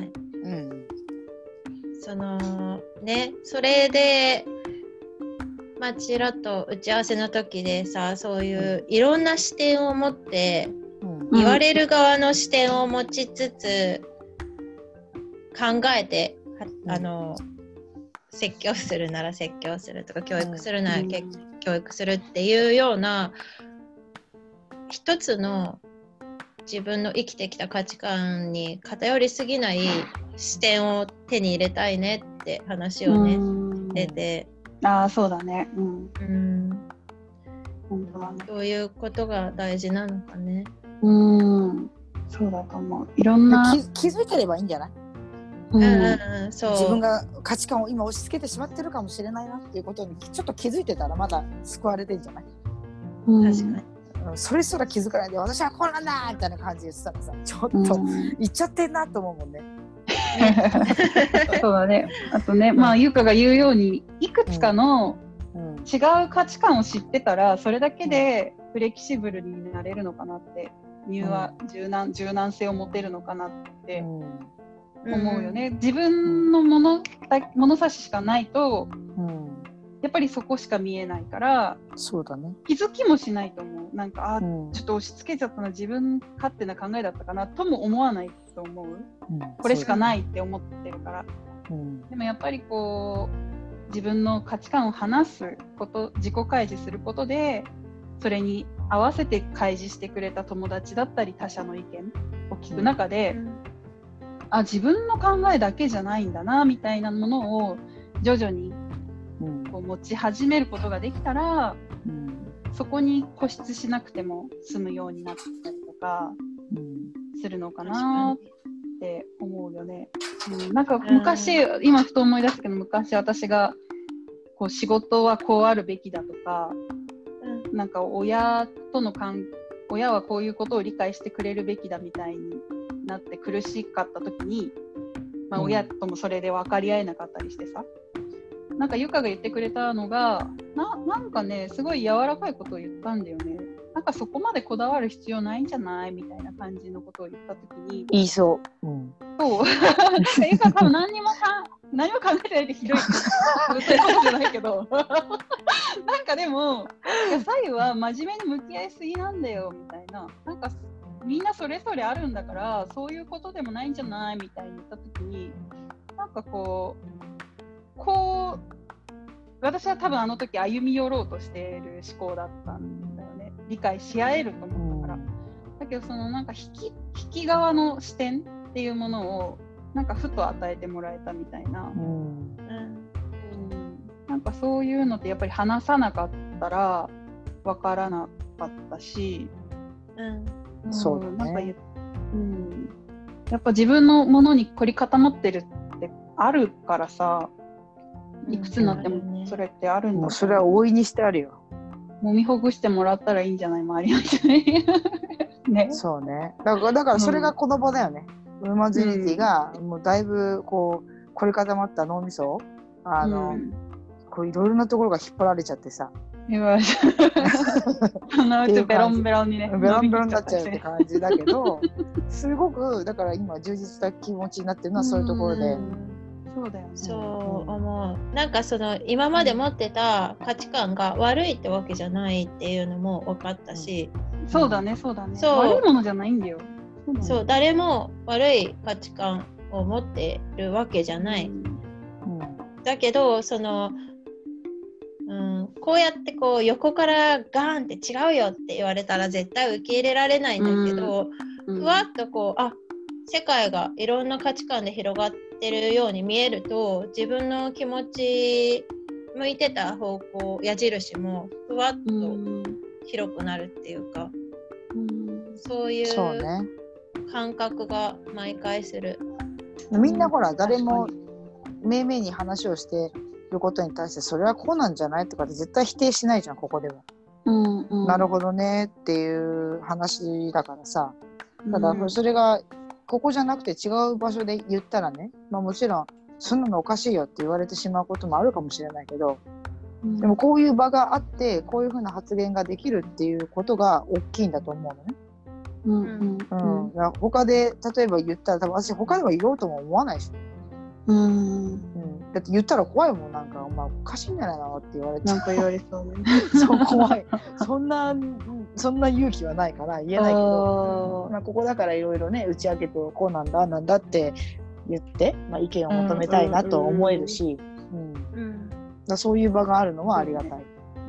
それでちらっと打ち合わせの時でさ、そういういろんな視点を持って、言われる側の視点を持ちつつ考えて、説教するなら説教するとか教育するなら教育するっていうような一つの自分の生きてきた価値観に偏りすぎない視点を手に入れたいねって話をね出て、 そうだね、 本当はね、そういうことが大事なのかね。 そうだと思う。いろんな気づいてればいいんじゃない？ そう自分が価値観を今押し付けてしまってるかもしれないなっていうことにちょっと気づいてたらまだ救われてんじゃない？ 確かに。 それすら気づかないで私はこうなんだみたいな感じでしたらさ、ちょっと言っちゃってんなと思うもんね。 そうだね。あとね、優香が言うようにいくつかの違う価値観を知ってたらそれだけでフレキシブルになれるのかなって、柔軟性を持てるのかなって思うよね。自分の物差ししかないと、 やっぱりそこしか見えないから、 そうだね、 気づきもしないと思う。なんかちょっと押し付けちゃったのは自分勝手な考えだったかなとも思わないと思う、これしかないって思ってるから、でもやっぱりこう自分の価値観を話すこと、自己開示することで、それに合わせて開示してくれた友達だったり他者の意見を聞く中で、自分の考えだけじゃないんだなみたいなものを徐々にこう持ち始めることができたら、そこに固執しなくても済むようになったりとかするのかなって思うよね。なんか昔、今ふと思い出すけど、昔私がこう仕事はこうあるべきだとか、なんか親はこういうことを理解してくれるべきだみたいになって苦しかった時に、親ともそれで分かり合えなかったりしてさ、なんかゆかが言ってくれたのがなんかね、すごい柔らかいことを言ったんだよね。なんかそこまでこだわる必要ないんじゃないみたいな感じのことを言った時に、 言いそう。 そうゆか多分何も考えてないでひどいそういうことじゃないけどなんかでもサイは真面目に向き合いすぎなんだよみたいな、なんかみんなそれぞれあるんだからそういうことでもないんじゃないみたいに言った時に、なんかこう私は多分あの時歩み寄ろうとしている思考だったんだよね。理解し合えると思ったから。だけどそのなんか引き側の視点っていうものをなんかふと与えてもらえたみたいな、なんかそういうのってやっぱり話さなかったら分からなかったし、 そうだね。 なんかやっぱ自分のものに凝り固まってるってあるからさ、いくつになってもそれってあるんだ、 もうそれは大いにしてあるよ。 揉みほぐしてもらったらいいんじゃない、周りなんてね。 そうね。だからそれがこの場だよね。ウーマンズユニティがもうだいぶこう凝り固まった脳みそをこういろいろなところが引っ張られちゃってさ。 ベロンベロンにね。 ベロンベロンになっちゃうって感じだけど、すごくだから今充実した気持ちになってるのはそういうところで。 そうだよね。 そう思う。なんかその今まで持ってた価値観が悪いってわけじゃないっていうのも分かったし、 そうだね。悪いものじゃないんだよ。 そう、誰も悪い価値観を持ってるわけじゃない。だけどその、こうやってこう横からガーンって違うよって言われたら絶対受け入れられないんだけど、ふわっとこう世界がいろんな価値観で広がってるように見えると、自分の気持ち向いてた方向矢印もふわっと広くなるっていうか、そういう感覚が毎回する。 みんなほら誰もめいめいに話をしてることに対してそれはこうなんじゃないとかって絶対否定しないじゃん、ここでは。なるほどねっていう話だからさ。ただそれがここじゃなくて違う場所で言ったらね、もちろんそんなのおかしいよって言われてしまうこともあるかもしれないけど、でもこういう場があってこういうふうな発言ができるっていうことが大きいんだと思うのね。他で例えば言ったら多分私他では言おうとも思わないし、だって言ったら怖いもん。なんかお前おかしいんじゃないのって言われて、 なんか言われそうねそう怖いそんな勇気はないから言えないけど、ここだからいろいろね打ち明けてこうなんだって言って、意見を求めたいなと思えるし、だそういう場があるのはありがたい。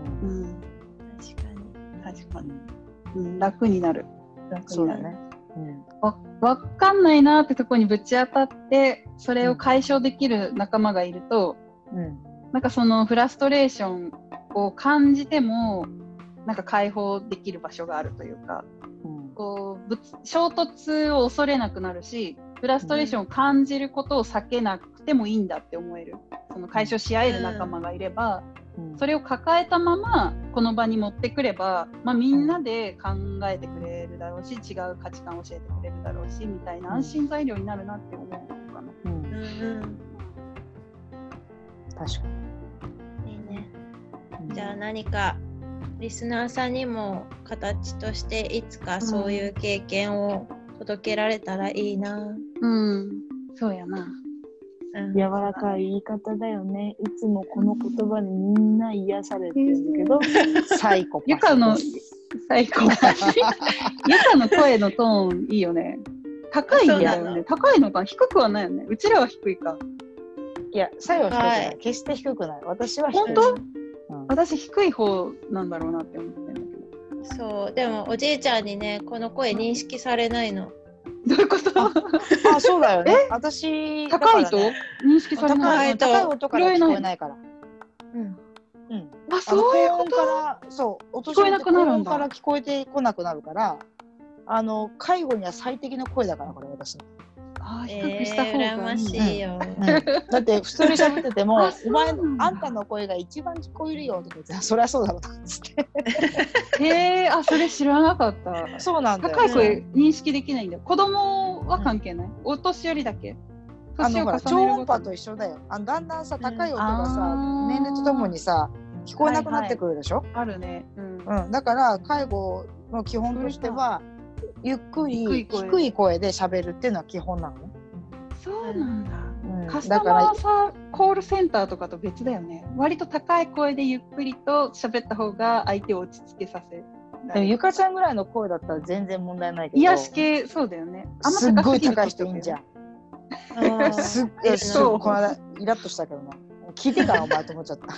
確かに、楽になる。 そうだね。 わかんないなってとこにぶち当たってそれを解消できる仲間がいると、なんかそのフラストレーションを感じてもなんか解放できる場所があるというか、こう衝突を恐れなくなるし、フラストレーションを感じることを避けなくてもいいんだって思える、その解消し合える仲間がいれば、それを抱えたままこの場に持ってくれば、みんなで考えてくれるだろうし、違う価値観を教えてくれるだろうしみたいな安心材料になるなって思うのかな。 確かにいいね。じゃあ何かリスナーさんにも形としていつかそういう経験を届けられたらいいな。 そうやな。 柔らかい言い方だよね。いつもこの言葉にみんな癒されてるんだけど、サイコパス。 ゆかのサイコパス。ゆかの声のトーンいいよね。高いんだよね。高いのか低くはないよね。うちらは低いか。 いや、サイは低くない。決して低くない。私は低い。 本当？私低い方なんだろうなって思ってるんだけど。そう、でもおじいちゃんにね、この声認識されないの。 どういうこと？ あ、そうだよね。私、 高いと認識されない。 高い音から聞こえないから。 あ、そういうこと。 そう、お年寄りって高音から聞こえてこなくなるから、介護には最適な声だからこれ私。 低くした方が羨ましいよ。 だって普通に喋ってても、お前あんたの声が一番聞こえるよとか言って、そりゃそうだろうとかつって。 あ、それ知らなかった。 そうなんだよ。 高い声認識できないんだよ。子供は関係ない。お年寄りだけ。 超音波と一緒だよ。だんだんさ、高い音がさ、年齢とともにさ、聞こえなくなってくるでしょ。 あるね。 だから介護の基本としては、ゆっくり低い声で喋るっていうのは基本なのね。 そうなんだ。カスタマーコールセンターとかと別だよね。割と高い声でゆっくりと喋った方が相手を落ち着けさせる。 でもゆかちゃんぐらいの声だったら全然問題ないけど。 癒し系、そうだよね。 すっごい高い人いいんじゃん。そうこの間イラッとしたけどな。聞いてからお前と思っちゃった。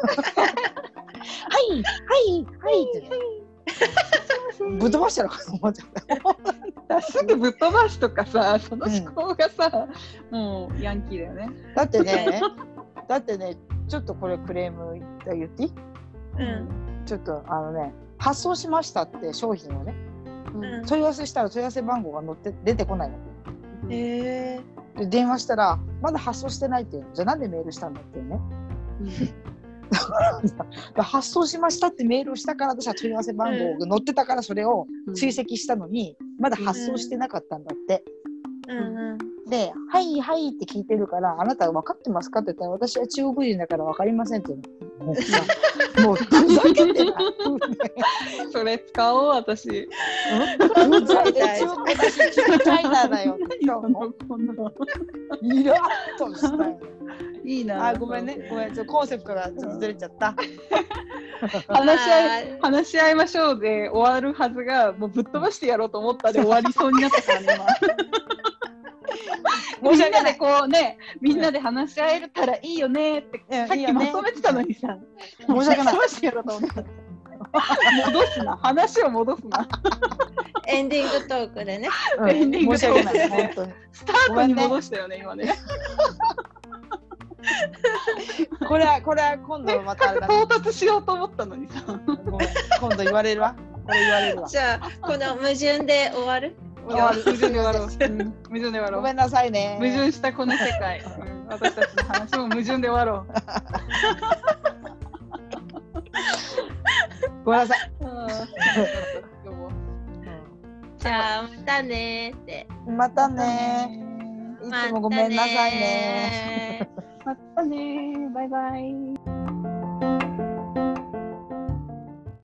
はいはいはいって。ぶっ飛ばしてるかと思っちゃった。 すぐぶっ飛ばしとかさ、その思考がさ、もうヤンキーだよね。 だってね、ちょっとこれクレーム言っていい？ちょっと発送しましたって商品をね、問い合わせしたら問い合わせ番号が出てこないの。で電話したらまだ発送してないっていうの。じゃあなんでメールしたんだっていうね。だから発送しましたってメールをしたから、私は問い合わせ番号が載ってたからそれを追跡したのに、まだ発送してなかったんだって。で、はいはいって聞いてるから、あなた分かってますかって言ったら、私は中国人だから分かりませんって言うの。もうふざけてな。 それ使おう、私。 ふざけて、私チャイナだよって今日も。イラッとしたよ。 いいな。 ごめんね、コンセプトがちょっとずれちゃった。 話し合いましょうで終わるはずが、もうぶっ飛ばしてやろうと思ったで終わりそうになったからね、みんなでこうね、みんなで話し合えたらいいよねって、さっきまとめてたのにさ、 申し訳ない。 ぶっ飛ばしてやろうと思った。戻すな、話を戻すな。 エンディングトークでね。 エンディングトークで本当に。 スタートに戻したよね、今ね。 これは今度また到達しようと思ったのにさ。 今度言われるわ。これ言われるわ。 じゃあこの矛盾で終わる？ 矛盾で終わろう。矛盾で終わろう。 ごめんなさいね。 矛盾したこの世界。私たちの話も矛盾で終わろう。 ごめんなさい。 じゃあまたねって。 またね。いつもごめんなさいね。 またね。バイバイ。